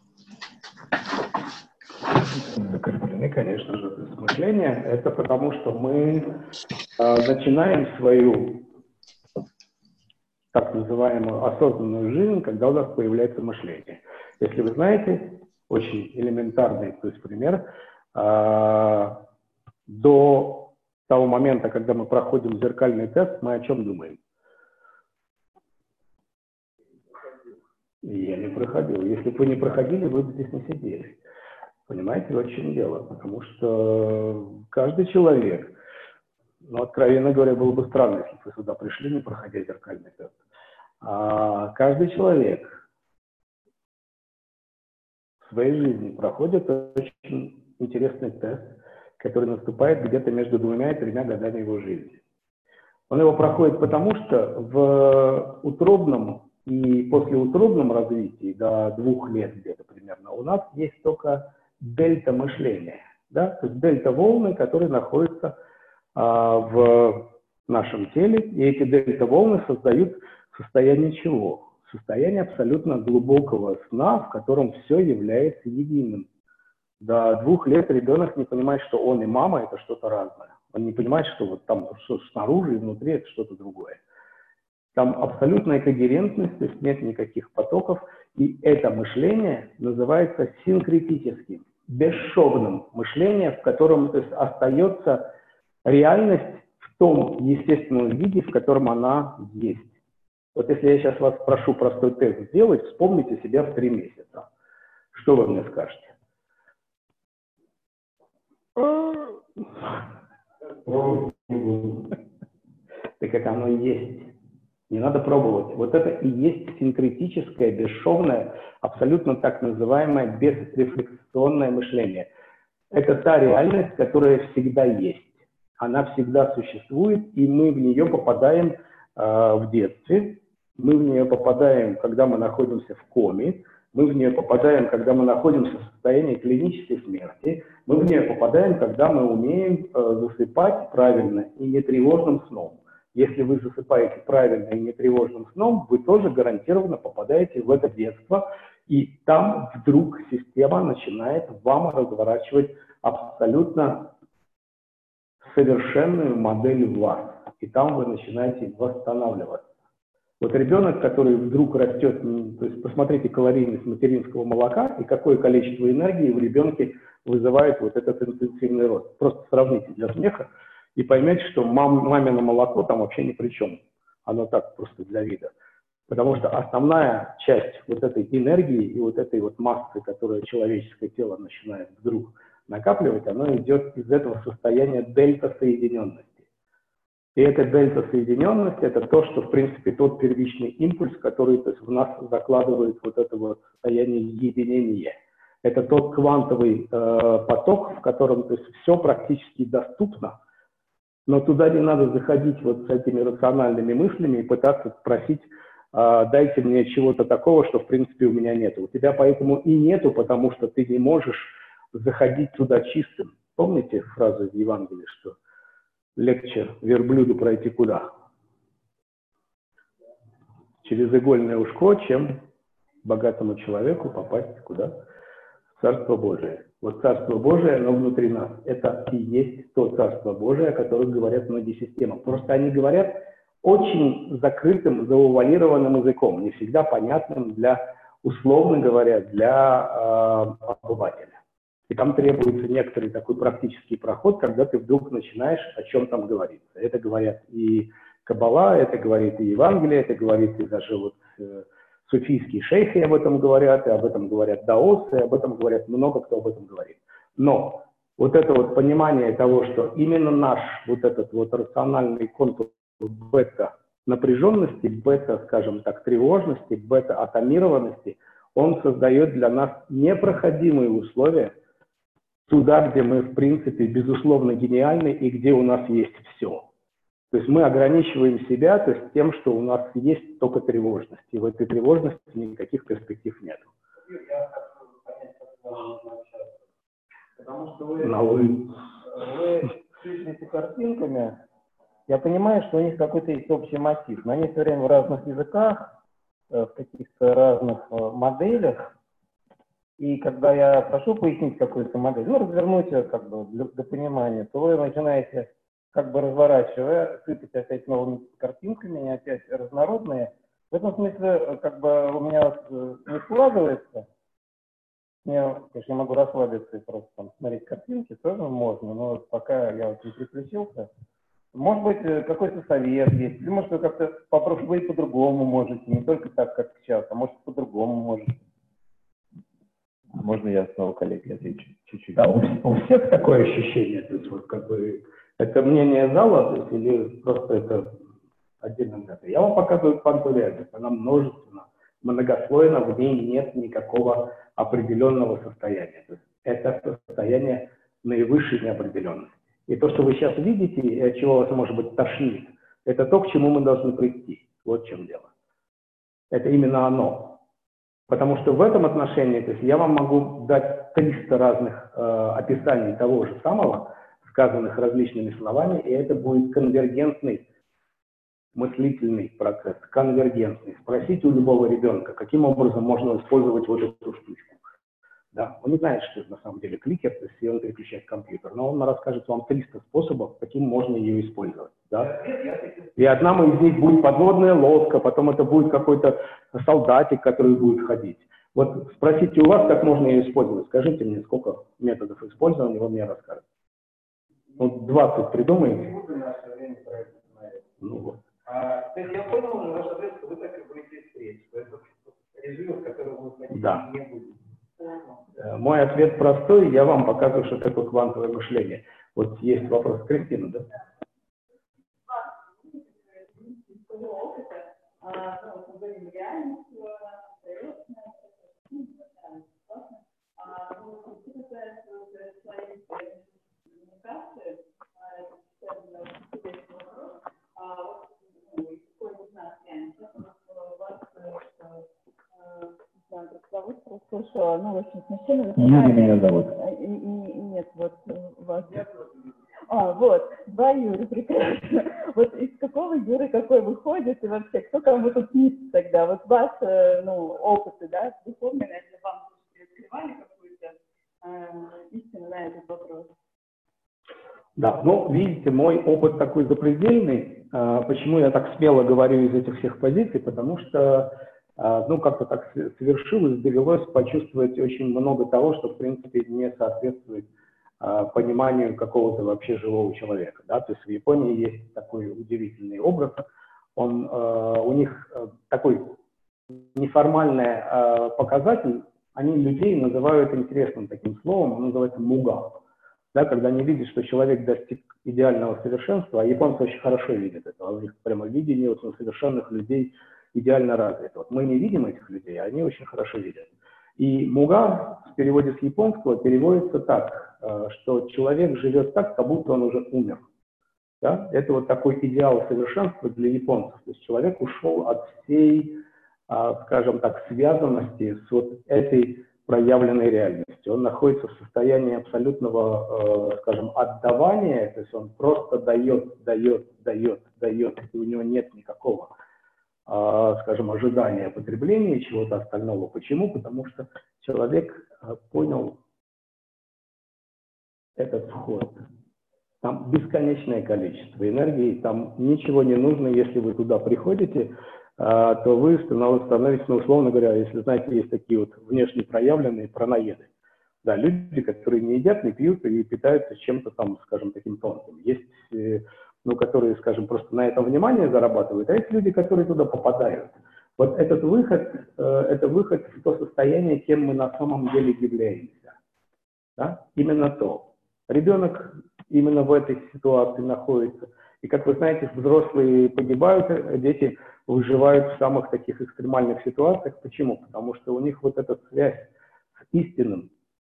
Закреплены, конечно же, мышление. Это потому, что мы э, начинаем свою так называемую осознанную жизнь, когда у нас появляется мышление. Если вы знаете, очень элементарный то есть пример, э, до того момента, когда мы проходим зеркальный тест, мы о чем думаем? Я не проходил. Если бы вы не проходили, вы бы здесь не сидели. Понимаете, в чем дело? Потому что каждый человек, ну, откровенно говоря, было бы странно, если бы вы сюда пришли, не проходя зеркальный тест. А каждый человек в своей жизни проходит очень интересный тест, который наступает где-то между двумя и тремя годами его жизни. Он его проходит потому, что в утробном И после утробном развития, до двух лет где-то примерно, у нас есть только дельта мышления. Да? То есть дельта-волны, которые находятся а, в нашем теле. И эти дельта-волны создают состояние чего? Состояние абсолютно глубокого сна, в котором все является единым. До двух лет ребенок не понимает, что он и мама – это что-то разное. Он не понимает, что вот там что снаружи и внутри – это что-то другое. Там абсолютная когерентность, то есть нет никаких потоков. И это мышление называется синкретическим, бесшовным мышлением, в котором, то есть, остается реальность в том естественном виде, в котором она есть. Вот если я сейчас вас прошу простой тест сделать, вспомните себя в три месяца. Что вы мне скажете? Так это оно и есть. Не надо пробовать. Вот это и есть синкретическое, бесшовное, абсолютно так называемое безрефлексионное мышление. Это та реальность, которая всегда есть. Она всегда существует, и мы в нее попадаем э, в детстве, мы в нее попадаем, когда мы находимся в коме, мы в нее попадаем, когда мы находимся в состоянии клинической смерти, мы в нее попадаем, когда мы умеем э, засыпать правильно и нетревожным сном. Если вы засыпаете правильно и нетревожным сном, вы тоже гарантированно попадаете в это детство, и там вдруг система начинает вам разворачивать абсолютно совершенную модель вас, и там вы начинаете восстанавливаться. Вот ребенок, который вдруг растет, то есть посмотрите калорийность материнского молока и какое количество энергии в ребенке вызывает вот этот интенсивный рост. Просто сравните для смеха и поймете, что мам, мамино молоко там вообще ни при чем. Оно так просто для вида. Потому что основная часть вот этой энергии и вот этой вот массы, которую человеческое тело начинает вдруг накапливать, оно идет из этого состояния дельта-соединенности. И эта дельта-соединенность – это то, что, в принципе, тот первичный импульс, который, то есть, в нас закладывает вот это вот состояние единения. Это тот квантовый э, поток, в котором, то есть, все практически доступно, но туда не надо заходить вот с этими рациональными мыслями и пытаться спросить, э, дайте мне чего-то такого, что, в принципе, у меня нету. У тебя поэтому и нету, потому что ты не можешь заходить туда чистым. Помните фразу из Евангелия, что легче верблюду пройти куда? Через игольное ушко, чем богатому человеку попасть куда? В Царство Божие. Вот Царство Божие, оно внутри нас. Это и есть то Царство Божие, о котором говорят многие системы. Просто они говорят очень закрытым, заувалированным языком, не всегда понятным для, условно говоря, для э, обывателя. И там требуется некоторый такой практический проход, когда ты вдруг начинаешь, о чем там говорится. Это говорят и Каббала, это говорит и Евангелие, это говорит и даже вот э, суфийские шейхи об этом говорят, и об этом говорят даосы, и об этом говорят много кто об этом говорит. Но вот это вот понимание того, что именно наш вот этот вот рациональный контур бета-напряженности, бета, скажем так, тревожности, бета-атомированности, он создает для нас непроходимые условия туда, где мы, в принципе, безусловно гениальны и где у нас есть все. То есть мы ограничиваем себя, то есть тем, что у нас есть только тревожность. И в этой тревожности никаких перспектив нет. Я хочу понять, как вам нужно общаться. Потому что вы, Но вы... вы пишете картинками, я понимаю, что у них какой-то есть общий мотив, но они все время в разных языках, в каких-то разных моделях. И когда я прошу пояснить какую-то модель, ну, развернуть ее как бы для, для понимания, то вы начинаете, как бы разворачивая, сыпать опять новыми картинками, они опять разнородные. В этом смысле, как бы у меня вот не складывается. Я, конечно, я могу расслабиться и просто там смотреть картинки, тоже можно, но пока я вот не переключился. Может быть, какой-то совет есть, или может вы как-то попробовать вы по-другому можете, не только так, как сейчас, а может по-другому можете. А можно я снова, коллеги, отвечу чуть-чуть? Да, у, у всех такое ощущение, то есть вот как бы это мнение зала, то есть, или просто это отдельно взято. Я вам показываю квантовую реальность, она множественна, многослойна, в ней нет никакого определенного состояния. То есть это состояние наивысшей неопределенности. И то, что вы сейчас видите, и от чего вас, может быть, тошнит, это то, к чему мы должны прийти. Вот в чем дело. Это именно оно. Потому что в этом отношении, то есть я вам могу дать триста разных э, описаний того же самого, сказанных различными словами, и это будет конвергентный мыслительный процесс, конвергентный. Спросите у любого ребенка, каким образом можно использовать вот эту штучку. Да, он не знает, что это на самом деле кликер, то есть он переключает компьютер, но он расскажет вам триста способов, каким можно ее использовать. Да? И одна из них будет подводная лодка, потом это будет какой-то солдатик, который будет ходить. Вот спросите у вас, как можно ее использовать. Скажите мне, сколько методов использования, он мне расскажет. Вот двадцать придумаете? Ну вот. А, то есть я понял уже ваш ответ, что вы так и будете встреч. Это режим, в котором вы ходить да. не будете. Мой ответ простой, я вам показываю, что такое квантовое мышление. Вот есть вопрос Кристина, да? Слушала, ну, очень смешно. Юрий меня зовут. Нет, вот вас. А, вот, два Юры, прекрасно. Вот из какого Юры какой выходит, и вообще, кто кому тут снится тогда? Вот вас, ну, опыты, да, духовные, если вам открывали какую-то э, истину на этот вопрос? Да, ну, видите, мой опыт такой запредельный. Почему я так смело говорю из этих всех позиций? Потому что ну, как-то так совершилось, довелось почувствовать очень много того, что, в принципе, не соответствует а, пониманию какого-то вообще живого человека. Да? То есть в Японии есть такой удивительный образ. Он, а, у них а, такой неформальный а, показатель, они людей называют интересным таким словом, он называется муга. Да, когда они видят, что человек достиг идеального совершенства, а японцы очень хорошо видят это, у них прямо видение вот, совершенных людей идеально развито. Вот мы не видим этих людей, а они очень хорошо видят. И муга в переводе с японского переводится так, что человек живет так, как будто он уже умер. Да? Это вот такой идеал совершенства для японцев. То есть человек ушел от всей, скажем так, связанности с вот этой проявленной реальностью. Он находится в состоянии абсолютного, скажем, отдавания, то есть он просто дает, дает, дает, дает, и у него нет никакого, скажем, ожидания потребления чего-то остального. Почему? Потому что человек понял этот вход. Там бесконечное количество энергии, там ничего не нужно, если вы туда приходите, то вы становитесь, ну, условно говоря, если, знаете, есть такие вот внешне проявленные праноеды. Да, люди, которые не едят, не пьют и питаются чем-то там, скажем, таким тонким. Есть, ну, которые, скажем, просто на этом внимание зарабатывают, а есть люди, которые туда попадают. Вот этот выход, это выход в то состояние, кем мы на самом деле являемся. Да? Именно то. Ребенок именно в этой ситуации находится. И, как вы знаете, взрослые погибают, дети выживают в самых таких экстремальных ситуациях. Почему? Потому что у них вот эта связь с истинным,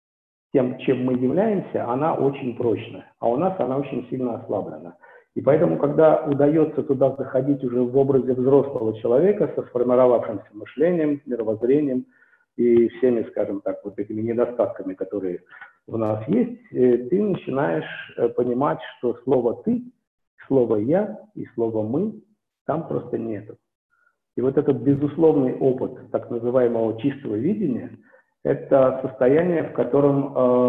тем, чем мы являемся, она очень прочная, а у нас она очень сильно ослаблена. И поэтому, когда удается туда заходить уже в образе взрослого человека со сформировавшимся мышлением, мировоззрением и всеми, скажем так, вот этими недостатками, которые у нас есть, ты начинаешь понимать, что слово «ты», слово «я» и слово «мы» там просто нету. И вот этот безусловный опыт так называемого чистого видения – это состояние, в котором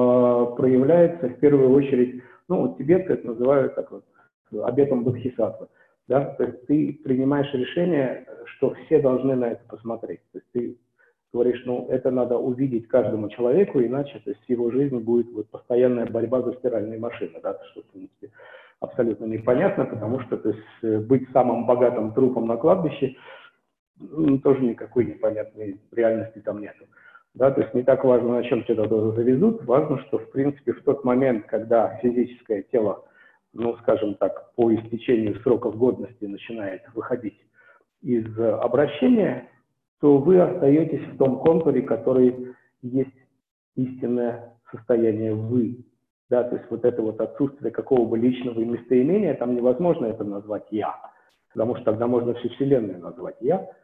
э, проявляется в первую очередь, ну, вот тибетцы это называют так вот, обетом бодхисаттвы. Да? То есть ты принимаешь решение, что все должны на это посмотреть. То есть ты говоришь, ну, это надо увидеть каждому человеку, иначе то есть, в его жизни будет вот, постоянная борьба за стиральные машины, да, что, в принципе, абсолютно непонятно, потому что то есть, быть самым богатым трупом на кладбище ну, тоже никакой непонятной реальности там нету. Да, то есть не так важно, на чем тебя туда завезут, важно, что, в принципе, в тот момент, когда физическое тело, ну, скажем так, по истечению сроков годности начинает выходить из обращения, то вы остаетесь в том контуре, который есть истинное состояние «вы». Да, то есть вот это вот отсутствие какого бы личного местоимения, там невозможно это назвать «я», потому что тогда можно всю Вселенную назвать «я»,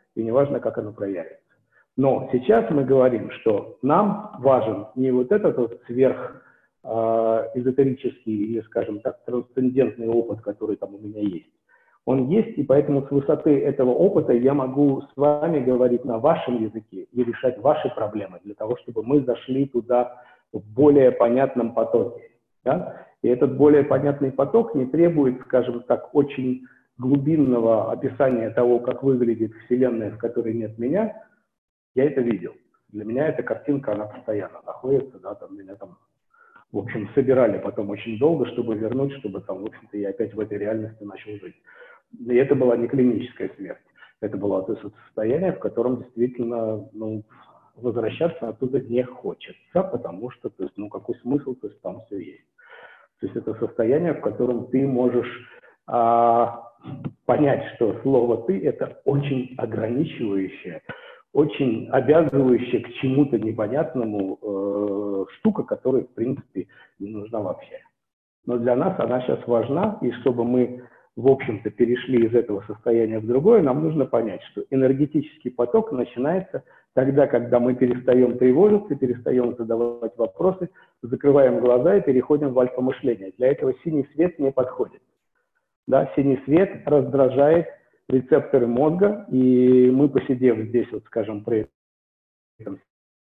и неважно, как оно проявится. Но сейчас мы говорим, что нам важен не вот этот вот сверх э, эзотерический или, скажем так, трансцендентный опыт, который там у меня есть. Он есть, и поэтому с высоты этого опыта я могу с вами говорить на вашем языке и решать ваши проблемы, для того, чтобы мы зашли туда в более понятном потоке. Да? И этот более понятный поток не требует, скажем так, очень глубинного описания того, как выглядит Вселенная, в которой нет меня. Я это видел. Для меня эта картинка, она постоянно находится, да, там меня там, в общем, собирали потом очень долго, чтобы вернуть, чтобы там, в общем-то, я опять в этой реальности начал жить. И это была не клиническая смерть. Это было то состояние, в котором действительно, ну, возвращаться оттуда не хочется, потому что, то есть, ну, какой смысл, то есть там все есть. То есть это состояние, в котором ты можешь а, понять, что слово «ты» — это очень ограничивающее, очень обязывающая к чему-то непонятному э, штука, которая, в принципе, не нужна вообще. Но для нас она сейчас важна, и чтобы мы, в общем-то, перешли из этого состояния в другое, нам нужно понять, что энергетический поток начинается тогда, когда мы перестаем тревожиться, перестаем задавать вопросы, закрываем глаза и переходим в альфа-мышление. Для этого синий свет не подходит. Да, синий свет раздражает рецепторы мозга, и мы, посидев здесь, вот, скажем, при этом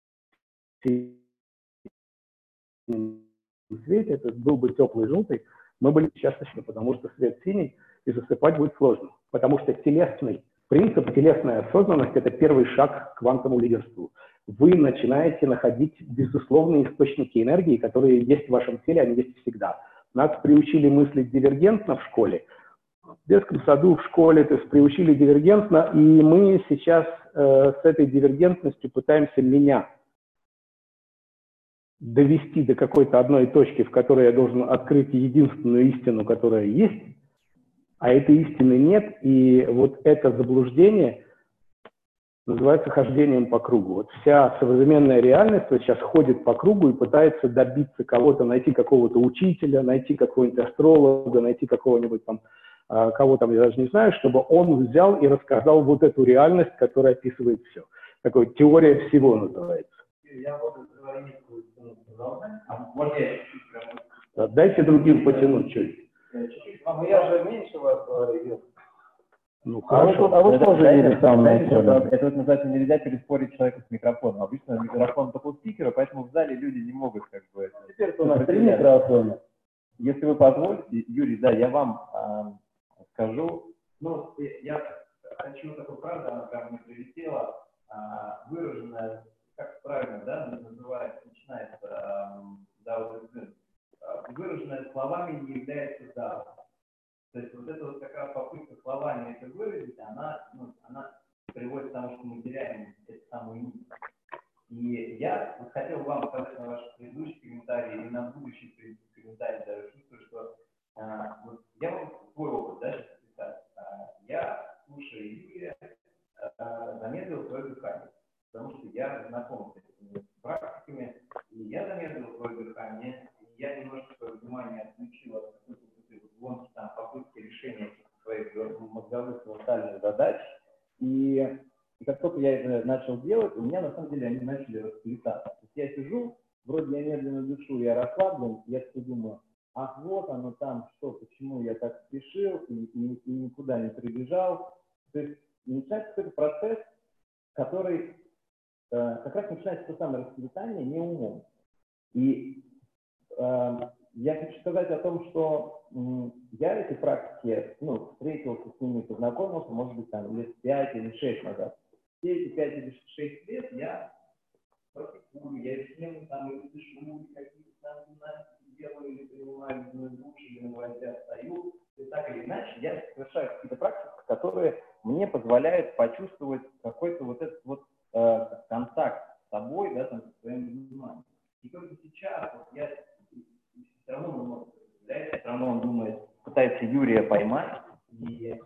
свете, это был бы теплый желтый, мы были счастливы, потому что свет синий, и засыпать будет сложно. Потому что телесный принцип, телесная осознанность – это первый шаг к квантовому лидерству. Вы начинаете находить безусловные источники энергии, которые есть в вашем теле, они есть всегда. Нас приучили мыслить дивергентно в школе, в детском саду, в школе, то есть приучили дивергентно, и мы сейчас э, с этой дивергентностью пытаемся меня довести до какой-то одной точки, в которой я должен открыть единственную истину, которая есть, а этой истины нет, и вот это заблуждение называется хождением по кругу. Вот вся современная реальность сейчас ходит по кругу и пытается добиться кого-то, найти какого-то учителя, найти какого-нибудь астролога, найти какого-нибудь там, кого там, я даже не знаю, чтобы он взял и рассказал вот эту реальность, которая описывает все. Такая теория всего называется. Я вот а вот я чуть-чуть. Дайте другим потянуть чуть. Чуть-чуть. А я же меньше вас говорил. Ну, а вы, а вы тоже знаете, не в самом знаете, начале. это, это вот называется, нельзя переспорить человека с микрофоном. Обычно микрофон только у спикера, поэтому в зале люди не могут как бы... Теперь у нас три микрофона. Если вы позволите, Юрий, да, я вам э, скажу. Ну, я хочу такую фразу, она ко мне прилетела, э, выраженная, как правильно, да, называется, начинается, э, да, вот, э, выраженная словами не является да. То есть вот эта вот как раз попытка словами это выразить, она, ну, она приводит к тому, что мы теряем эту самую нить. И я вот хотел вам сказать на ваши предыдущие комментарии и на будущие комментарии, даже чувствую, что а, вот я вам свой опыт, да, сейчас описать. А, я, слушая Юрия, а, замедлил свое дыхание, потому что я знаком с этими практиками, и я замедлил свое дыхание, и я немножко свое внимание отключил от какой-то гонки, там, попытки решения своих мозговых ментальных задач, и И как только я это начал делать, у меня на самом деле они начали расплетаться. То есть я сижу, вроде я медленно дышу, я расслаблен, я все думаю, ах, вот оно там, что, почему я так спешил и, и, и никуда не прибежал. То есть начинается какой-то процесс, который э, как раз начинается то самое расплетание не умом. И э, я хочу сказать о том, что м, я эти практики, ну, встретился с ними, познакомился, может быть, там лет пять или шесть назад. Все эти пять или шесть лет я практикую, я всем там и дышу, какие-то там гимнастики делаю, или принимаю душ, или на гвоздях стою. И так или иначе я совершаю какие-то практики, которые мне позволяют почувствовать какой-то вот этот вот э, контакт с собой, да, там, со своим вниманием. И только сейчас вот я все равно он может все равно он думает, пытается Юрия поймать, и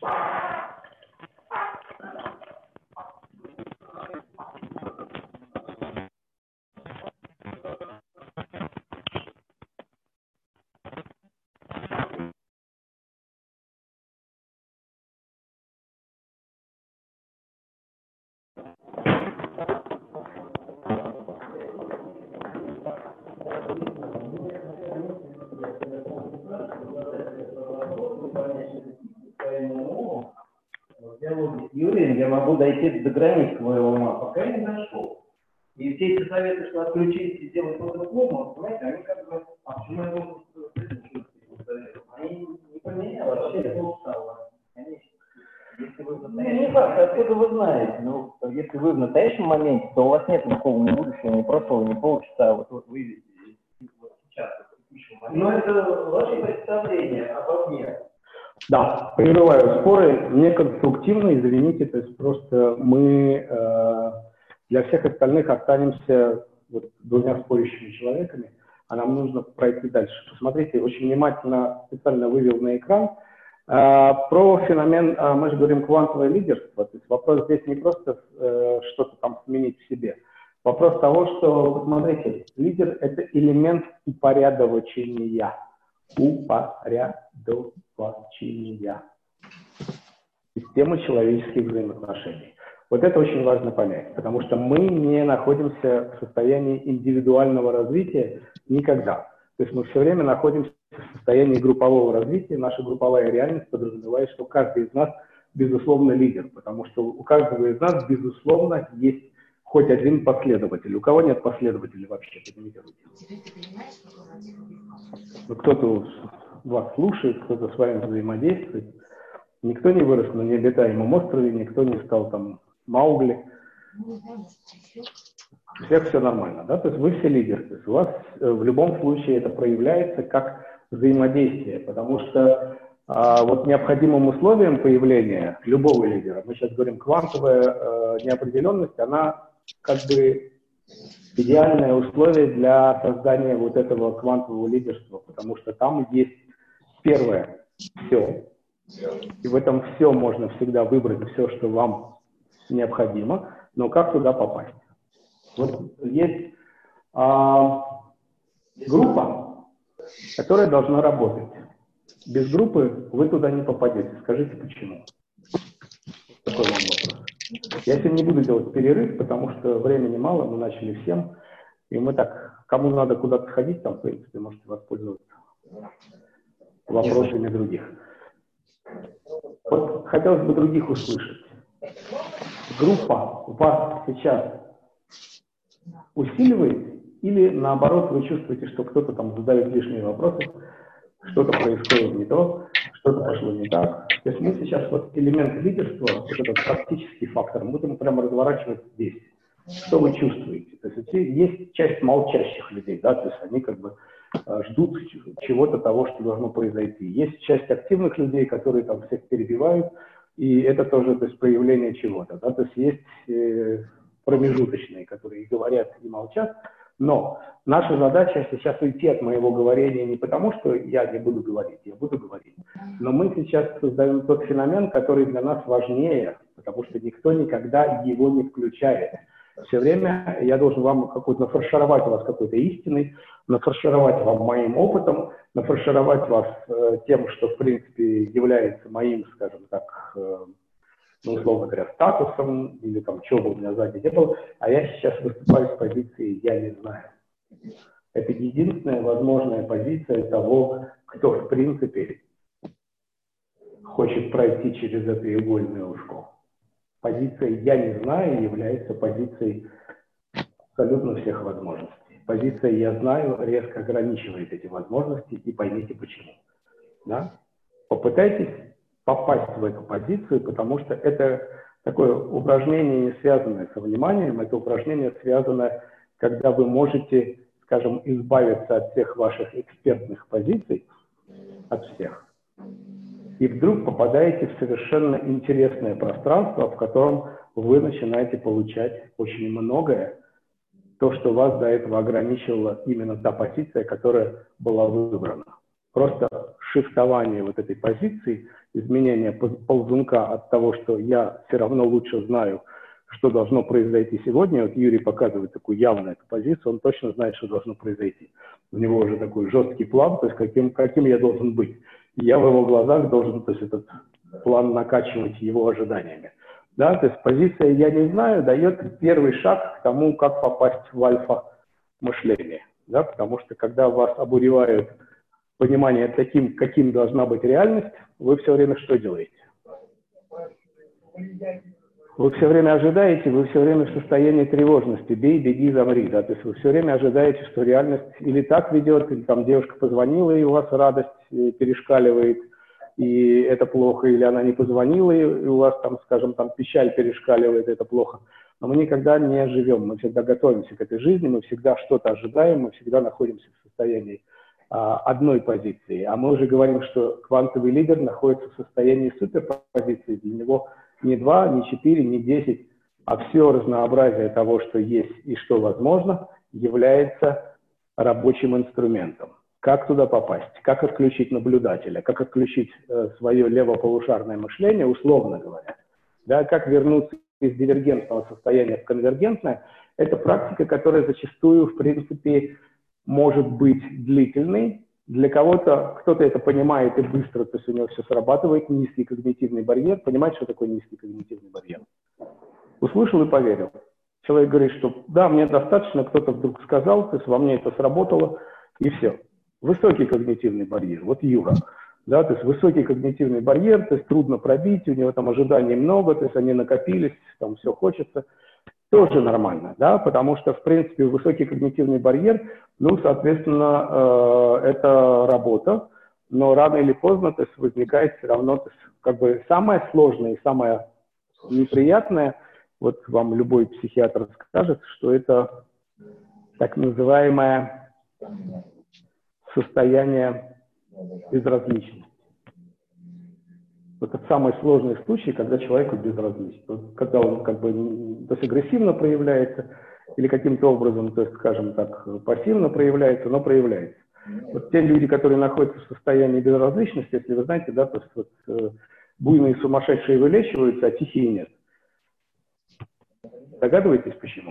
Юрием я могу дойти до границ своего ума, пока я не дошел. И все эти советы, что отключить и сделать по-другому, понимаете, они как бы, а почему я должен они не поменяли вообще, это устало. Если вы в настоящем... Ну, не факт, откуда вы знаете, ну, если вы в настоящем моменте, то у вас нет никакого ни будущего, ни прошлого, ни полчаса, вот, вот вы видите, вот сейчас, в текущем моменте. Но это ваше представление обо мне. Да, прерываю споры, неконструктивно, извините, то есть просто мы э, для всех остальных останемся вот двумя спорящими человеками, а нам нужно пройти дальше. Посмотрите, очень внимательно специально вывел на экран э, про феномен, э, мы же говорим квантовое лидерство, то есть вопрос здесь не просто э, что-то там сменить в себе, вопрос того, что, посмотрите, лидер – это элемент упорядочения. Упорядочения. Системы человеческих взаимоотношений. Вот это очень важно понять, потому что мы не находимся в состоянии индивидуального развития никогда. То есть мы все время находимся в состоянии группового развития. Наша групповая реальность подразумевает, что каждый из нас, безусловно, лидер, потому что у каждого из нас, безусловно, есть хоть один последователь. У кого нет последователей вообще? Поднимите руки. Ну, кто-то вас слушает, кто-то с вами взаимодействует. Никто не вырос на необитаемом острове, никто не стал там Маугли. У всех все нормально, да? То есть вы все лидеры. То есть у вас в любом случае это проявляется как взаимодействие, потому что а, вот необходимым условием появления любого лидера, мы сейчас говорим квантовая э, неопределенность, она как бы идеальное условие для создания вот этого квантового лидерства, потому что там есть первое все. И в этом все можно всегда выбрать все, что вам необходимо, но как туда попасть? Вот есть а, группа, которая должна работать. Без группы вы туда не попадете. Скажите, почему? Такой вам вопрос. Я сегодня не буду делать перерыв, потому что времени мало, мы начали всем, и мы так, кому надо куда-то ходить, там, в принципе, можете воспользоваться вопросами других. Вот хотелось бы других услышать. Группа вас сейчас усиливает или наоборот вы чувствуете, что кто-то там задает лишние вопросы, что-то происходит не то, что-то пошло не так. То есть мы сейчас вот элемент лидерства, вот этот практический фактор, мы будем прямо разворачивать здесь. Что вы чувствуете? То есть есть часть молчащих людей, да, то есть они как бы ждут чего-то того, что должно произойти. Есть часть активных людей, которые там всех перебивают, и это тоже, то есть, проявление чего-то. Да? То есть есть э, промежуточные, которые говорят и молчат, но наша задача сейчас уйти от моего говорения не потому, что я не буду говорить, я буду говорить, но мы сейчас создаем тот феномен, который для нас важнее, потому что никто никогда его не включает. Все время я должен вам какую-то нафаршировать вас какой-то истиной, нафаршировать вам моим опытом, нафаршировать вас э, тем, что в принципе является моим, скажем так, э, ну, условно говоря, статусом, или там, чего бы у меня сзади не было, а я сейчас выступаю с позиции «я не знаю». Это единственная возможная позиция того, кто в принципе хочет пройти через это игольное ушко. Позиция «я не знаю» является позицией абсолютно всех возможностей. Позиция «я знаю» резко ограничивает эти возможности, и поймите почему. Да? Попытайтесь попасть в эту позицию, потому что это такое упражнение, не связанное со вниманием, это упражнение связано, когда вы можете, скажем, избавиться от всех ваших экспертных позиций, от всех, и вдруг попадаете в совершенно интересное пространство, в котором вы начинаете получать очень многое, то, что вас до этого ограничивала именно та позиция, которая была выбрана. просто шифтование вот этой позиции, изменение ползунка от того, что я все равно лучше знаю, что должно произойти сегодня. Вот Юрий показывает такую явную эту позицию, он точно знает, что должно произойти. У него уже такой жесткий план, то есть каким, каким я должен быть. И я в его глазах должен, то есть этот план накачивать его ожиданиями. Да, то есть позиция «я не знаю» дает первый шаг к тому, как попасть в альфа-мышление. Да, потому что когда вас обуревают понимание таким, каким должна быть реальность, вы все время что делаете? Вы все время ожидаете, вы все время в состоянии тревожности. Бей, беги, замри. Да? То есть вы все время ожидаете, что реальность или так ведет, или там девушка позвонила, и у вас радость перешкаливает, и это плохо, или она не позвонила, и у вас там, скажем, там печаль перешкаливает, это плохо. Но мы никогда не живем, мы всегда готовимся к этой жизни, мы всегда что-то ожидаем, мы всегда находимся в состоянии а, одной позиции. А мы уже говорим, что квантовый лидер находится в состоянии суперпозиции. Для него не два, не четыре, не десять, а все разнообразие того, что есть и что возможно, является рабочим инструментом. Как туда попасть? Как отключить наблюдателя? Как отключить э, свое левополушарное мышление, условно говоря? Да, как вернуться из дивергентного состояния в конвергентное? Это практика, которая зачастую, в принципе, может быть длительной. Для кого-то, кто-то это понимает и быстро, то есть у него все срабатывает, низкий когнитивный барьер. Понимаете, что такое низкий когнитивный барьер? Услышал и поверил. Человек говорит, что да, мне достаточно, кто-то вдруг сказал, то есть во мне это сработало, и все. Высокий когнитивный барьер, вот Юра, да, то есть высокий когнитивный барьер, то есть трудно пробить, у него там ожиданий много, то есть они накопились, там все хочется, тоже нормально, да, потому что, в принципе, высокий когнитивный барьер, ну, соответственно, э, это работа, но рано или поздно, то есть возникает все равно, то есть, как бы самое сложное и самое неприятное, вот вам любой психиатр скажет, что это так называемое состояние безразличности. Вот это самый сложный случай, когда человеку безразлично. Когда он как бы то есть агрессивно проявляется или каким-то образом, то есть, скажем так, пассивно проявляется, но проявляется. Вот те люди, которые находятся в состоянии безразличности, если вы знаете, да, то есть вот, э, буйные сумасшедшие вылечиваются, а тихие нет. Догадываетесь, почему?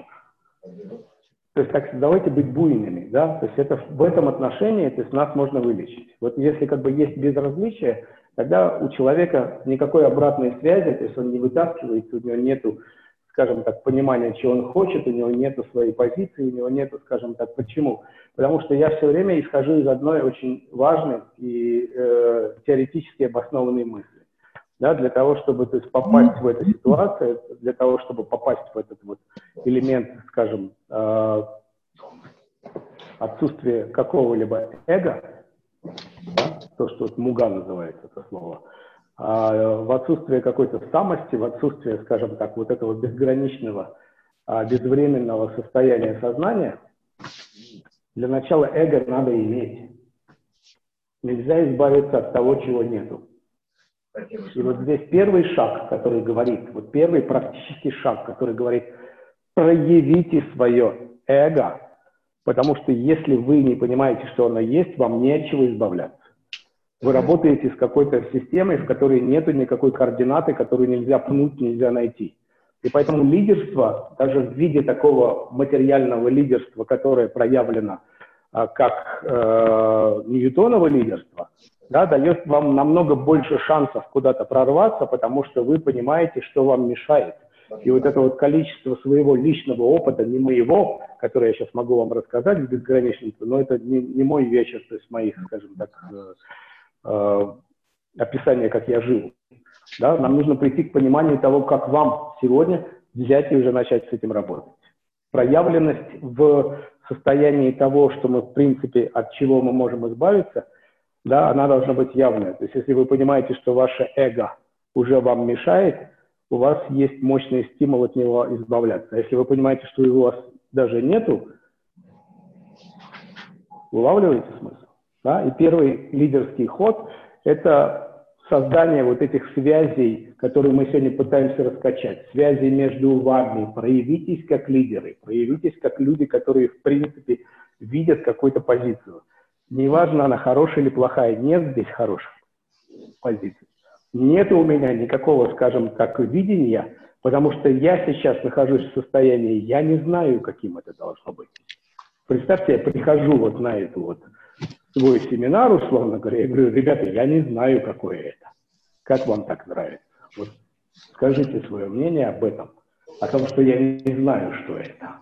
То есть так, давайте быть буйными, да, то есть это в этом отношении, то есть нас можно вылечить. Вот если как бы есть безразличие, тогда у человека никакой обратной связи, то есть он не вытаскивается, у него нету, скажем так, понимания, чего он хочет, у него нету своей позиции, у него нету, скажем так, почему. Потому что я все время исхожу из одной очень важной и э, теоретически обоснованной мысли. Да, для того, чтобы то есть, попасть в эту ситуацию, для того, чтобы попасть в этот вот элемент, скажем, э, отсутствия какого-либо эго, да, то, что вот муга называется это слово, а в отсутствие какой-то самости, в отсутствие, скажем так, вот этого безграничного, а, безвременного состояния сознания, для начала эго надо иметь. Нельзя избавиться от того, чего нету. И вот здесь первый шаг, который говорит, вот первый практический шаг, который говорит, проявите свое эго, потому что если вы не понимаете, что оно есть, вам не от чего избавляться. Вы работаете с какой-то системой, в которой нету никакой координаты, которую нельзя пнуть, нельзя найти. И поэтому лидерство, даже в виде такого материального лидерства, которое проявлено а, как э, ньютоново лидерство, да, дает вам намного больше шансов куда-то прорваться, потому что вы понимаете, что вам мешает. И вот это вот количество своего личного опыта, не моего, которое я сейчас могу вам рассказать в безграничности, но это не, не мой вечер, то есть моих, скажем так, э, э, описания, как я жил. Да? Нам нужно прийти к пониманию того, как вам сегодня взять и уже начать с этим работать. Проявленность в состоянии того, что мы, в принципе, от чего мы можем избавиться, да, она должна быть явная. То есть если вы понимаете, что ваше эго уже вам мешает, у вас есть мощный стимул от него избавляться. А если вы понимаете, что его у вас даже нету, улавливаете смысл? Да? И первый лидерский ход – это создание вот этих связей, которые мы сегодня пытаемся раскачать. Связи между вами. Проявитесь как лидеры, проявитесь как люди, которые, в принципе, видят какую-то позицию. Неважно, она хорошая или плохая, нет здесь хороших позиций. Нет у меня никакого, скажем так, видения, потому что я сейчас нахожусь в состоянии, я не знаю, каким это должно быть. Представьте, я прихожу вот на эту вот свой семинар, условно говоря, я говорю, ребята, я не знаю, какое это. Как вам так нравится? Вот скажите свое мнение об этом, о том, что я не знаю, что это.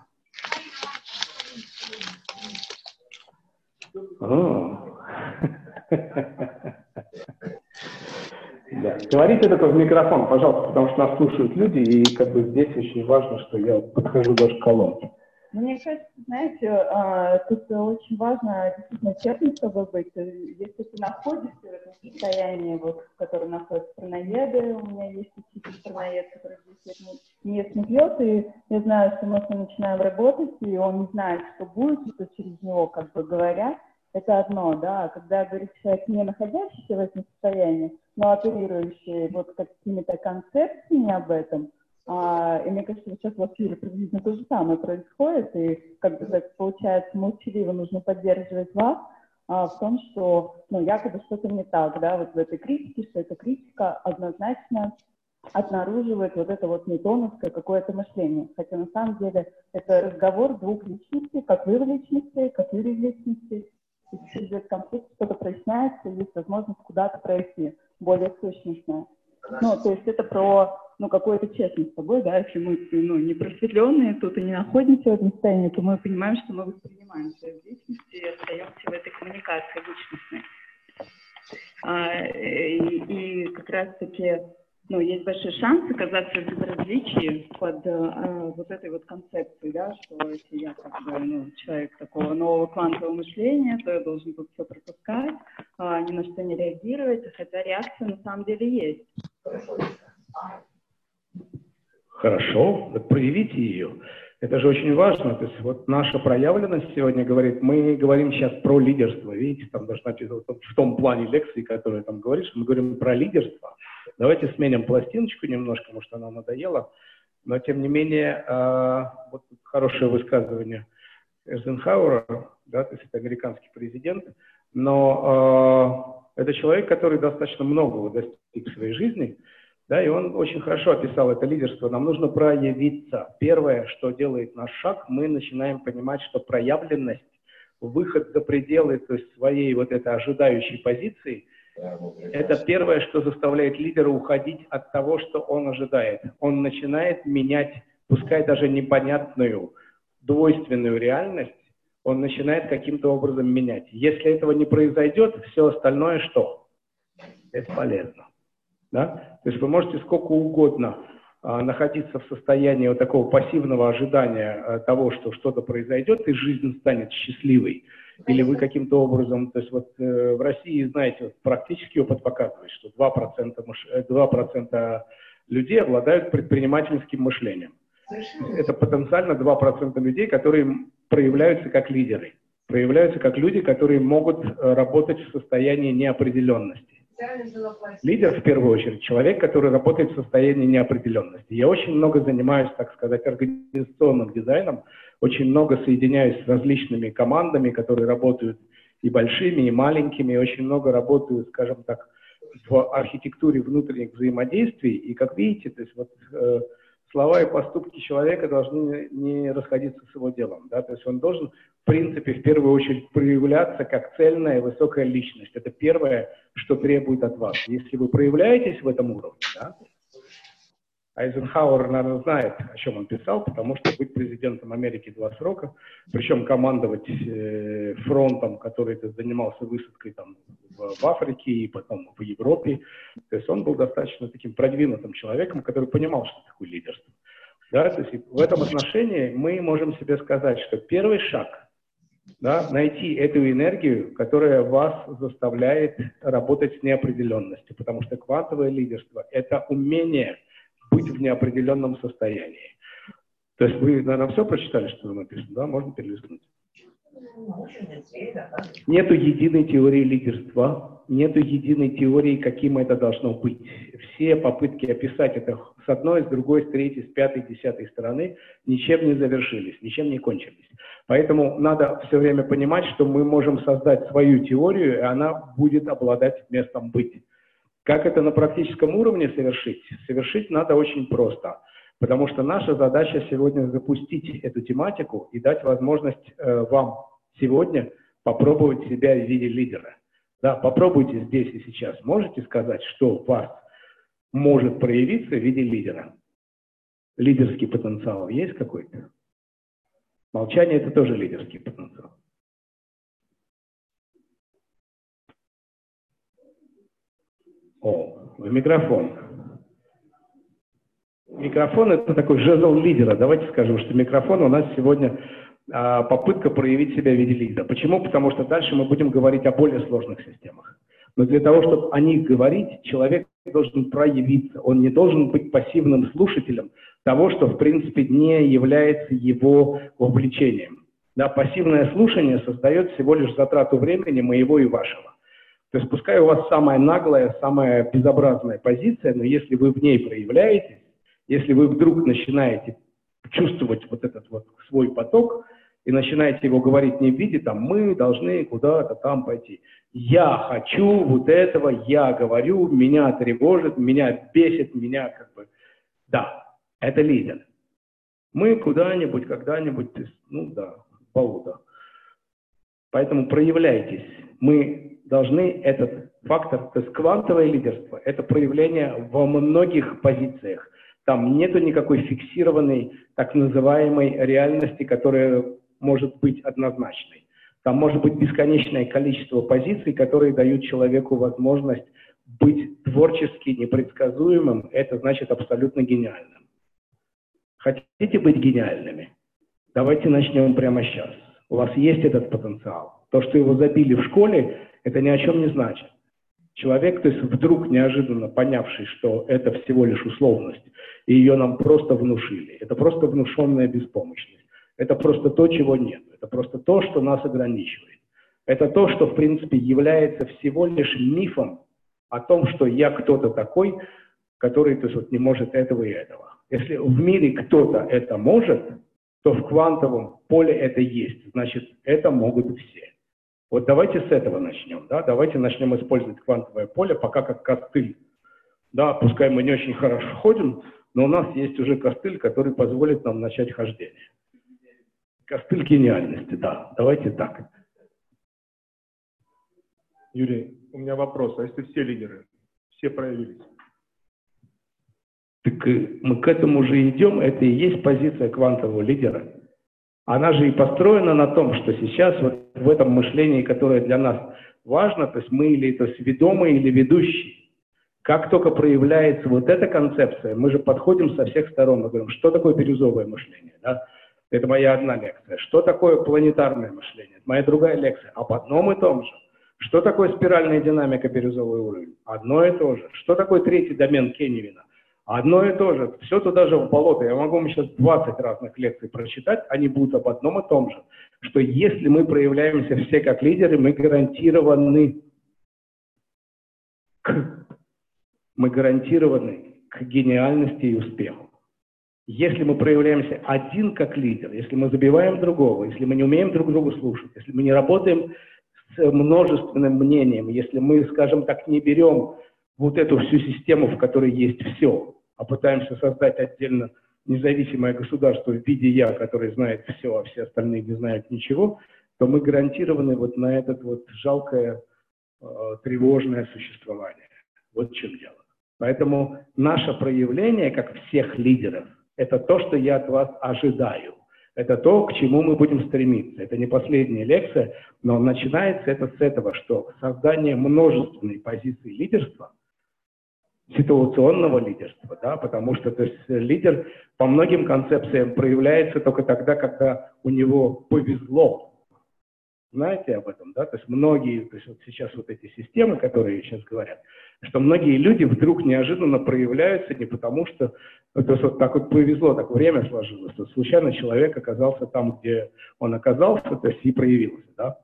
Да. Говорите только в микрофон, пожалуйста, потому что нас слушают люди, и как бы здесь очень важно, что я подхожу даже к колонке. Мне кажется, знаете, тут очень важно действительно честным с собой быть. Если ты находишься в этом состоянии, вот, в котором находятся праноеды, у меня есть учитель праноед, который здесь не смеет, и я знаю, что мы с ним начинаем работать, и он не знает, что будет, что через него как бы говорят. Это одно, да, когда, говорит, человек, не находящийся в этом состоянии, но оперирующий вот какими-то концепциями об этом, а, и мне кажется, вот сейчас в эфире приблизительно то же самое происходит, и как бы так получается, молчаливо нужно поддерживать вас а, в том, что, ну, якобы что-то не так, да, вот в этой критике, что эта критика однозначно обнаруживает вот это вот ньютоновское какое-то мышление. Хотя на самом деле это разговор двух личностей, как вы в личности, как Юрий в личности. И через этот конфликт что-то проясняется, есть возможность куда-то пройти, более сущностное. Ну, то есть это про, ну, какую-то честность с собой, да, если мы, ну, не просветленные тут и не находимся в этом состоянии, то мы понимаем, что мы воспринимаем свою личность и остаемся в этой коммуникации личностной. А, и, и как раз-таки, ну, есть большой шанс оказаться в безразличии под а, вот этой вот концепцией, да, что если я как бы, ну, человек такого нового квантового мышления, то я должен тут все пропускать, а, ни на что не реагировать, хотя реакция на самом деле есть. Хорошо, вот проявите ее. Это же очень важно. То есть вот наша проявленность сегодня говорит, мы говорим сейчас про лидерство. Видите, там даже написано в том плане лекции, которую там говоришь, мы говорим про лидерство. Давайте сменим пластиночку немножко, может, она надоела. Но тем не менее, э, вот хорошее высказывание Эйзенхауэра, да, то есть это американский президент, но э, это человек, который достаточно многого достиг в своей жизни. Да, и он очень хорошо описал это лидерство. Нам нужно проявиться. Первое, что делает наш шаг, мы начинаем понимать, что проявленность, выход за пределы, то есть своей вот этой ожидающей позиции, это первое, что заставляет лидера уходить от того, что он ожидает. Он начинает менять, пускай даже непонятную, двойственную реальность, он начинает каким-то образом менять. Если этого не произойдет, все остальное что? Бесполезно. Да? То есть вы можете сколько угодно а, находиться в состоянии вот такого пассивного ожидания а, того, что что-то произойдет, и жизнь станет счастливой. Или вы каким-то образом, то есть вот э, в России, знаете, вот, практически опыт показывает, что два процента, мыш... два процента людей обладают предпринимательским мышлением. Это потенциально два процента людей, которые проявляются как лидеры, проявляются как люди, которые могут работать в состоянии неопределенности. Лидер, в первую очередь, человек, который работает в состоянии неопределенности. Я очень много занимаюсь, так сказать, организационным дизайном, очень много соединяюсь с различными командами, которые работают и большими, и маленькими, и очень много работаю, скажем так, в архитектуре внутренних взаимодействий. И, как видите, то есть вот, э, слова и поступки человека должны не расходиться с его делом. Да? То есть он должен, в принципе, в первую очередь проявляться как цельная и высокая личность. Это первое, что требует от вас. Если вы проявляетесь в этом уровне, да? Эйзенхауэр, наверное, знает, о чем он писал, потому что быть президентом Америки два срока, причем командовать э, фронтом, который занимался высадкой там, в, в Африке и потом в Европе, то есть он был достаточно таким продвинутым человеком, который понимал, что такое лидерство. Да? То есть в этом отношении мы можем себе сказать, что первый шаг, да, найти эту энергию, которая вас заставляет работать с неопределенностью, потому что квантовое лидерство – это умение быть в неопределенном состоянии. То есть вы, наверное, все прочитали, что написано, да? Можно перелистнуть. Нету единой теории лидерства. нет единой теории, каким это должно быть. Все попытки описать это с одной, с другой, с третьей, с пятой, десятой стороны ничем не завершились, ничем не кончились. Поэтому надо все время понимать, что мы можем создать свою теорию, и она будет обладать местом быть. Как это на практическом уровне совершить? Совершить надо очень просто. Потому что наша задача сегодня запустить эту тематику и дать возможность э, вам сегодня попробовать себя в виде лидера. Да, попробуйте здесь и сейчас. Можете сказать, что у вас может проявиться в виде лидера? Лидерский потенциал есть какой-то? Молчание – это тоже лидерский потенциал. О, в микрофон. Микрофон – это такой жезл лидера. Давайте скажем, что микрофон у нас сегодня а, попытка проявить себя в виде лидера. Почему? Потому что дальше мы будем говорить о более сложных системах. Но для того, чтобы о них говорить, человек должен проявиться. Он не должен быть пассивным слушателем того, что, в принципе, не является его вовлечением. Да, пассивное слушание создает всего лишь затрату времени моего и вашего. То есть пускай у вас самая наглая, самая безобразная позиция, но если вы в ней проявляетесь, если вы вдруг начинаете чувствовать вот этот вот свой поток и начинаете его говорить не в виде, там, мы должны куда-то там пойти. Я хочу вот этого, я говорю, меня тревожит, меня бесит, меня как бы... Да, это лидер. Мы куда-нибудь, когда-нибудь, ну да, полу, да. Поэтому проявляйтесь. Мы должны этот фактор, то есть квантовое лидерство, это проявление во многих позициях. Там нету никакой фиксированной, так называемой реальности, которая может быть однозначной. Там может быть бесконечное количество позиций, которые дают человеку возможность быть творчески непредсказуемым. Это значит абсолютно гениальным. Хотите быть гениальными? Давайте начнем прямо сейчас. У вас есть этот потенциал. То, что его забили в школе, это ни о чем не значит. Человек, то есть вдруг неожиданно понявший, что это всего лишь условность, и ее нам просто внушили. Это просто внушенная беспомощность. Это просто то, чего нет. Это просто то, что нас ограничивает. Это то, что, в принципе, является всего лишь мифом о том, что я кто-то такой, который, то есть, вот, не может этого и этого. Если в мире кто-то это может, то в квантовом поле это есть. Значит, это могут все. Вот давайте с этого начнем, да, давайте начнем использовать квантовое поле пока как костыль. Да, пускай мы не очень хорошо ходим, но у нас есть уже костыль, который позволит нам начать хождение. Костыль гениальности, да, давайте так. Юрий, у меня вопрос, а если все лидеры, все проявились? Так мы к этому же идем, это и есть позиция квантового лидера. Она же и построена на том, что сейчас вот в этом мышлении, которое для нас важно, то есть мы или то есть ведомые, или ведущие, как только проявляется вот эта концепция, мы же подходим со всех сторон, мы говорим, что такое бирюзовое мышление, да? Это моя одна лекция. Что такое планетарное мышление? Это моя другая лекция. Об одном и том же. Что такое спиральная динамика, бирюзовый уровень? Одно и то же. Что такое третий домен Кенневина? Одно и то же. Все туда же в болото. Я могу вам сейчас двадцать разных лекций прочитать, они будут об одном и том же. Что если мы проявляемся все как лидеры, мы гарантированы к, мы гарантированы к гениальности и успеху. Если мы проявляемся один как лидер, если мы забиваем другого, если мы не умеем друг друга слушать, если мы не работаем с множественным мнением, если мы, скажем так, не берем вот эту всю систему, в которой есть все, а пытаемся создать отдельно независимое государство в виде «я», который знает все, а все остальные не знают ничего, то мы гарантированы вот на это вот жалкое, э, тревожное существование. Вот в чем дело. Поэтому наше проявление, как всех лидеров, это то, что я от вас ожидаю. Это то, к чему мы будем стремиться. Это не последняя лекция, но начинается это с этого, что создание множественной позиции лидерства, ситуационного лидерства, да, потому что то есть, лидер по многим концепциям проявляется только тогда, когда у него повезло. Знаете об этом, да? То есть многие, то есть вот сейчас вот эти системы, которые сейчас говорят, что многие люди вдруг неожиданно проявляются не потому, что то есть вот так вот повезло, так время сложилось, что случайно человек оказался там, где он оказался, то есть и проявился, да?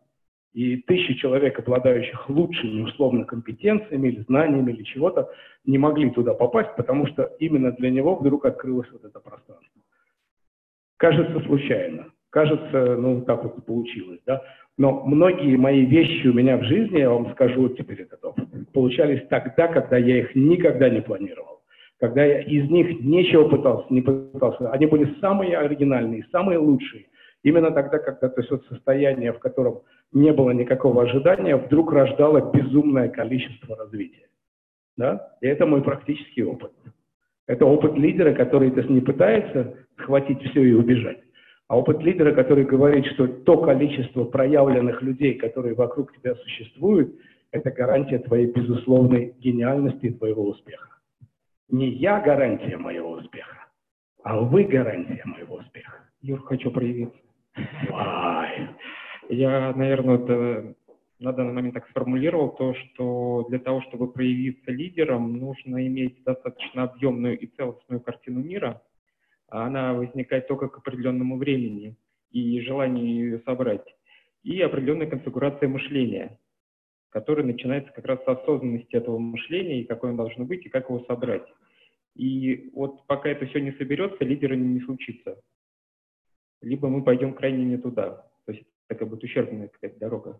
И тысячи человек, обладающих лучшими условно компетенциями или знаниями или чего-то, не могли туда попасть, потому что именно для него вдруг открылось вот это пространство. Кажется, случайно. Кажется, ну, так вот получилось, да. Но многие мои вещи у меня в жизни, я вам скажу вот теперь это, получались тогда, когда я их никогда не планировал. Когда я из них ничего пытался, не пытался. Они были самые оригинальные, самые лучшие. Именно тогда, когда то есть, вот состояние, в котором не было никакого ожидания, вдруг рождало безумное количество развития. Да? И это мой практический опыт. Это опыт лидера, который то есть, не пытается схватить все и убежать, а опыт лидера, который говорит, что то количество проявленных людей, которые вокруг тебя существуют, это гарантия твоей безусловной гениальности и твоего успеха. Не я гарантия моего успеха, а вы гарантия моего успеха. Юр, хочу проявиться. Вай. Я, наверное, это на данный момент так сформулировал, то, что для того, чтобы проявиться лидером, нужно иметь достаточно объемную и целостную картину мира, а она возникает только к определенному времени и желанию ее собрать, и определенная конфигурация мышления, которая начинается как раз с осознанности этого мышления, и какое оно должно быть, и как его собрать. И вот пока это все не соберется, лидера не случится. Либо мы пойдем крайне не туда. То есть это как бы ущербная какая-то дорога.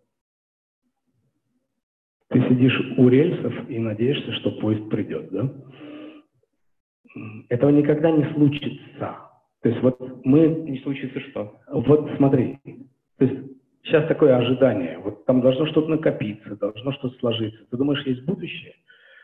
Ты сидишь у рельсов и надеешься, что поезд придет, да? Этого никогда не случится. То есть вот мы... Не случится что? Вот смотри, то есть сейчас такое ожидание, вот там должно что-то накопиться, должно что-то сложиться. Ты думаешь, есть будущее?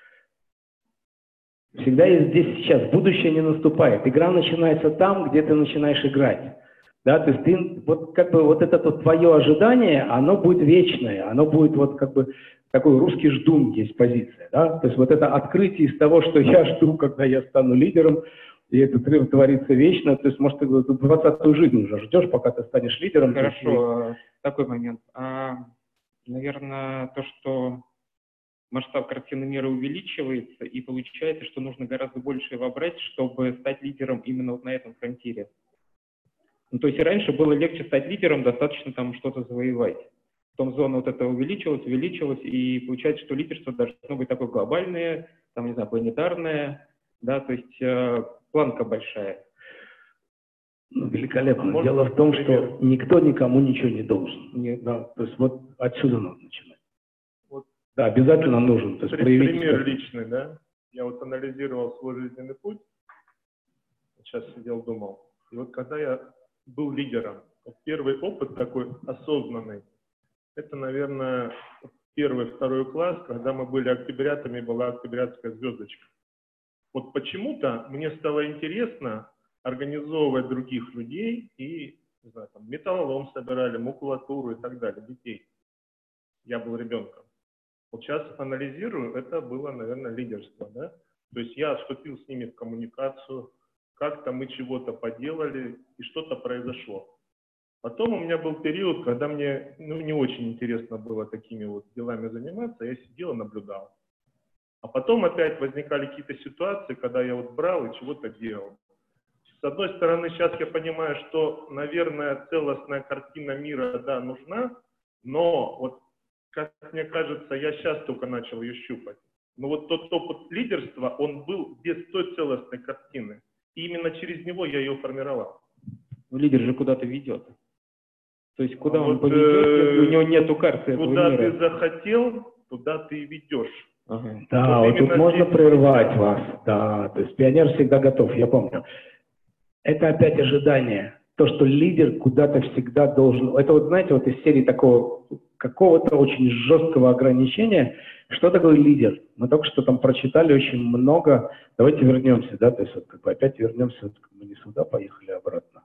Всегда есть здесь сейчас. Будущее не наступает. Игра начинается там, где ты начинаешь играть. Да, то есть ты, вот как бы вот это вот твое ожидание, оно будет вечное, оно будет вот как бы такой русский ждун есть позиция, да, то есть вот это открытие из того, что я жду, когда я стану лидером, и это творится вечно, то есть может ты двадцатую жизнь уже ждешь, пока ты станешь лидером. Хорошо, есть... такой момент. А, наверное, то, что масштаб картины мира увеличивается, и получается, что нужно гораздо больше вобрать, чтобы стать лидером именно вот на этом фронтире. Ну, то есть и раньше было легче стать лидером, достаточно там что-то завоевать. Потом зона вот это увеличилась, увеличилась, и получается, что лидерство должно быть такое глобальное, там, не знаю, планетарное, да, то есть э, планка большая. Ну, великолепно. Дело в том, что никто никому ничего не должен. Нет, да, то есть вот отсюда надо начинать. Вот. Да, обязательно нужен. То есть проявить пример личный, да? Я вот анализировал свой жизненный путь, сейчас сидел, думал. И вот когда я был лидером, вот первый опыт такой осознанный, это, наверное, первый, второй класс, когда мы были октябрятами, была октябрятская звездочка. Вот почему-то мне стало интересно организовывать других людей и, не знаю, там, металлолом собирали, макулатуру и так далее, детей. Я был ребенком. Вот сейчас анализирую, это было, наверное, лидерство, да? То есть я вступил с ними в коммуникацию, как-то мы чего-то поделали, и что-то произошло. Потом у меня был период, когда мне ну, не очень интересно было такими вот делами заниматься, я сидел и наблюдал. А потом опять возникали какие-то ситуации, когда я вот брал и чего-то делал. С одной стороны, сейчас я понимаю, что, наверное, целостная картина мира, да, нужна, но вот, как мне кажется, я сейчас только начал ее щупать. Но вот тот опыт лидерства, он был без той целостной картины. И именно через него я ее формировал. Ну, лидер же куда-то ведет. То есть куда а он вот, поведет, если у него нету карты этого куда мира? Ты захотел, туда ты и ведешь. Ага. Да, вот, вот тут можно здесь... прервать вас. Да, то есть пионер всегда готов, я помню. Это опять ожидание. То, что лидер куда-то всегда должен... Это вот, знаете, вот из серии такого какого-то очень жесткого ограничения. Что такое лидер? Мы только что там прочитали очень много. Давайте вернемся, да, то есть вот как бы опять вернемся, вот, мы не сюда поехали, а обратно.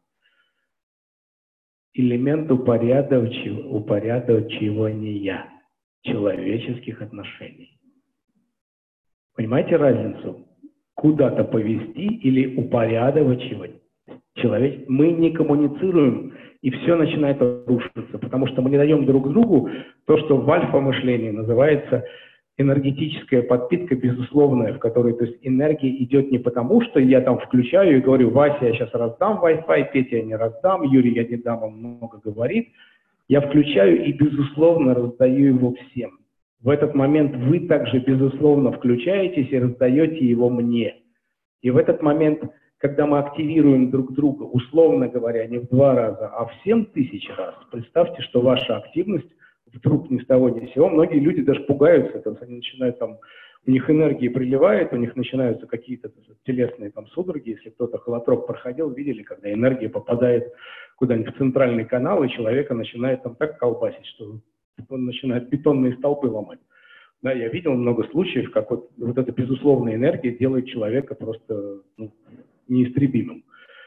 Элемент упорядочив... упорядочивания человеческих отношений. Понимаете разницу? Куда-то повести или упорядочивать человек. Мы не коммуницируем, и все начинает рушиться, потому что мы не даем друг другу то, что в альфа-мышлении называется энергетическая подпитка безусловная, в которой то есть, энергия идет не потому, что я там включаю и говорю, Вася, я сейчас раздам Wi-Fi, Петя, я не раздам, Юрий, я не дам, он много говорит. Я включаю и, безусловно, раздаю его всем. В этот момент вы также, безусловно, включаетесь и раздаете его мне. И в этот момент, когда мы активируем друг друга, условно говоря, не в два раза, а в семь тысяч раз, представьте, что ваша активность вдруг ни с того ни с сего, многие люди даже пугаются, то есть они начинают там, у них энергии приливает, у них начинаются какие-то телесные там судороги, если кто-то холотроп проходил, видели, когда энергия попадает куда-нибудь в центральный канал, и человека начинает там так колбасить, что он начинает бетонные столбы ломать. Да, я видел много случаев, как вот, вот эта безусловная энергия делает человека просто ну, неистребимым.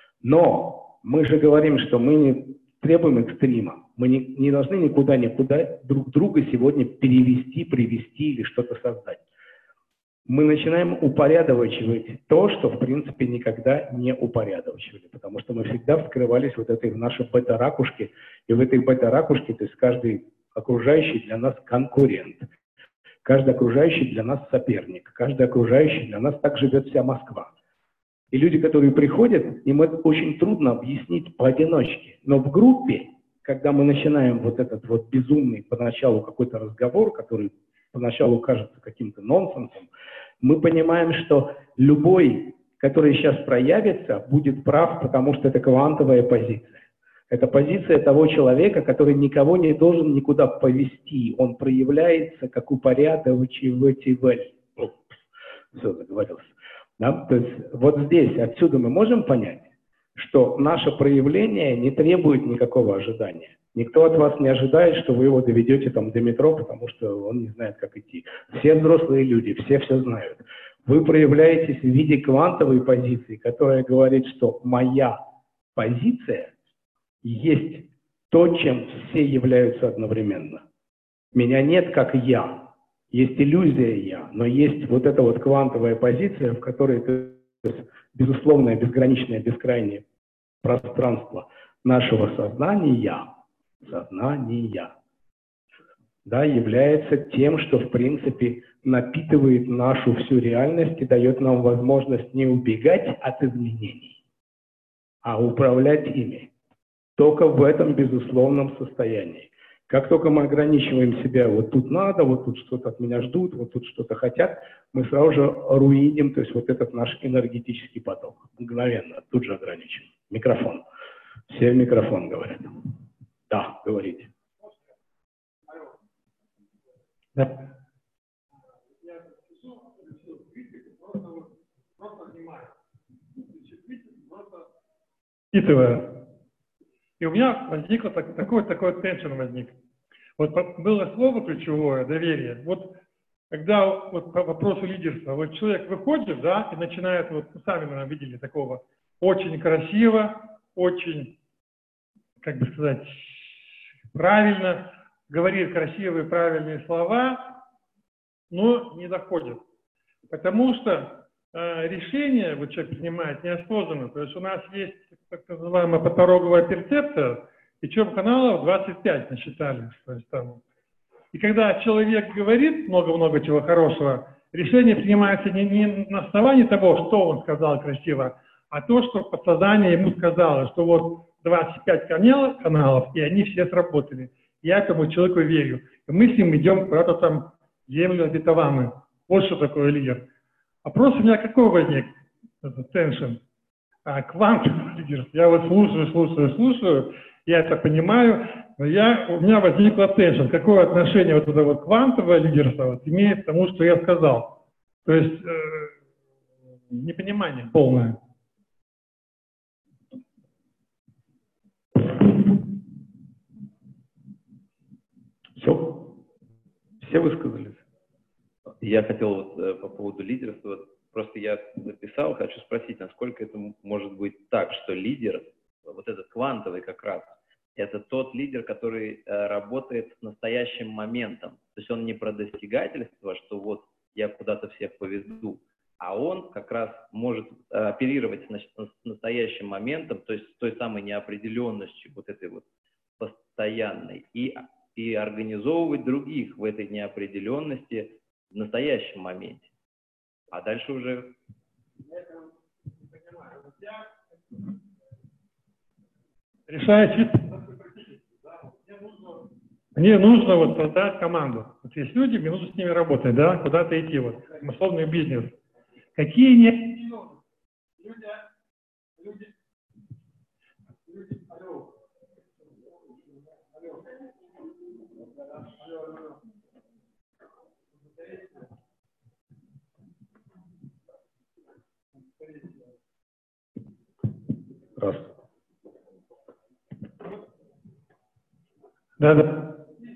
Но мы же говорим, что мы не требуем экстрима. Мы не, не должны никуда, никуда друг друга сегодня перевести, привести или что-то создать. Мы начинаем упорядочивать то, что, в принципе, никогда не упорядочивали, потому что мы всегда вскрывались вот этой в нашей бета-ракушке, и в этой бета-ракушке, то есть каждый окружающий для нас конкурент, каждый окружающий для нас соперник, каждый окружающий для нас так живет вся Москва. И люди, которые приходят, им это очень трудно объяснить поодиночке, но в группе, когда мы начинаем вот этот вот безумный поначалу какой-то разговор, который поначалу кажется каким-то нонсенсом, мы понимаем, что любой, который сейчас проявится, будет прав, потому что это квантовая позиция. Это позиция того человека, который никого не должен никуда повести. Он проявляется как упорядочиватель. Все, заговорился. Да? То есть вот здесь, отсюда мы можем понять, что наше проявление не требует никакого ожидания. Никто от вас не ожидает, что вы его доведете там до метро, потому что он не знает, как идти. Все взрослые люди, все все знают. Вы проявляетесь в виде квантовой позиции, которая говорит, что моя позиция есть то, чем все являются одновременно. Меня нет как я. Есть иллюзия я, но есть вот эта вот квантовая позиция, в которой это безусловное, безграничное, бескрайнее пространство нашего сознания, сознания, да, является тем, что, в принципе, напитывает нашу всю реальность и дает нам возможность не убегать от изменений, а управлять ими. Только в этом безусловном состоянии. Как только мы ограничиваем себя, вот тут надо, вот тут что-то от меня ждут, вот тут что-то хотят, мы сразу же руиним, то есть вот этот наш энергетический поток. Мгновенно, тут же ограничим. Микрофон. Все в микрофон говорят. Да, говорите. Да. Впитывая. И у меня возникло так, такой, такой теншн возник. Вот было слово ключевое – доверие. Вот когда вот по вопросу лидерства, вот человек выходит, да, и начинает, вот сами, наверное, видели такого, очень красиво, очень, как бы сказать, правильно, говорит красивые, правильные слова, но не доходит. Потому что э, решение вот человек принимает неосознанно. То есть у нас есть так называемая потороговая перцепция, причем каналов двадцать пять насчитали. То есть, там. И когда человек говорит много-много чего хорошего, решение принимается не, не на основании того, что он сказал красиво, а то, что подсознание ему сказало, что вот двадцать пять каналов, каналов, и они все сработали. Я этому человеку верю. И мы с ним идем куда-то там в землю обетованную. Вот что такое лидер. Вопрос у меня какой возник? Теншн. А, квантовый лидер. Я вот слушаю, слушаю, слушаю, я это понимаю, но я, у меня возникла теншн. Какое отношение вот это вот квантовое лидерство вот, имеет к тому, что я сказал? То есть э, непонимание полное. Все? Все высказались? Я хотел вот э, по поводу лидерства, вот, просто я написал, хочу спросить, насколько это может быть так, что лидер, вот этот квантовый как раз, это тот лидер, который э, работает с настоящим моментом. То есть он не про достигательство, что вот я куда-то всех поведу, а он как раз может э, оперировать значит, с настоящим моментом, то есть с той самой неопределенностью, вот этой вот постоянной, и, и организовывать других в этой неопределенности в настоящем моменте. А дальше уже... Решает. Мне нужно вот создать команду. Вот есть люди, мне нужно с ними работать, да, куда-то идти, вот, условный бизнес. Какие не... Люди, люди, люди, алло. Алло. Алло, алло. Раз. Да, да.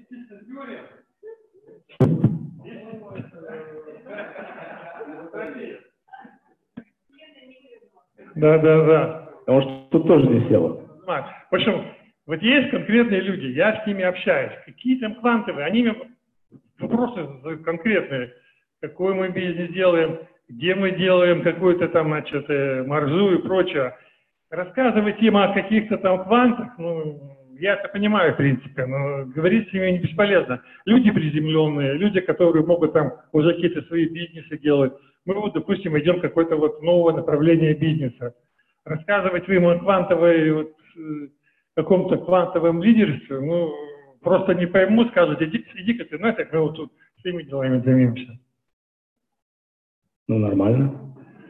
Да, да, да. Потому что тут тоже не село. В общем, вот есть конкретные люди, я с ними общаюсь. Какие там квантовые, они мне вопросы конкретные. Какой мы бизнес делаем, где мы делаем какую-то там, значит, маржу и прочее. Рассказывать им о каких-то там квантах, ну, я это понимаю, в принципе, но говорить с ними не бесполезно. Люди приземленные, люди, которые могут там уже какие-то свои бизнесы делать. Мы вот, допустим, идем какое-то вот новое направление бизнеса. Рассказывать им о квантовой, вот, каком-то квантовом лидерстве, ну, просто не пойму, скажут, иди, иди-ка ты нафиг, мы вот тут своими делами займемся. Ну, нормально.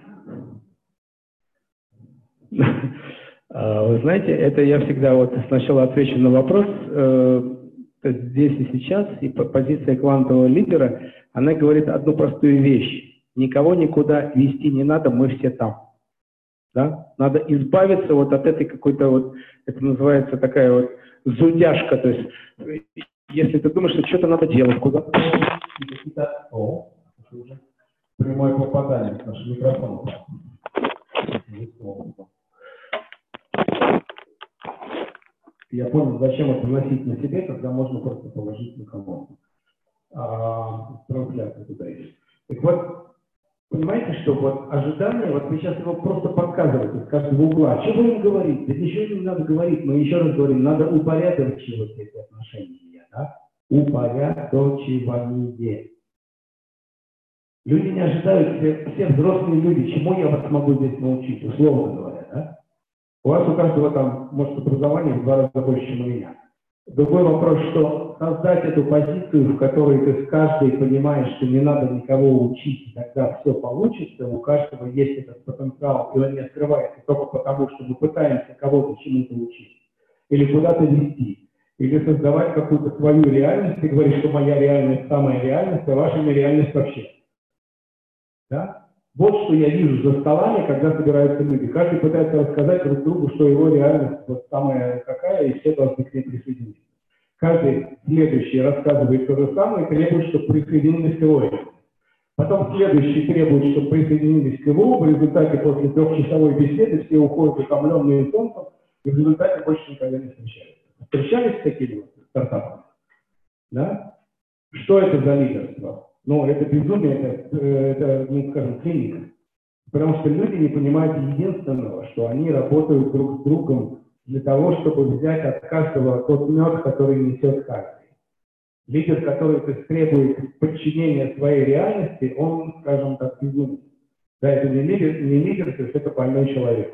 Вы знаете, это я всегда вот сначала отвечу на вопрос. Здесь и сейчас, и позиция квантового лидера, она говорит одну простую вещь. Никого никуда вести не надо, мы все там. Да? Надо избавиться вот от этой какой-то вот, это называется такая вот зудяшка. То есть, если ты думаешь, что что-то надо делать, куда-то... О, уже прямое попадание к нашему микрофону. Я понял, зачем это носить на себе, когда можно просто положить на кого-то. А, трансляция туда есть. Так вот, понимаете, что вот ожидание, вот вы сейчас его просто подсказываете с каждого угла. Что вы им говорите? Да ничего не надо говорить. Мы еще раз говорим, надо упорядочивать эти отношения. Да? Упорядочивание. Люди не ожидают, все, все взрослые люди, чему я вас могу здесь научить, условно говоря, да? У вас у каждого там, может, образование в два раза больше, чем у меня. Другой вопрос, что создать эту позицию, в которой ты с каждой понимаешь, что не надо никого учить, тогда все получится, у каждого есть этот потенциал, и он не открывается только потому, что мы пытаемся кого-то чему-то учить, или куда-то вести, или создавать какую-то свою реальность, и говорить, что моя реальность самая реальность, а ваша нереальность вообще. Да? Вот что я вижу за столами, когда собираются люди. Каждый пытается рассказать друг другу, что его реальность вот самая какая, и все должны к ней присоединиться. Каждый следующий рассказывает то же самое и требует, чтобы присоединились к его. Потом следующий требует, чтобы присоединились к его. В результате после трехчасовой беседы все уходят утомленные солнцем, и в результате больше никогда не встречаются. Встречались с такими вот стартапами? Да? Что это за лидерство? Ну, это безумие, это, это, ну, скажем, клиника. Потому что люди не понимают единственного, что они работают друг с другом для того, чтобы взять от каждого тот мед, который несет каждый. Лидер, который требует подчинения своей реальности, он, скажем так, безумен. Да, это не лидер, не лидер, то есть это больной человек.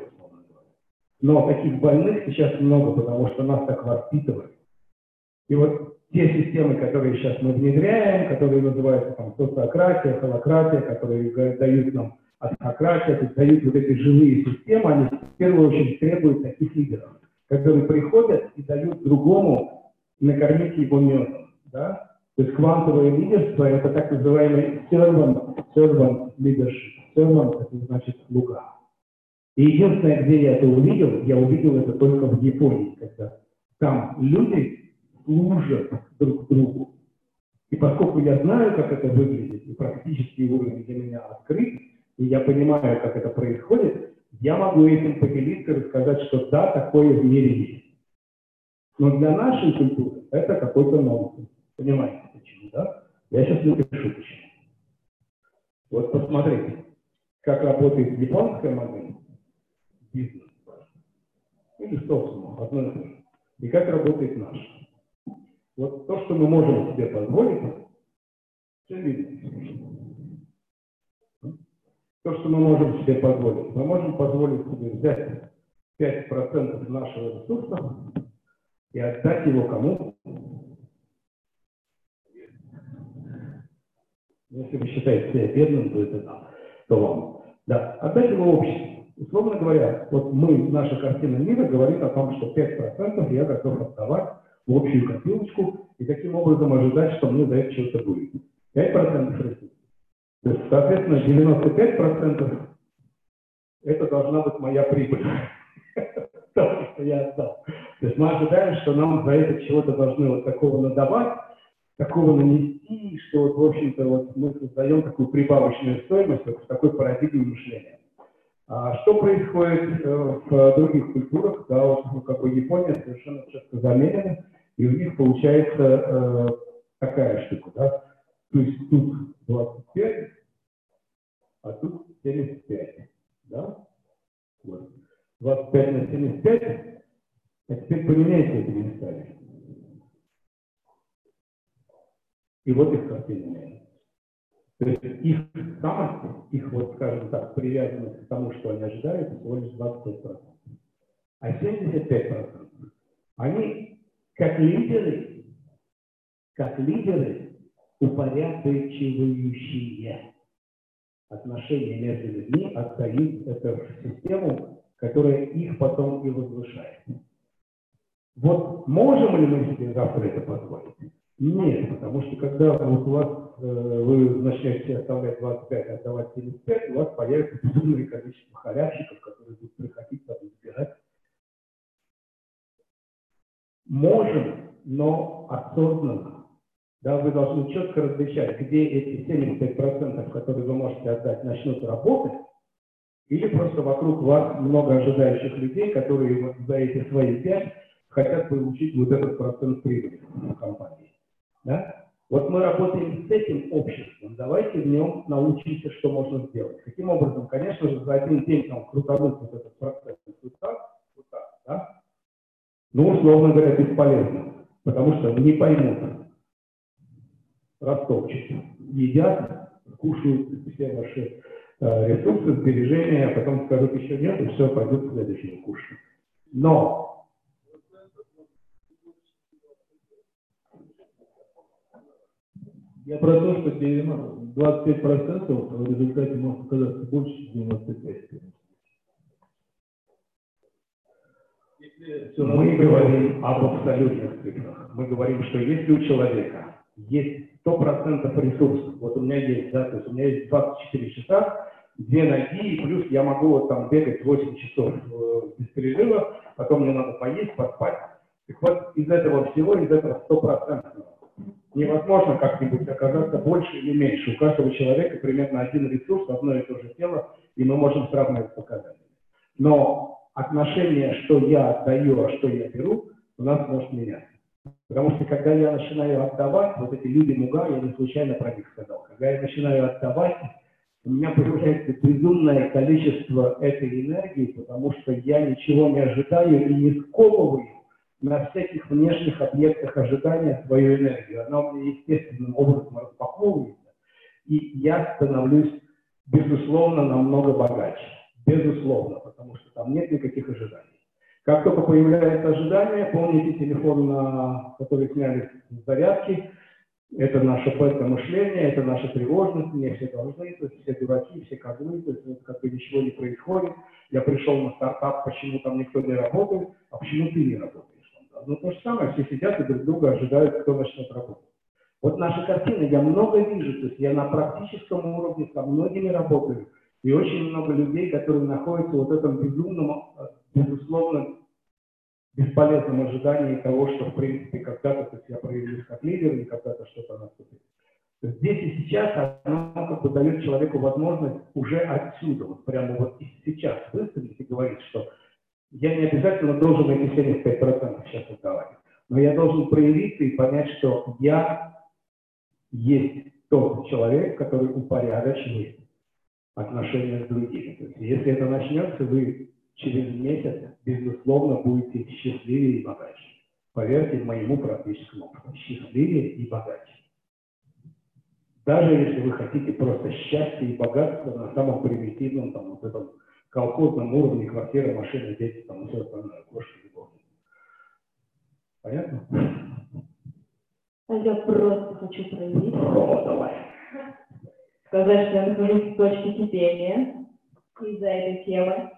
Но таких больных сейчас много, потому что нас так воспитывают. И вот те системы, которые сейчас мы внедряем, которые называются там социократия, холократия, которые дают нам автократия, то есть дают вот эти живые системы, они в первую очередь требуют таких лидеров, которые приходят и дают другому накормить его медом. Да? То есть квантовое лидерство – это так называемый servant, servant leadership. Servant – это значит слуга. И единственное, где я это увидел, я увидел это только в Японии, когда там люди служат друг другу. И поскольку я знаю, как это выглядит, и практический уровень для меня открыт, и я понимаю, как это происходит, я могу этим поделиться и рассказать, что да, такое в мире есть. Но для нашей культуры это какой-то нонсенс. Понимаете, почему, да? Я сейчас напишу почему. Вот посмотрите, как работает японская модель бизнеса. Или собственно, одно и то же. И как работает наша. Вот то, что мы можем себе позволить, все видно. То, что мы можем себе позволить. Мы можем позволить себе взять пять процентов нашего ресурса и отдать его кому? Если вы считаете себя бедным, то это да, то вам. Да, отдать его обществу. Условно говоря, вот мы, наша картина мира говорит о том, что пять процентов я готов отдавать в общую копилочку и таким образом ожидать, что мне за это что-то будет. пять процентов ресурсов. То есть, соответственно, девяносто пять процентов это должна быть моя прибыль. То, что я отдал. То есть мы ожидаем, что нам за это чего-то должны вот такого надавать, такого нанести, что вот, в общем-то, вот мы создаем такую прибавочную стоимость вот в такой парадигме мышления. А что происходит э, в других культурах? Да, вот, ну, как бы Япония совершенно четко замерена, и у них получается э, такая штука, да? То есть тут двадцать пять, а тут семьдесят пять, да? Вот. двадцать пять на семьдесят пять, а теперь поменяйте эти местами. И вот их картина меняется. То есть их самость, их, вот, скажем так, привязанность к тому, что они ожидают, всего лишь двадцать пять процентов. А семьдесят пять процентов, они как лидеры, как лидеры, упорядочивающие отношения между людьми, отдают это в систему, которая их потом и возвышает. Вот можем ли мы себе завтра это позволить? Нет, потому что когда вот у вас, э, вы начнете оставлять двадцать пять, отдавать семьдесят пять, у вас появится безумное количество халявщиков, которые будут приходить, потом забирать. Можем, но осознанно. Да, вы должны четко различать, где эти семьдесят пять процентов, которые вы можете отдать, начнут работать, или просто вокруг вас много ожидающих людей, которые вот за эти свои пять хотят получить вот этот процент прибыли в компании. Да? Вот мы работаем с этим обществом, давайте в нем научимся, что можно сделать. Каким образом? Конечно же, за один день там крутануть вот этот процесс вот так, вот так, да? Ну, условно говоря, бесполезно, потому что не поймут, растопчут, едят, кушают все ваши э, ресурсы, сбережения, а потом скажут, еще нет, и все, пойдут к следующему кушать. Но я про то, что двадцать пять процентов в результате может оказаться больше, чем девяносто пять процентов. Мы говорим об абсолютных цифрах. Мы говорим, что если у человека есть сто процентов ресурсов, вот у меня есть, да, то есть у меня есть двадцать четыре часа, две ноги, и плюс я могу вот там бегать восемь часов э, без перерыва, потом мне надо поесть, поспать. Так вот, из этого всего, из этого сто процентов невозможно как-нибудь оказаться больше или меньше. У каждого человека примерно один ресурс, одно и то же тело, и мы можем сравнивать показатели. Но отношение, что я отдаю, а что я беру, у нас может меняться. Потому что когда я начинаю отдавать, вот эти люди муга, я не случайно про них сказал, когда я начинаю отдавать, у меня появляется безумное количество этой энергии, потому что я ничего не ожидаю и не сковываю на всяких внешних объектах ожидания свою энергию. Она у меня естественным образом распаковывается, и я становлюсь, безусловно, намного богаче. Безусловно, потому что там нет никаких ожиданий. Как только появляется ожидание, помните телефон, на который сняли с зарядки, это наше бета-мышление, это наша тревожность, мне все должны, то есть все дураки, все козлы, то есть как бы ничего не происходит. Я пришел на стартап, почему там никто не работает, а почему ты не работаешь? Ну то же самое, все сидят и друг друга ожидают, кто начнет работать. Вот наша картина, я много вижу, то есть я на практическом уровне со многими работаю, и очень много людей, которые находятся в вот этом безумном, безусловно, бесполезном ожидании того, что, в принципе, когда-то то есть я проявлюсь как лидер, и когда-то что-то наступит. Здесь и сейчас оно как бы дает человеку возможность уже отсюда, вот прямо вот и сейчас выстрелить и говорить, что я не обязательно должен эти семьдесят пять процентов сейчас отдавать, но я должен проявиться и понять, что я есть тот человек, который упорядочивает отношения с другими. То есть, если это начнется, вы через месяц, безусловно, будете счастливее и богаче. Поверьте моему практическому опыту. Счастливее и богаче. Даже если вы хотите просто счастья и богатства на самом примитивном, там, вот этом колхозном уровне, квартира, машина, дети, там, и все остальное, кошки, любовь. Понятно? А я просто хочу проявить. О, давай. сказать, что я нахожусь в точке кипения из-за этой темы,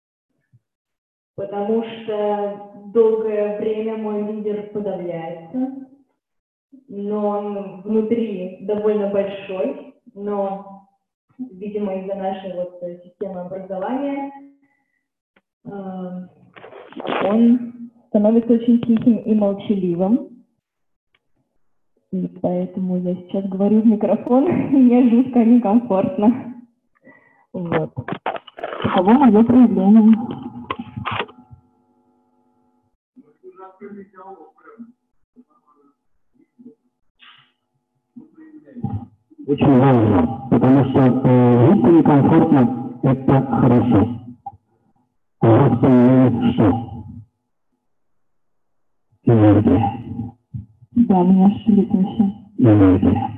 потому что долгое время мой лидер подавляется, но он внутри довольно большой, но, видимо, из-за нашей вот системы образования э, он становится очень тихим и молчаливым. И поэтому я сейчас говорю в микрофон, и мне жутко некомфортно. Вот. Таково мое проявление. Очень важно, потому что э, жутко некомфортно – это хорошо. А вас понимает что? Энергия. Да, меня шилит вообще. Энергия.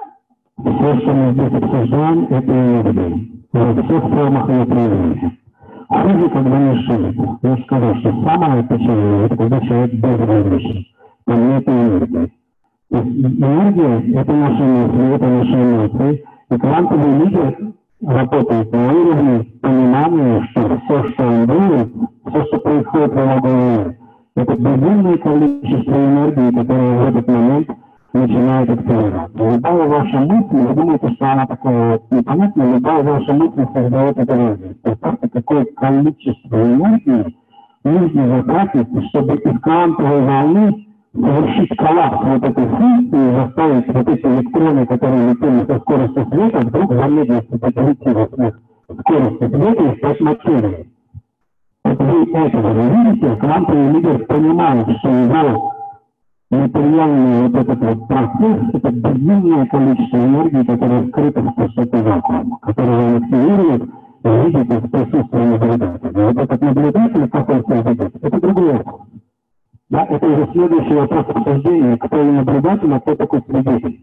Все, что мы здесь обсуждаем, это энергия. Во всех формах ее проявления. Хуже, когда не шилит. Я сказал, что самое печальное – это когда человек безразличен. Там нет энергии. То есть энергия – это наши мысли, это наши эмоции. И квантовый лидер работает на уровне понимания, что все, что он делает, все, что происходит в его голове, это безумное количество энергии, которое в этот момент начинает активироваться. Любая ваша мысль, вы думаете, что она такая вот непонятная, любая ваша мысль создает эту энергию. Представьте, какое количество энергии нужно затратить, чтобы из квантовой волны совершить коллапс вот этой функции и заставить вот эти электроны, которые летели со скоростью света, вдруг замедлиться до позитива скорости света и стать материей. Вот вы этого вы видите, квантовый лидер понимает, что его материальный вот этот вот процесс, это безумное количество энергии, которое скрыто в пустоте вакуума, которое он активирует и видите в присутствии наблюдателя. Вот этот наблюдатель, как он себя ведет, это другой вопрос. Да, это уже следующий вопрос обсуждения, кто и наблюдатель, а кто такой свидетель.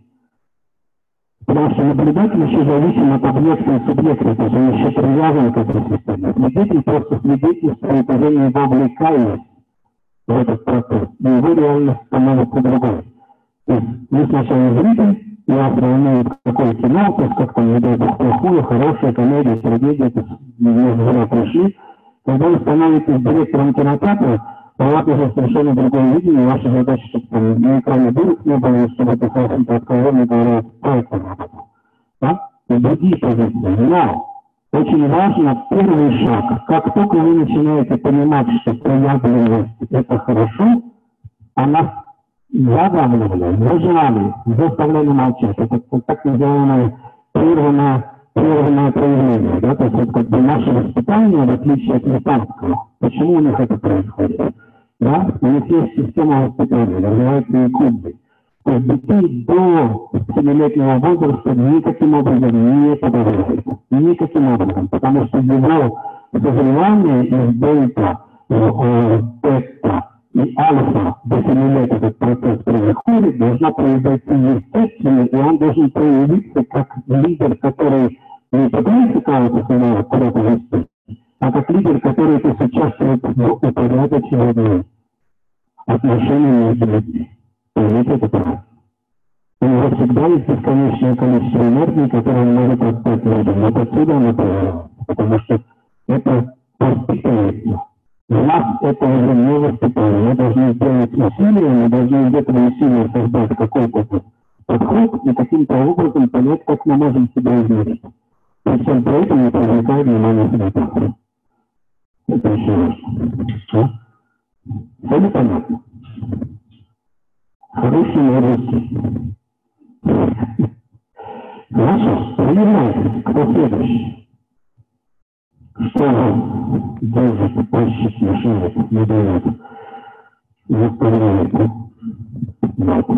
Потому что наблюдатель еще зависим от объекта и субъекта, то есть он еще привязан к этой системе. Свидетель просто свидетельствует уже не вовлекаясь в этот процесс, и его реальность становится другой. То есть вы сначала зритель, и вас волнует какое кино, то есть как там, не дай бог, плохое, хорошее, комедия, трагедия, то есть мы пришли. Когда вы становитесь директором кинотеатра, у вас уже совершенно другое видение, ваша задача, чтобы там на экране дырок не было, чтобы это совершенно откровенно говоря, проектом работал. Да? И другие позиции. Но очень важно первый шаг. Как только вы начинаете понимать, что проявленность – это хорошо, она задавливали, зажали, заставляли молчать. Это так называемое прерванное, прерванное проявление. Да? То есть вот как бы наше воспитание, в отличие от японского, почему у них это происходит? Да? У них есть система воспитания, называется икудзи. То есть детей до семилетнего возраста никаким образом не подавляют. Никаким образом. Потому что его созревание из дельта, тета и альфа до семи лет этот процесс происходит, должна произойти естественно, и он должен проявиться как лидер, который не пытается кого-то куда-то вести, а как лидер, который участвует в упорядочении отношений между людьми. Поймите это правильно. У него всегда есть бесконечное количество энергии, которое он может отдать людям. Вот отсюда оно появляется, потому что это воспитывается. У нас это уже не воспитание. Мы должны сделать усилия, мы должны из этого усилия создать какой-то подход и каким-то образом понять, как мы можем себя изменить. При всем при этом не привлекая внимание свидетелей. Это еще важно. Все ли понятно? Хороший мой русский. Хорошо, проявляйтесь. Кто следующий? Что вам держит, тащит, мешает, не дает? Заставляет. Вот.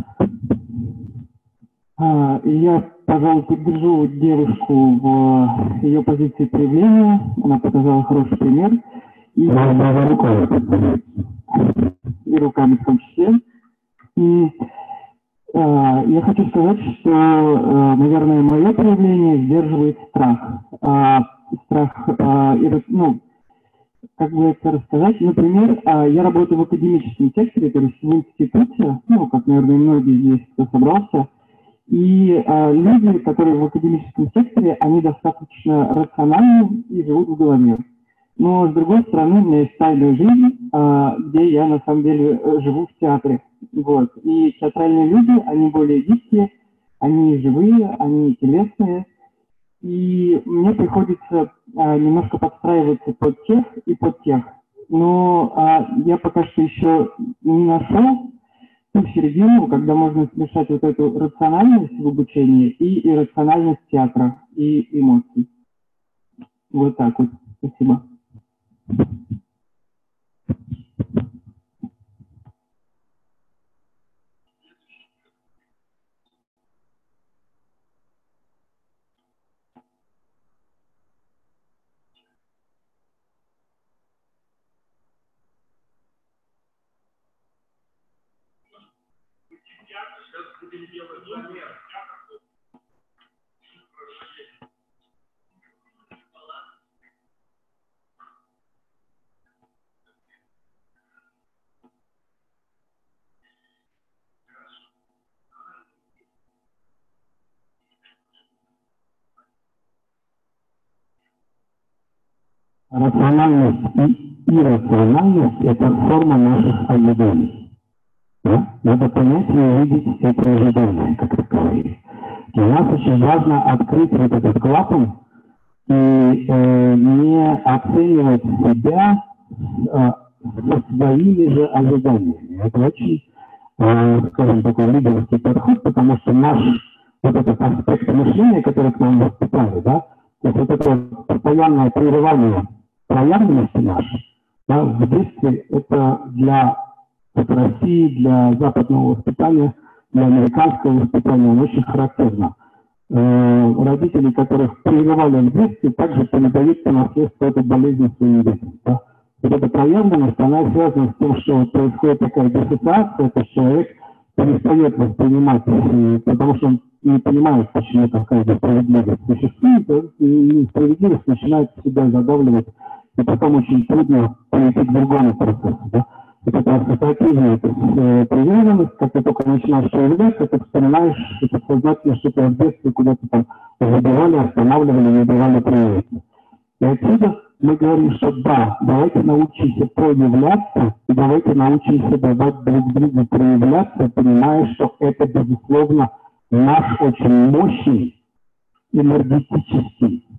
А, я, пожалуй, поддержу девушку в ее позиции проявления. Она показала хороший пример. И, Надо руками подбирать. И руками в том числе. И э, я хочу сказать, что, э, наверное, мое проявление сдерживает страх. Э, страх, э, и, ну, как бы это рассказать, например, э, я работаю в академическом секторе, то есть в институте, ну, как, наверное, многие здесь, кто собрался, И э, люди, которые в академическом секторе, они достаточно рациональны и живут в голове. Но, с другой стороны, у меня есть тайная жизнь, э, где я, на самом деле, живу в театре. Вот. И театральные люди, они более гибкие, они живые, они телесные. И мне приходится э, немножко подстраиваться под тех и под тех. Но э, я пока что еще не нашел ту середину, когда можно смешать вот эту рациональность в обучении и иррациональность театра и эмоций. Вот так вот. Спасибо. Рациональность и иррациональность – это форма наших ожиданий. Да? Надо понять и увидеть эти ожидания, как таковые. Для нас очень важно открыть вот этот клапан и э, не оценивать себя э, со своими же ожиданиями. Это очень, э, скажем, такой лидерский подход, потому что наш вот этот аспект мышления, который к нам воспитали, да, то есть вот это постоянное прерывание проявленности нашей, да, в детстве это для вот, России, для западного воспитания, для американского воспитания очень характерно. Э, родители, которых прерывали в детстве, также передают по наследству эту болезнь своим детям. Да. Вот эта проявленность, она связана с тем, что вот происходит такая диссоциация, то есть человек перестает воспринимать, потому что он не понимает, почему такая несправедливость существует, и несправедливость начинает себя задавливать, и потом очень трудно перейти к другому процессу. Да? Вот это ассоциативная привязанность, как ты только начинаешь проявляться, ты вспоминаешь подсознательно, что ты в детстве куда-то там забивали, останавливали, не давали проявиться. И отсюда мы говорим, что да, давайте научимся проявляться, и давайте научимся давать друг другу проявляться, понимая, что это, безусловно, наш очень мощный энергетический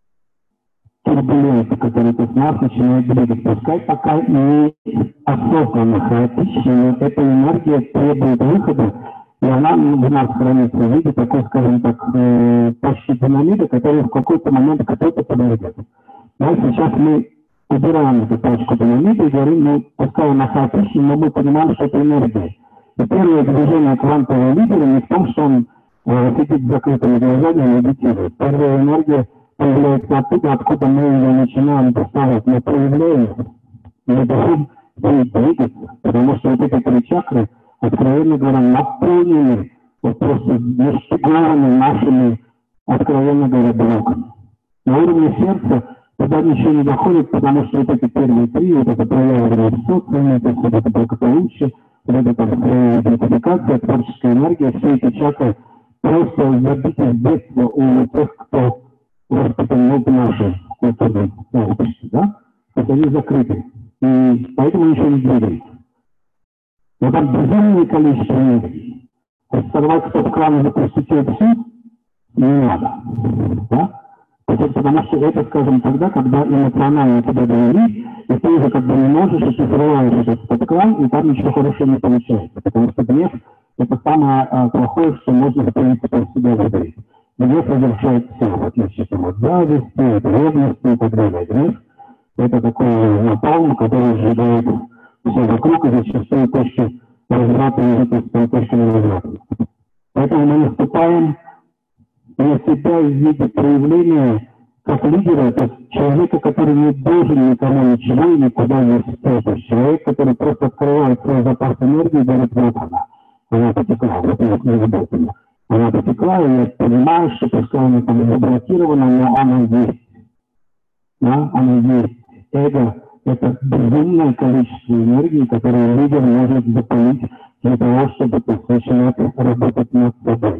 турбулент, который тут нас начинает двигать. Пускай пока не осознанно, хаотично, но эта энергия требует выхода, и она в нас хранится в виде такой, скажем так, почти динамита, который в какой-то момент кто-то подойдет. Да, сейчас мы убираем эту точку динамита и говорим, ну, пускай она хаотична, но мы понимаем, что это энергия. И первое движение квантового лидера не в том, что он э, сидит с закрытыми глазами и медитирует. Первая энергия появляется оттуда, откуда мы ее начинаем доставать. Мы проявляем, мы должны двигаться, потому что вот эти три чакры, откровенно говоря, наполнены вот просто нашпигованы нашими, откровенно говоря, блоками. На уровне сердца туда ничего не доходит, потому что вот эти первые три, вот это проявление в социуме, то есть вот это благополучие, вот это там идентификация, творческая энергия, все эти чакры просто забиты с детства у тех, кто воспитан в нашей культуре, да? То есть они закрыты. И поэтому ничего не двигается. Но там безумное количество энергии. То есть сорвать стоп-кран и запустить ее всю не надо. Да? Потому что это, скажем, тогда, когда эмоционально тебя довели, и ты уже как бы не можешь, и ты срываешь этот стоп-кран, и там ничего хорошего не получается. Потому что гнев – это самое а, плохое, что можно, в принципе, в себя выдавить. Гнев разрушает все, в отличие от зависти, от ревности и так далее. Гнев – это такой напалм, который сжигает все вокруг, и зачастую точки разврата и жительства точками разврата. Поэтому мы наступаем на себя в виде проявления как лидера, то есть человека, который не должен никому ничего и никуда не стоит. То есть человек, который просто открывает свой запас энергии и говорит, вот она, она потекла, вот она не работала. Она потекла, и я понимаю, что пускай она там заблокирована, но она есть. Да, она есть. Эго – это безумное количество энергии, которое лидер может запалить для того, чтобы начинать работать над собой.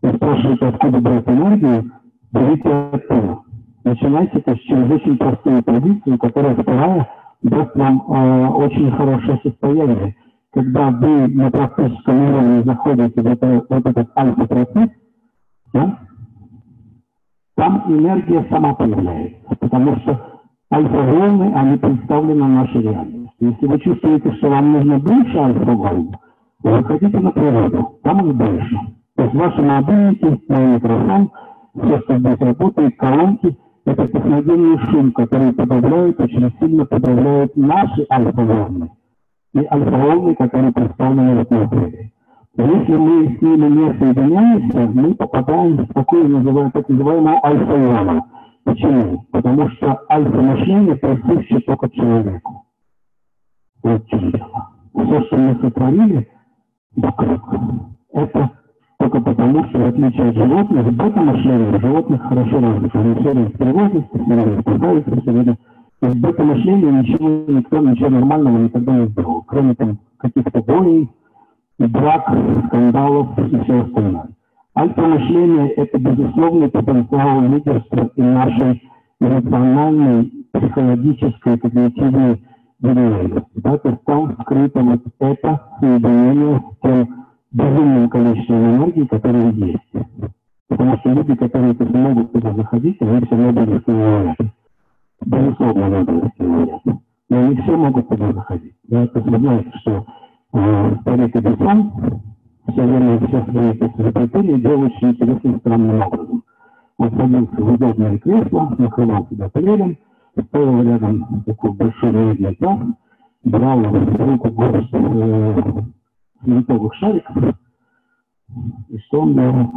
Вы спрашиваете, откуда брать энергию, берите оттуда. Начинайте то есть, через очень простую позицию, которая вторая даст вам э, очень хорошее состояние. Когда вы на практическом уровне заходите в это, вот этот альфа-процесс, да, там энергия сама появляется, потому что альфа-волны, они представлены в нашей реальности. Если вы чувствуете, что вам нужно больше альфа-волн, вы выходите на природу, там их больше. То есть ваши мобильники, мой микрофон, все, что здесь работает, колонки, это техногенный шум, который подавляет, очень сильно подавляет наши альфа-волны. И альфа-волны, которые представлены в атмосфере. Если мы с ними не соединяемся, мы попадаем в такую называемую, так называемую альфа-волну. Почему? Потому что альфа-мышление присуще только человеку. Вот в чем дело. Все, что мы сотворили вокруг, это только потому, что в отличие от животных, бета-мышление у животных хорошо развито. Они все время тревожатся, все время испугаются, все время. То есть бета-мышление ничего, никто ничего нормального никогда не сделал, кроме там каких-то боев, драк, скандалов и все остальное. Альфа-мышление – это безусловный потенциал лидерства и нашей эмоциональной, психологической, когнитивной гениальности. Да? То есть там скрыто вот это соединение с тем безумным количеством энергии, которое есть. Потому что люди, которые не могут туда заходить, они все равно будут говорят. Безусловно, надо говорят. Но не все могут туда заходить. Да? То есть вы знаете, что э, старик Эдисон все время все свои изобретения делал очень интересным, странным образом. Он садился в удобное кресло, накрывал себя пледом, ставил рядом такой большой медный таз, брал в руку горсть э, цветовых шариков, и что он делал?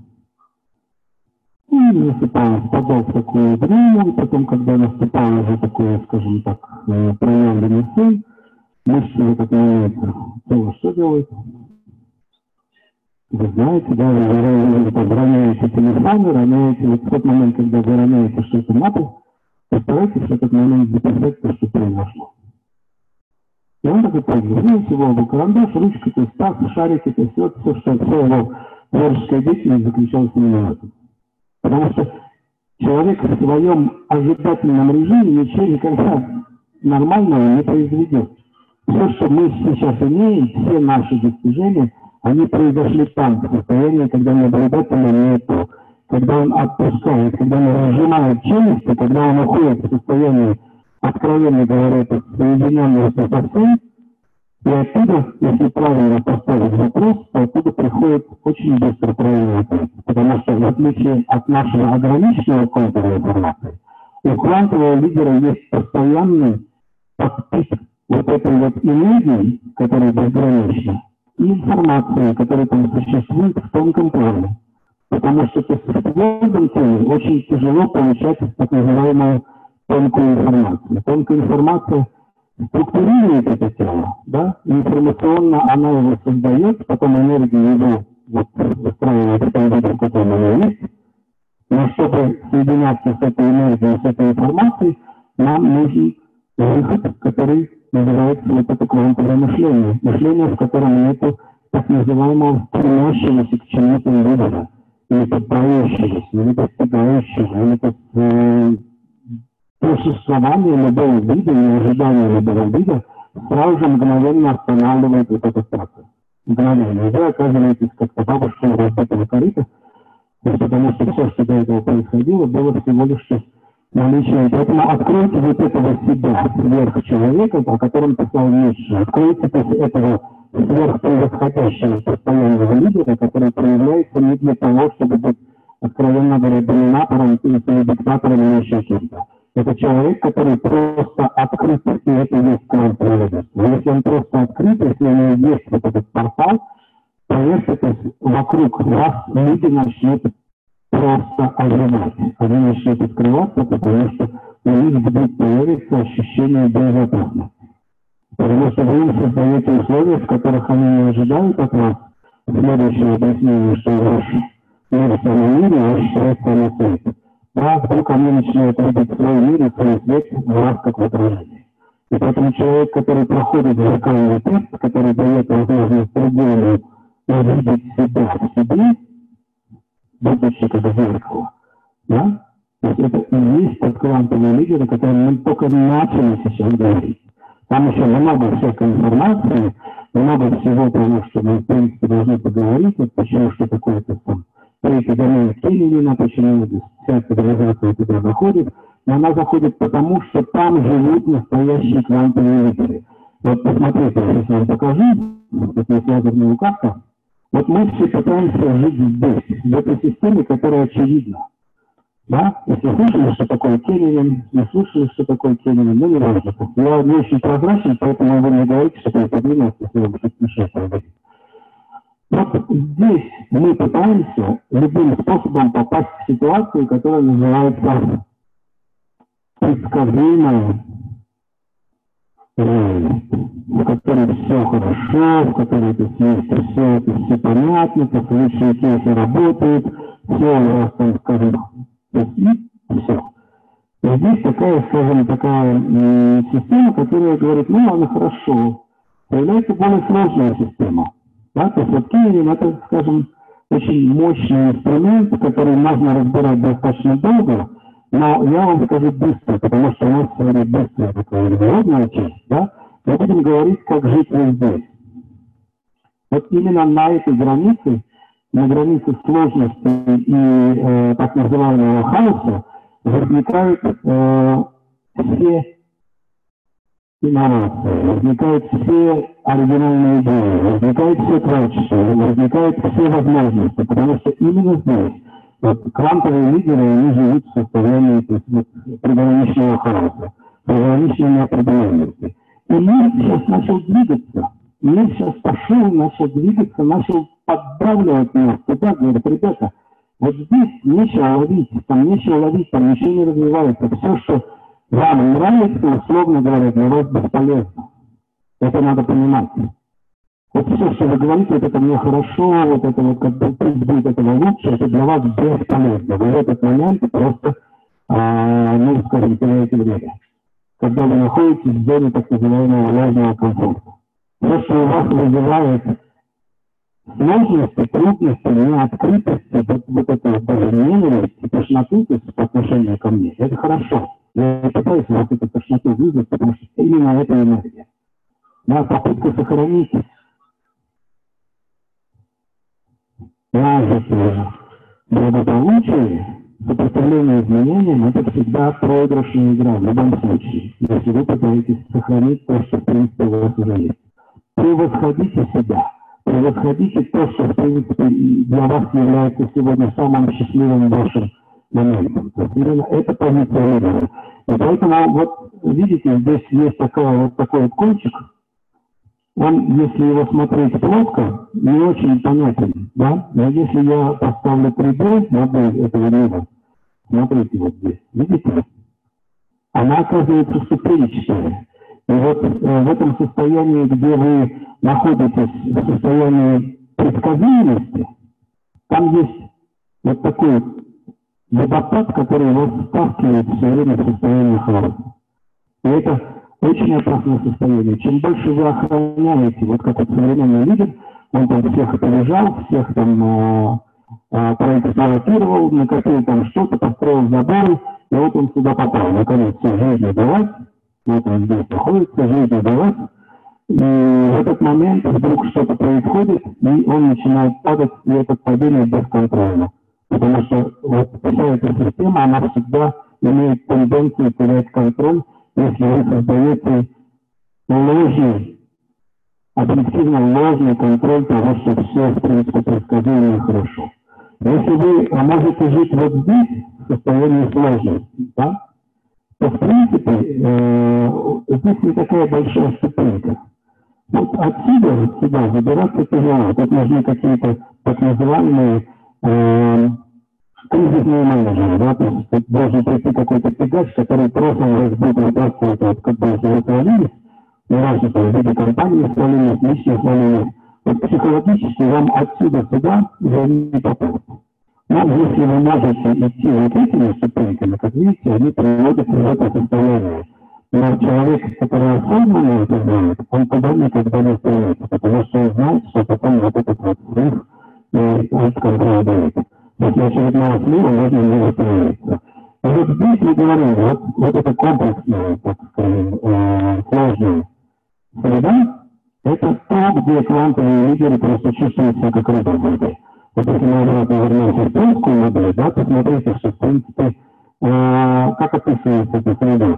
И насыпал, впадал в такую дрему, потом, когда наступал уже такой, скажем так, проявленный сын, мышцы в этот момент тело что делает? Вы знаете, да, вы, вы, вы роняете телефоны, роняете, вот в тот момент, когда вы роняете что-то на пол, постарайтесь в этот момент записать то, что произошло. И он так и пользуется. Ну, всего был карандаш, ручка, то есть таз, шарики, то есть вот все, что все его творческая деятельность заключалась именно в этом. Потому что человек в своем ожидательном режиме ничего никогда нормального не произведет. Все, что мы сейчас имеем, все наши достижения, они произошли там, в состоянии, когда наблюдателя нету, когда он отпускает, когда он разжимает челюсти, когда он уходит в состояние, откровенно говоря, соединенного со всем, и оттуда, если правильно поставить вопрос, то оттуда приходит очень быстро правильный ответ. Потому что, в отличие от нашего ограниченного квантовой информации, у квантового лидера есть постоянный подписк вот этой вот энергии, которая безгранична, и информации, которая там существует в тонком плане. Потому что в твердом теле очень тяжело получать так называемую тонкую информацию. Тонкая информация структурирует это тело, да, информационно она его создает, потом энергия его вот, выстраивает в том виде, в котором она есть. Но чтобы соединяться с этой энергией, с этой информацией, нам нужен выход, который называется вот это квантовое мышление. Мышление, в котором нет так называемого стремящегося к чему-то выбора, или поддающегося, или достигающего, или как э, существование любого вида, или ожидание любого вида сразу же мгновенно останавливает вот этот процесс. Мгновенно. И вы оказываетесь как-то бабушкой разбитого корыта, потому что все, что до этого происходило, было всего лишь наличие. Поэтому откройте вот этого себя, сверхчеловека, о котором писал Ницше. Откройте этого сверхпревосходящего постоянного лидера, который проявляется не для того, чтобы быть, откровенно говоря, доминатором или диктатором или еще чем-то. Это человек, который просто открыт, и это есть квантовое лидерство. Если он просто открыт, если у него есть вот этот портал, поверьте, то есть вокруг вас люди начнут просто ожидать. Они начнут открываться, потому что у них будет появиться ощущение безопасности. Потому что вы им создаете условия, в которых они не ожидают от вас следующего объяснения, что ваш мир в самом мире, ваш свет в самом свете. Да, вдруг они начинают видеть свой мир и свой свет в вас как в отражении. И поэтому человек, который проходит зеркальный тест, который дает возможность другому увидеть себя в себе, будучи как зеркало. Да? То есть это и есть тот квантовый лидер, о котором мы только начали сейчас говорить. Там еще много всякой информации, много всего того, что мы, в принципе, должны поговорить, вот почему, что такое-то там третий домен Кеннинина, почему вся цивилизация туда заходит. Но она заходит потому, что там живут настоящие квантовые лидеры. Вот посмотрите, я сейчас вам покажу, вот есть лазерная карта. Вот мы все пытаемся жить здесь, в этой системе, которая очевидна. Да? Если слышали, что такое Кеннинин, не слышали, что такое Кеннинин, ну не важно. Я не очень прозрачен, поэтому вы не говорите, что я подвинулся, если вам что-то мешает говорить. Вот здесь мы пытаемся любым способом попасть в ситуацию, которая называется предсказуемой, в которой все хорошо, в которой это все, все, это все понятно, как лучшие кейсы работают, все у вас там, скажем, и все. И здесь такая, скажем, такая м, система, которая говорит, ну ладно, хорошо. Появляется более сложная система. Да? То есть вот Кеннинин это, скажем, очень мощный инструмент, который можно разбирать достаточно долго, но я вам скажу быстро, потому что у нас сегодня быстрая такая международная часть, да? Мы будем говорить, как жить вот здесь. Вот именно на этой границе, на границе сложности и э, так называемого хаоса, возникают э, все инновации, возникают все оригинальные идеи, возникает все творчество, возникают все возможности, потому что именно здесь вот, квантовые лидеры, они живут в состоянии то есть, вот, приграничного хаоса, приграничной неопределенности. И мир сейчас начал двигаться, мир сейчас пошел, начал двигаться, начал поддавливать нас туда, говорит, ребята, вот здесь нечего ловить, там нечего ловить, там ничего не развивается, все, что вам нравится, условно говоря, для вас бесполезно. Это надо понимать. Вот все, что вы говорите, вот это мне хорошо, вот это вот как бы пусть будет этого лучше, это для вас бесполезно. Вы в этот момент просто, а, ну, скажем, теряете время. Когда вы находитесь в зоне так называемого ложного комфорта. То, что у вас вызывает сложности, трудности, неоткрытости, вот, вот это вот даже ненависть и тошноту по отношению ко мне, это хорошо. Я пытаюсь вас эту тошноту вызвать, потому что именно это энергия. Да, попытка сохранить нажитое благополучие, сопротивление изменениям, это всегда проигрышная игра в любом случае, если вы пытаетесь сохранить то, что в принципе у вас уже есть. Превосходите себя, превосходите то, что в принципе для вас является сегодня самым счастливым вашим моментом. То есть именно это позиция лидера. И поэтому вот видите, здесь есть такая, вот такой вот кончик. Он, если его смотреть плоско, не очень понятен, да? Но если я поставлю три дэ модель этого мира, смотрите вот здесь, видите? Она оказывается ступенчатая. И вот э, в этом состоянии, где вы находитесь в состоянии предсказуемости, там есть вот такой водопад, который вас сталкивает все время в состоянии хаоса. И это очень опасное состояние. Чем больше вы охраняете, вот как вот современный лидер, он там всех опережал, всех там э, э, проэксплуатировал, накопил там что-то, построил заборы, и вот он сюда попал. Наконец, все, жизнь удалась, вот он здесь находится, жизнь удалась, и в этот момент вдруг что-то происходит, и он начинает падать, и это падение бесконтрольно. Потому что вот вся эта система, она всегда имеет тенденцию терять контроль, если вы создаете ложный, объективно ложный контроль того, что все, в принципе, предсказуемо и хорошо. Если вы можете жить вот здесь, в состоянии сложности, да, то, в принципе, э, здесь не такая большая ступенька. Вот отсюда, вот сюда, выбираться тяжело. Тут нужны какие-то так называемые э, кризисные менеджеры, да, то есть тут должен прийти какой-то фигач, который просто вас будет вытаскивать, вот, как бы, если вы свалились, неважно, там, в виде компании свалились, лично свалились, вот психологически вам отсюда сюда уже не попадет. Но если вы можете идти вот этими ступеньками, как видите, они приводят в это состояние. Но человек, который осознанно это делает, он туда никогда не стремится, потому что он знает, что потом вот этот вот взрыв и от контроля дает. После очередного слива можно не восстановиться. И вот здесь мы говорим, вот, вот это комплексное, так скажем, э, сложное среда, это то, где квантовые лидеры просто чувствуют себя как рыба в воде. Вот если мы обратно вернемся в плоскую модель, да, посмотрите, что в принципе, э, как описывается эта среда.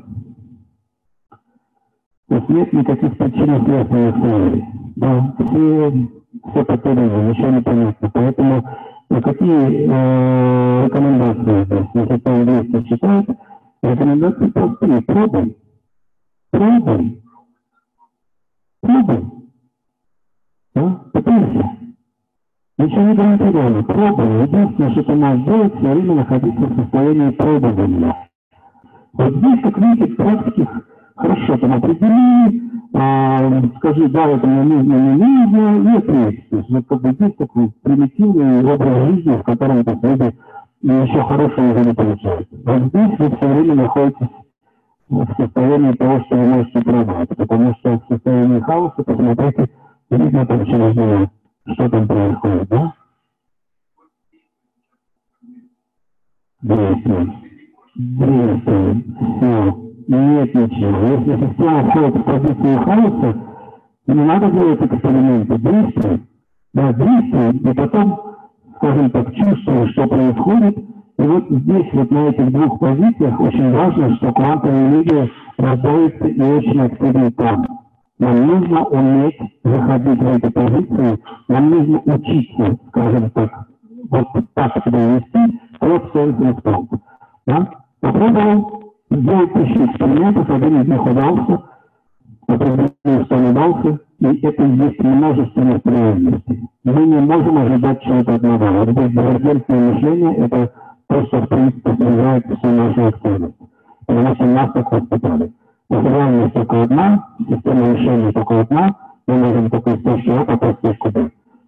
То есть нет никаких причинно-следственных связей. Да, все, все потеряно, ничего не понятно. Поэтому ну, какие э, рекомендации здесь? Если по-английски читают, рекомендации простые. Пробуй. Пробуй. Пробуй. Да? Пытайся. Ничего не гарантировано. Пробуй. Единственное, что ты можешь делать, все время находиться в состоянии пробования. Вот здесь, как видите, практики хорошо там определи, э, скажи, да, это мне нужно, не нужно, и ответь. То есть вот как бы здесь такой примитивный образ жизни, в котором так люди ничего хорошего уже не получают. Вот здесь вы все время находитесь в состоянии того, что вы можете пробовать, потому что в состоянии хаоса, посмотрите, видно там через него, что там происходит, да? Действует. Действует. Все. Нет ничего. Если система входит в позицию хаоса, не надо делать эксперименты. Действуй. Да, действуй. И потом, скажем так, чувствуй, что происходит. И вот здесь, вот на этих двух позициях, очень важно, что квантовые лидеры рождаются и очень активны там. Нам нужно уметь заходить в эти позиции, нам нужно учиться, скажем так, вот так себя вести, вот self-response. Да? Попробовал сделать тысячу экспериментов, один из них удался, определил, что не удался, и это есть множественность реальностей. Мы не можем ожидать чего-то одного. Вот здесь дивергентное мышление – это то, что, в принципе, снижает всю нашу активность. Потому что нас так воспитали. Реальность только одна, система решения только одна, мы можем только из точки А попасть в точку Б.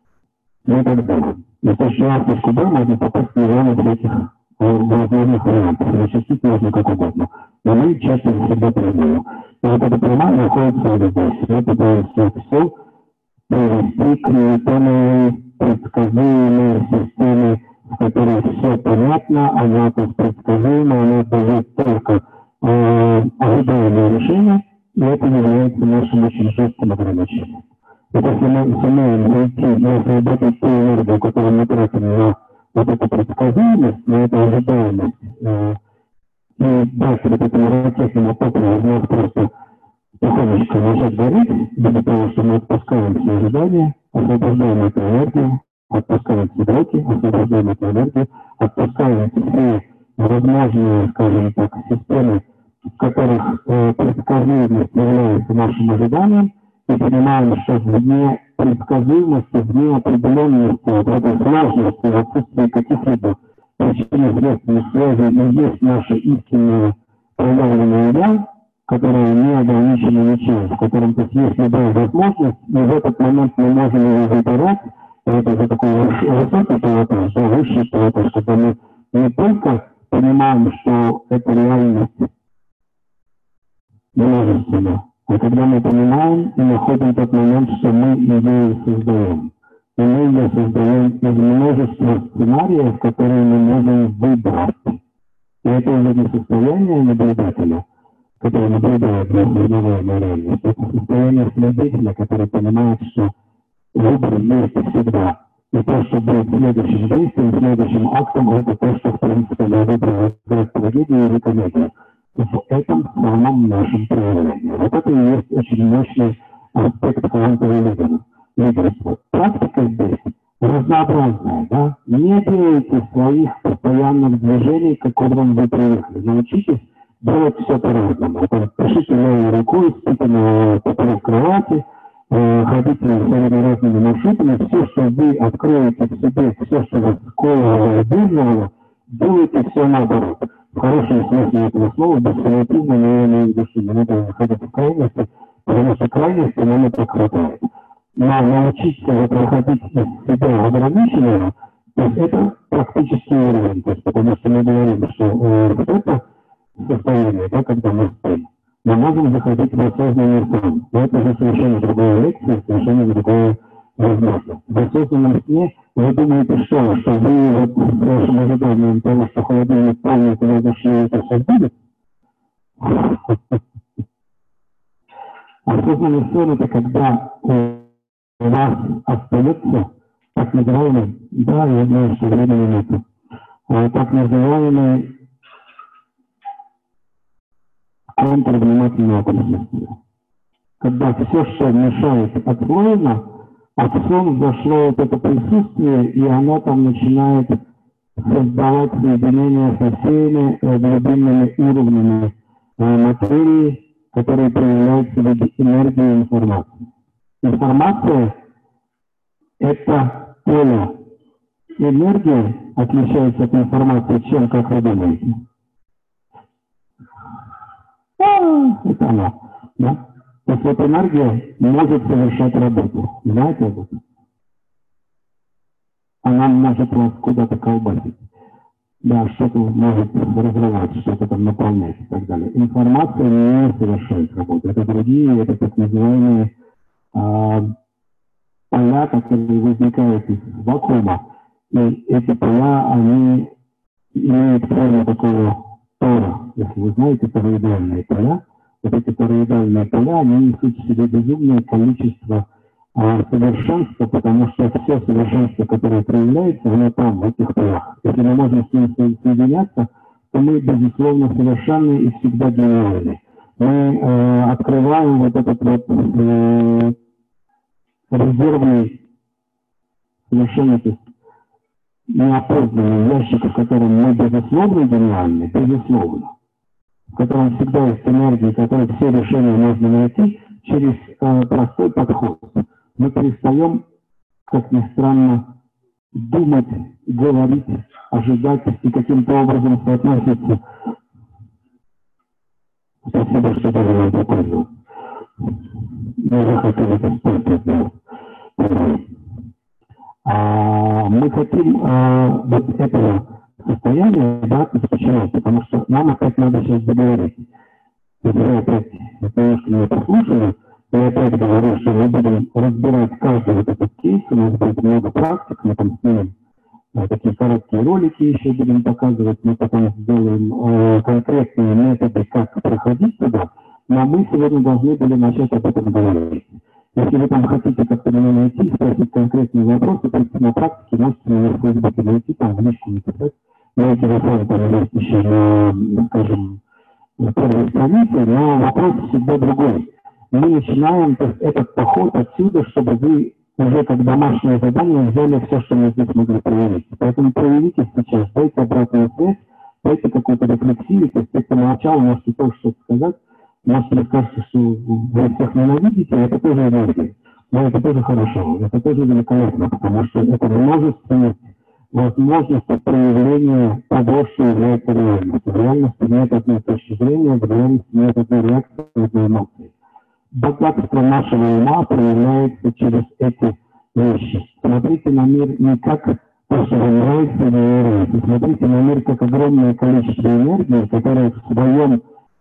Мы так делаем. Из точки А в точку Б можно попасть в миллионы всяких возможных вариантов. Расчислить можно как угодно. Но мы чаще всегда придумаем. И вот эта прямая находится вот здесь. Это происходит все привести к ньютоновой предсказуемой системе, в которой все понятно, она как предсказуема, она дает только ожидаемое решение, и это является нашим очень жестким ограничением. И если мы сумеем найти и освободить ту энергию, которую мы тратим на вот эту предсказуемость, на эту ожидаемость, э, и дать вот этому ракетному топливу из нас просто тихонечко начать гореть, из-за того, что мы отпускаем все ожидания, освобождаем эту энергию, отпускаем все блоки, освобождаем эту энергию, отпускаем все возможные, скажем так, системы, в которых э, предсказуемость является нашим ожиданием, и понимаем, что вне предсказуемости, вне определенности, вот этой сложности, в отсутствии каких-либо причинно-следственных связей, и есть наше истинное проявленное «я», которое не ограничено ничем, в котором тут есть любая возможность, и в этот момент мы можем его выбирать, это уже такой высокий пилотаж, да, высший пилотаж, когда мы не только понимаем, что это реальность множественна, а когда мы понимаем и находим тот момент, что мы ее создаем. И мы ее создаем из множества сценариев, которые мы можем выбрать. И это уже не состояние наблюдателя, который наблюдает за узнаваемой реальностью, это состояние свидетеля, который понимает, что выбор есть всегда. И то, что будет следующим действием, следующим актом, это то, что, в принципе, я выбрал как трагедию или комедию. В этом самом нашем проявлении. Вот это и есть очень мощный аспект квантового лидерства. Практика здесь разнообразная, да? Не делайте своих постоянных движений, к которым вы привыкли. Научитесь делать все по-разному. Это пишите левой рукой, спите на поперек кровати, ходите своими разными маршрутами, все, что вы откроете в себе, все, что вас сковывало и держало, делайте все наоборот. В хорошем смысле этого слова, без фанатизма, но я имею в виду, что не надо выходить в крайности, потому что крайности нам это хватает. Но научиться вот выходить из себя ограниченного, то есть это практический уровень, то есть, потому что мы говорим, что э, вот это состояние, да, когда мы спим, мы можем заходить в осознанный сон. Но это же совершенно другая лекция, совершенно другое возможно. В осознанном сне вы думаете, что, что вы вот с вашим ожиданием того, что холодильник полный, когда зашли, это все будет? Осознанный сон – это когда у вас остается так называемый, да, я знаю, что времени нету, так называемый контур внимательного присутствия. Когда все, что мешает, отслоено, а в сон зашло вот это присутствие, и оно там начинает создавать соединения со всеми глубинными уровнями материи, которые проявляются в виде энергии и информации. Информация – это поле. Энергия отличается от информации чем, как вы думаете? А, это она. Да? То есть вот энергия может совершать работу. Знаете об этом? Она может вас куда-то колбасить. Да, что-то может разрывать, что-то там наполнять и так далее. Информация не совершает работу. Это другие, это так называемые а, поля, которые возникают из вакуума. И эти поля, они имеют форму такого тора. Если вы знаете тороидальные поля, вот эти тороидальные поля, они несут в себе безумное количество а, совершенства, потому что все совершенство, которое проявляется, оно там, в этих полях. Если мы можем с ним соединяться, то мы, безусловно, совершенны и всегда гениальны. Мы э, открываем вот этот вот э, резервный совершенно, то есть неопознанный ящик, в котором мы, безусловно, гениальны, безусловно, в котором всегда есть энергия, в которой все решения можно найти через э, простой подход. Мы перестаем, как ни странно, думать, говорить, ожидать и каким-то образом соотноситься. Спасибо, что даже вам попользовался. Мы захотели это спорт. А мы хотим а, вот этого состояния, да, почему? Потому что нам опять надо сейчас договорить. Если вы опять немножко меня послушали, я опять говорю, что мы будем разбирать каждый вот этот кейс, у нас будет много практик, мы там снимем а, такие короткие ролики еще будем показывать, мы потом сделаем а, конкретные методы, как проходить туда, но мы сегодня должны были начать об этом говорить. Если вы там хотите как-то меня найти, спросить конкретные вопросы, прийти на практике, можете меня в Фейсбуке найти, там в личку написать. Мой телефон там есть еще на, скажем, на первой странице, но вопрос всегда другой. Мы начинаем то есть, этот поход отсюда, чтобы вы уже как домашнее задание взяли все, что мы здесь могли проявить. Поэтому проявите сейчас, дайте обратную связь, дайте какую-то рефлексию, то есть те, кто молчал, можете тоже что-то сказать. Может, мне кажется, что вы всех ненавидите, это тоже энергия. Но это тоже хорошо, это тоже великолепно, потому что это множественность возможностей проявления того, что является реальностью. В реальности нет одной точки зрения, в реальности нет одной реакции, одной эмоции. Богатство нашего ума проявляется через эти вещи. Смотрите на мир не как то, что вам нравится или не нравится. Смотрите на мир как огромное количество энергии, которое в своем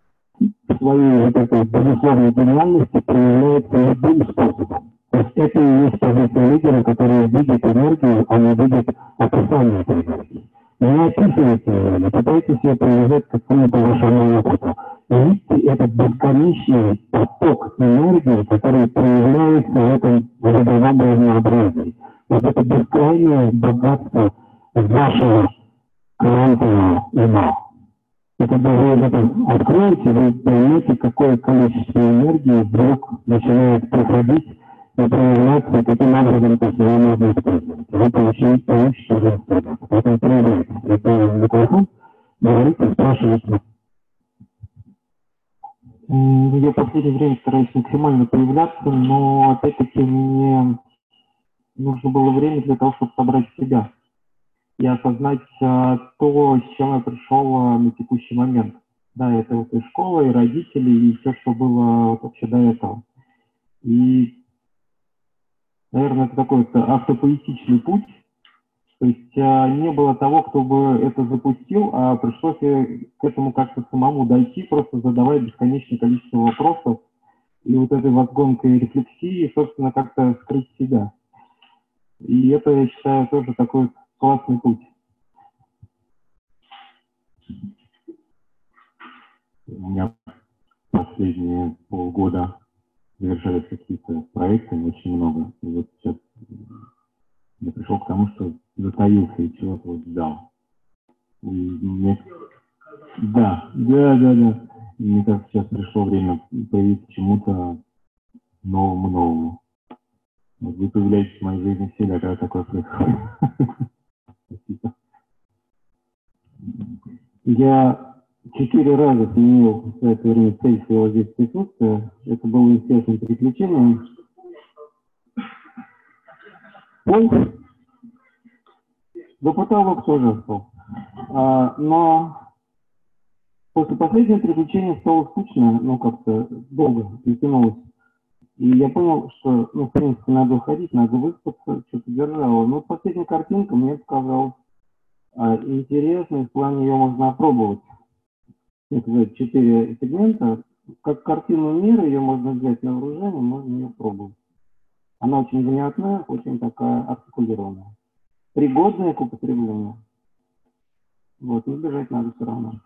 в своей вот этой безусловной гениальности проявляется любым способом. То есть это и есть позиция лидера, который видит энергию, а не видит описание этой энергии. Не описывайте ее, не пытайтесь ее привязать к какому-то вашему опыту. Видите этот бесконечный поток энергии, который проявляется в этом родовом разнообразии. Вот это бескрайнее богатство вашего квантового ума. И когда вы это откроете, вы поймете, какое количество энергии вдруг начинает приходить и проявляться, и каким образом то есть его можно использовать. Вы получите, получите уже инструмент. Поэтому проявляйте. Это микрофон, говорите, спрашивайте. Я в последнее время стараюсь максимально проявляться, но опять-таки мне нужно было время для того, чтобы собрать себя и осознать а, то, с чем я пришел а, на текущий момент. Да, это вот и школа, и родители, и все, что было вот, вообще до этого. И, наверное, это такой вот автопоэтичный путь. То есть а, не было того, кто бы это запустил, а пришлось к этому как-то самому дойти, просто задавая бесконечное количество вопросов. И вот этой возгонкой рефлексии, собственно, как-то скрыть себя. И это, я считаю, тоже такой классный путь. У меня последние полгода завершались какие-то проекты, очень много. И вот сейчас я пришел к тому, что затаился и чего-то вот ждал. И мне... Да, да, да, да. И мне кажется, сейчас пришло время проявить чему-то новому-новому. Вот вы появляетесь в моей жизни всегда, когда такое происходит. Спасибо. Я четыре раза сменил за это время цель своего здесь присутствия. Это было естественным приключением. Пол. Да потолок тоже остался. А, но после последнего приключения стало скучно, ну как-то долго притянулось. И я понял, что, ну, в принципе, надо уходить, надо выспаться, что-то держало. Но последняя картинка мне показалась а, интересной, в плане ее можно опробовать. Это четыре сегмента. Как картину мира ее можно взять на вооружение, можно ее пробовать. Она очень внятная, очень такая артикулированная. Пригодная к употреблению. Вот, не бежать надо все равно.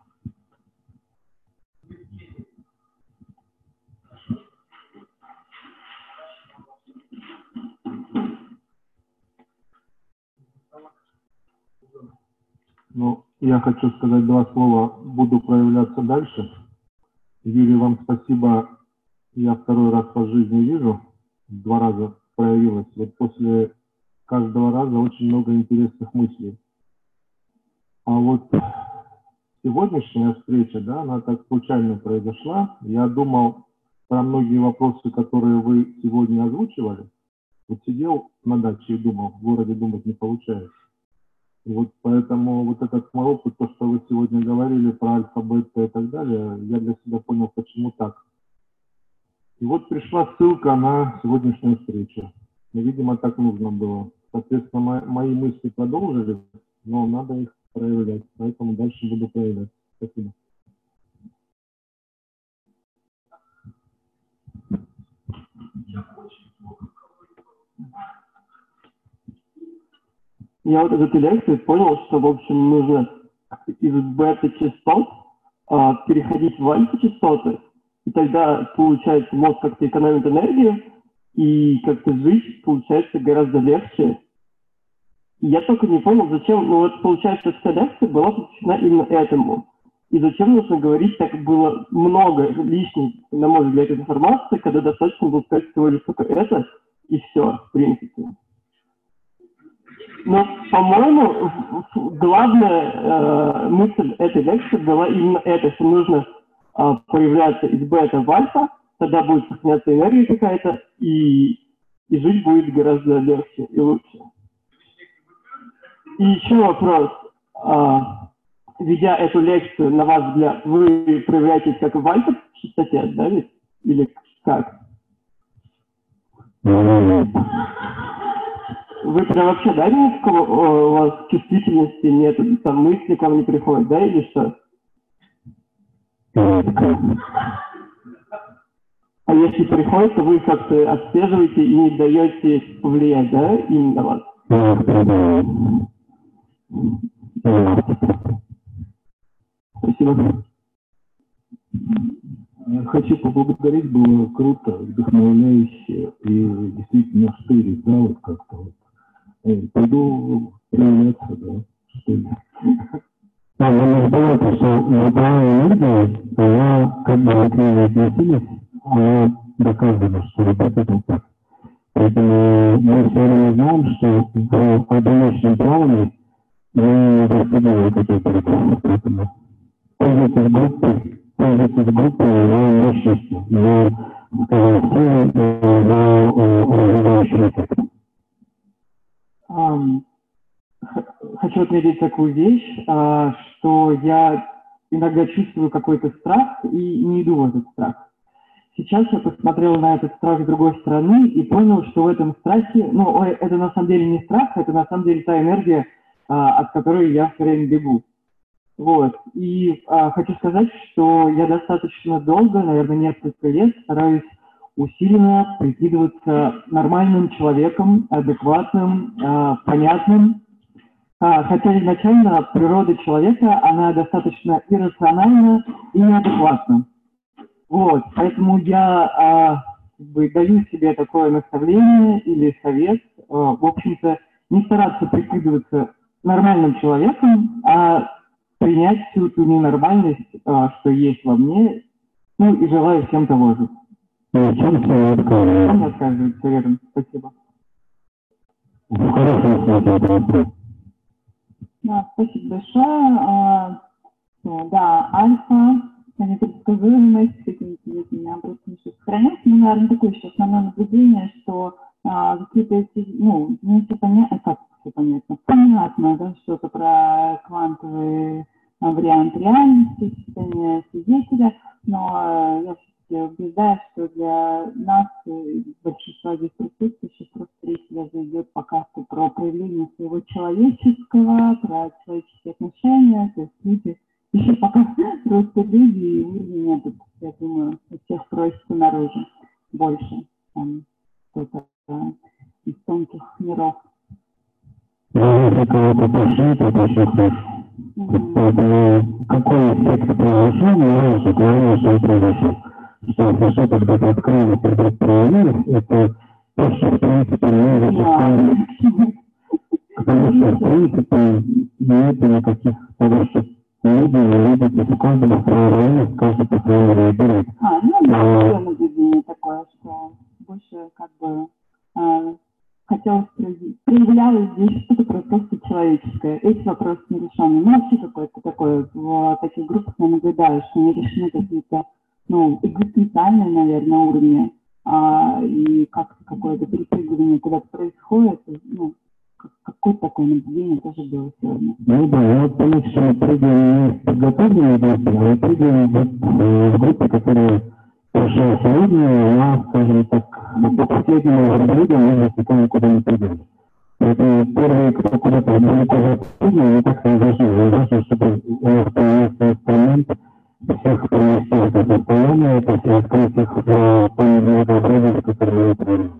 Ну, я хочу сказать два слова. Буду проявляться дальше. Юрий, вам спасибо. Я второй раз по жизни вижу. Два раза проявилась. Вот после каждого раза очень много интересных мыслей. А вот сегодняшняя встреча, да, она так случайно произошла. Я думал про многие вопросы, которые вы сегодня озвучивали. Вот сидел на даче и думал, в городе думать не получается. И вот поэтому вот этот мой опыт, то, что вы сегодня говорили про альфа, бета и так далее, я для себя понял, почему так. И вот пришла ссылка на сегодняшнюю встречу. И, видимо, так нужно было. Соответственно, мои мысли продолжили, но надо их проявлять. Поэтому дальше буду проявлять. Спасибо. Я вот из этой лекции понял, что, в общем, нужно из бета-частот а, переходить в альфа-частоты, и тогда, получается, мозг как-то экономит энергию, и как-то жить, получается, гораздо легче. И я только не понял, зачем, ну вот, получается, вся лекция была посвящена именно этому. И зачем нужно говорить, так было много лишней, на мой взгляд, информации, когда достаточно было сказать всего лишь только это, и все, в принципе. Но, по-моему, главная э, мысль этой лекции была именно это, что нужно э, проявляться из бета в альфа, тогда будет сохраняться энергия какая-то, и, и жить будет гораздо легче и лучше. И еще вопрос. А, ведя эту лекцию, на ваш взгляд, вы проявляетесь как в альфа-частоте, да, ведь? Или как? Вы прям вообще, да, никакого у вас чувствительности нету, там мысли к вам не приходят, да, или что? А если приходит, то вы как-то отслеживаете и не даете повлиять, да, им на вас? Спасибо. Хочу поблагодарить, было круто, вдохновляюще и действительно штырит, да, вот как-то вот. Пойду проявляться, да, что ли. Да, я понимаю, что любая энергия, она, как бы наклеивает насилие, она доказана, что работает так. Поэтому мы все время знаем, что в одиночном плане мы не достигаем какой-то рекламы, поэтому пользуйтесь группой, пользуйтесь группой на мощности, на, скажем, силы, на развивающий эффект. Um, хочу отметить такую вещь, uh, что я иногда чувствую какой-то страх и не иду в этот страх. Сейчас я посмотрел на этот страх с другой стороны и понял, что в этом страхе, ну, это на самом деле не страх, это на самом деле та энергия, uh, от которой я все время бегу. Вот. И uh, хочу сказать, что я достаточно долго, наверное, несколько лет стараюсь усиленно прикидываться нормальным человеком, адекватным, э, понятным. А, хотя изначально природа человека, она достаточно иррациональна и неадекватна. Вот, поэтому я а, как бы даю себе такое наставление или совет, а, в общем-то, не стараться прикидываться нормальным человеком, а принять всю ту ненормальность, а, что есть во мне, ну и желаю всем того же. Чем все отказывается? Не отказывается, верно. Спасибо. В хорошем смысле это. Да, спасибо большое. А, да, альфа, непредсказуемость, какие-то у меня просто еще сохраняется. Ну, наверное, такое еще основное наблюдение, что а, какие-то эти, ну, не все понятно, как все понятно, понятно, да, что-то про квантовый а, вариант реальности, состояние свидетеля, но а, я все-таки убеждаюсь, что для нас, большинства здесь присутствующих, просто речь даже идет пока что про проявление своего человеческого, про человеческие отношения, то есть люди еще пока просто люди, и уровень этот, я думаю, у всех просится наружу больше, там, что-то из тонких миров. Ну, если кого-то пошлют, это очень хорошо. Поэтому какой эффект произошел, не важно, главное, что он произошел. Что хорошо, когда ты открыл, когда проявилось, это то, что, в принципе, не зачастую. Потому что, в принципе, нет никаких того, что люди не видят, в каждом своей районе, каждый по своему реагирует. А, ну, да, наблюдение такое, что больше, как бы, а, хотелось проявлялось здесь что-то просто человеческое. Эти вопросы не решены. Ну, вообще какое-то такое, в таких группах я наблюдаю, что не решены какие-то, ну, экзистенциальные, наверное, уровни, а, и как-то какое-то перепрыгивание куда-то происходит, ну, какое-то такое наблюдение тоже было сегодня. Ну да, я вот понять, что мы прыгаем не в подготовленные группы, а мы прыгаем вот в группе, которая прошла сегодня, она, скажем так, по последнему разряду мы никуда никуда не прыгаем. Поэтому первые, кто куда-то далеко запрыгнул, не так не должны. Не важно, чтобы у нас появился инструмент всех принести в это состояние, это все открыть их в том многообразии, которое мы творим.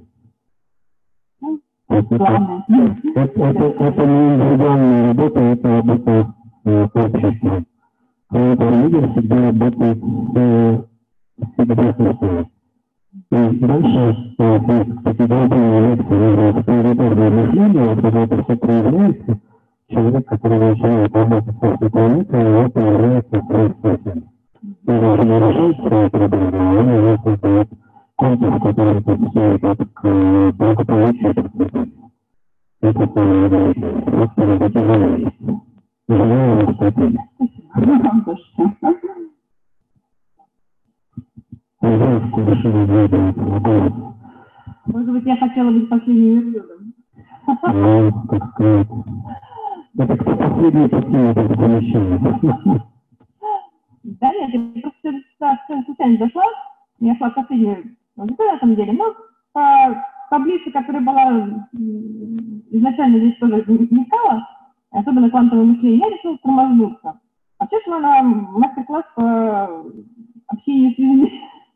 Это, это, это, это не индивидуальная работа, это работа э, общества. Поэтому лидер всегда работает с всегда с И дальше, э, кстати, долгие лекции, приоритетное мышление, вот когда это все проявляется, человек, который начинает работать с этой планетой, его появляется происходит. И даже не решает свои проблемы, а он уже создает контур, в котором это все идет к благополучию. Это самое главное. Просто работа зависит. Желаю вам успеха. Пожалуйста, решили двигаться. Может быть, я хотела быть последним верблюдом. Ну, как сказать. Это кто последний покинет это помещение? Да нет, я просто сюда случайно зашла, я шла последнюю аудиторию на самом деле, но по таблице, которая была изначально здесь тоже не искала, особенно квантовое мышление, я решила тормознуться. Вообще шла на мастер-класс по общению с людьми.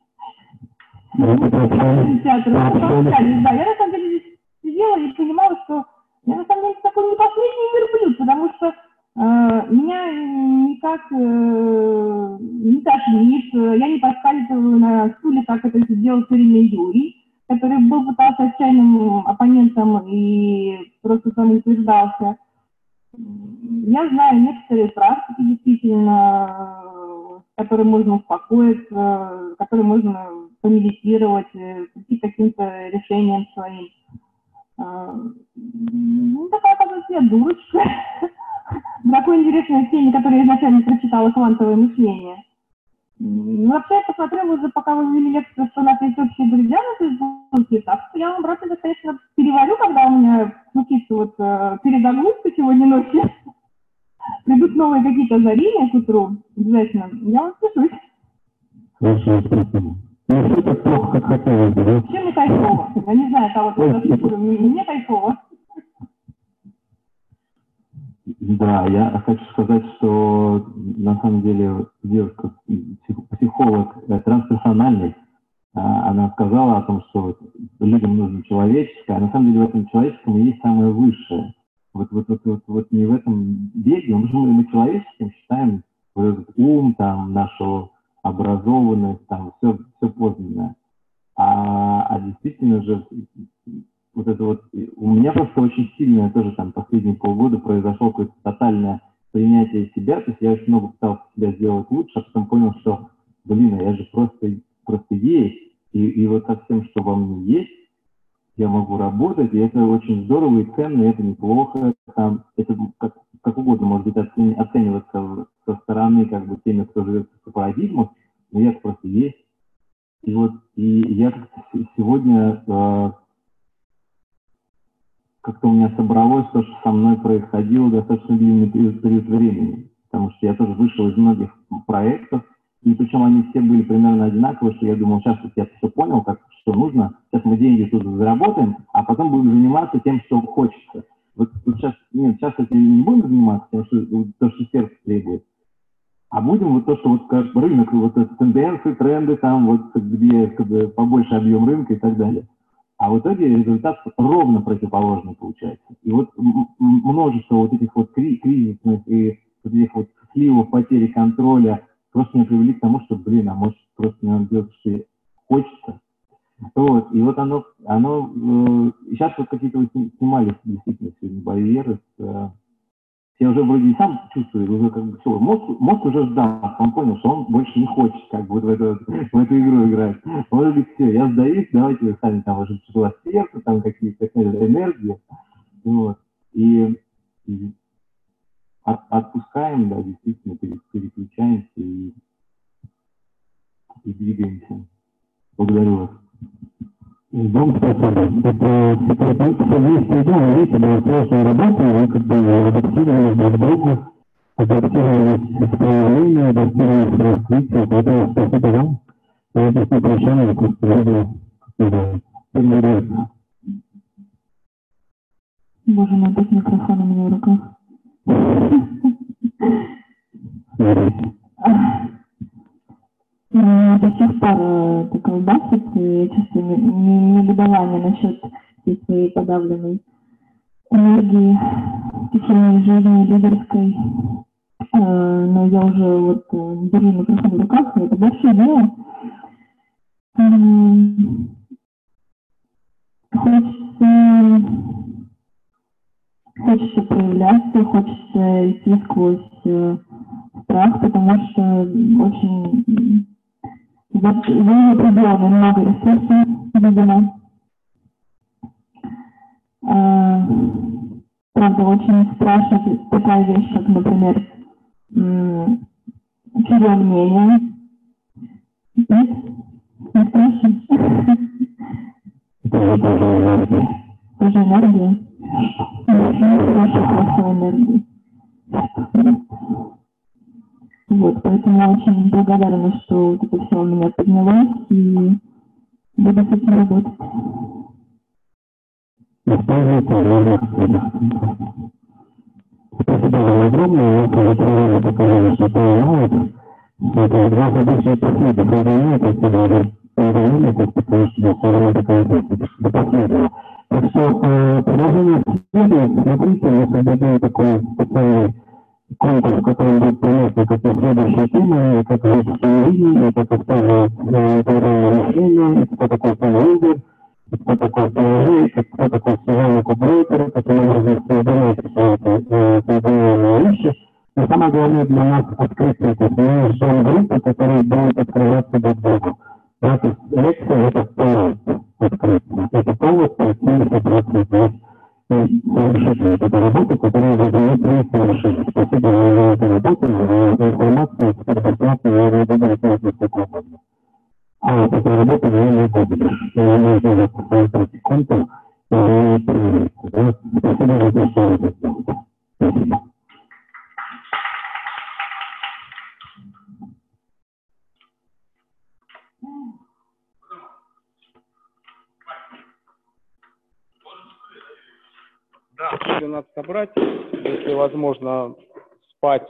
Театр. Да, я на самом деле здесь сидела и понимала, что я на самом деле такой не последний верблюд, потому что э, меня никак э, не тошнит, я не подскальзываю на стуле, как это сделал все время Юрий, который был пытался отчаянным оппонентом и просто самоутверждался. Я знаю некоторые практики, действительно, которые можно успокоиться, которые можно помедитировать, прийти к каким-то решениям своим. Ну, такая, оказывается, я дурочка. В такой интересной теме, которую я изначально прочитала, квантовое мышление. Ну, вообще, я посмотрела уже, пока вы вели лекцию, что у нас есть общие друзья на Фейсбуке, так что я вам, брат, это, конечно, переварю, когда у меня случится вот э, перезагрузка сегодня ночью. Придут новые какие-то озарения к утру, обязательно. Я вам спешусь. Хорошо, спасибо. Ну, все так плохо, как хотелось бы, да? Вообще мне кайфово. Я не знаю, кого-то, мне кайфово. Да, я хочу сказать, что на самом деле девушка психолог трансперсональный, она сказала о том, что людям нужно человеческое, а на самом деле в этом человеческом и есть самое высшее. Вот, вот, вот, вот, вот не в этом беге, мы, мы человеческим считаем вот этот ум, там, нашу образованность, там, все, все познанное. А, а действительно же, вот это вот, у меня просто очень сильное тоже там последние полгода произошло какое-то тотальное принятие себя, то есть я очень много пытался себя сделать лучше, а потом понял, что, блин, а я же просто, просто есть, и, и вот со всем, что во мне есть, я могу работать, и это очень здорово и ценно, и это неплохо, там, это как, как угодно может быть оцени, оцениваться со стороны, как бы, теми, кто живет в парадигмах, но я просто есть. И вот, и я сегодня э, как-то у меня собралось то, что со мной происходило достаточно длинный период, период времени, потому что я тоже вышел из многих проектов, и причем они все были примерно одинаковые, что я думал, сейчас вот я все понял, как, что нужно, сейчас мы деньги тут заработаем, а потом будем заниматься тем, что хочется. Вот, вот сейчас, нет, сейчас это не будем заниматься тем, что, то, что сердце требует, а будем вот то, что вот как рынок, вот это тенденции, тренды, там вот где как бы, побольше объем рынка и так далее. А в итоге результат ровно противоположный получается. И вот множество вот этих вот кризисных и вот этих вот сливов, потери контроля просто меня привели к тому, что, блин, а может просто мне надо делать, что хочется. Вот, и вот оно, оно э, сейчас вот какие-то вот снимались действительно сегодня барьеры. Э, я уже вроде и сам чувствую, уже как бы все, мозг, мозг уже ждал, он понял, что он больше не хочет как бы вот в эту, в эту игру играть. Он говорит, все, я сдаюсь, давайте вы сами там уже что у вас сердце, там какие-то энергии. Вот, и, и от, отпускаем, да, действительно, переключаемся и, и двигаемся. Благодарю вас. Дом, спасибо. Это все вместе идем, видите, было сложная работа, вы как бы адаптировались друг к другу, адаптировались в проявление, адаптировались в раскрытие, поэтому спасибо вам. Я здесь не прощаю, я просто рада, как Боже мой, без микрофона у меня в руках. До сих пор это колбасит, и я чувствую негодование насчет всей своей подавленной энергии, в течение жизни лидерской. Но я уже вот держу микрофон в руках, и это большое дело. Хочется, хочется проявляться, хочется идти сквозь страх, потому что очень за пределами много ресурсов, видимо. А, правда, очень страшно такая вещь, как, например, чужое мнение. Нет? Не страшно? Тоже энергия. Очень хорошая, плохая энергия. Вот, поэтому я очень благодарна, что вот это все у меня поднялось, и буду с этим работать. Спасибо вам огромное, вы тоже показали, что понимаете. Это два следующие последних, когда нет, это даже появились, потому что я сама такая до последнего. Так что продолжение следует, смотрите, я создаю такой специальный конкурс, в котором будет понятно, какие следующие темы, как выпустить видео, как использовать интегральное мышление, кто такой лидер, кто такой пиар, кто такой сценарный кубрейтер, каким образом соединять все эти соединенные вещи. Но самое главное для нас открытие, то есть мы ждем группы, которые будут открываться друг другу. Наша лекция — это полностью открытие. Это полностью семьдесят процентов здесь совершить эту работу, которая вы не совершили. Спасибо за эту работу, за информацию, теперь бесплатно, я не буду делать такого года. А вот эта работа я не буду. Я не знаю, как это контент, и я не проверяю. Спасибо за то, что вы это сделали. Спасибо. Да, нас собрать, если возможно, спать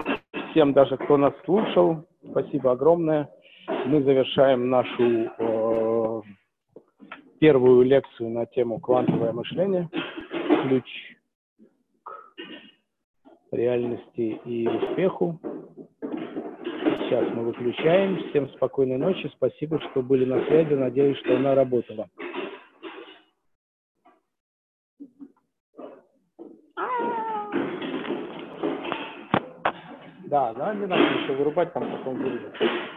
всем, даже кто нас слушал. Спасибо огромное. Мы завершаем нашу э, первую лекцию на тему квантовое мышление, ключ к реальности и успеху. Сейчас мы выключаем. Всем спокойной ночи. Спасибо, что были на связи. Надеюсь, что она работала. Да, да, не надо еще вырубать, там потом вырубать.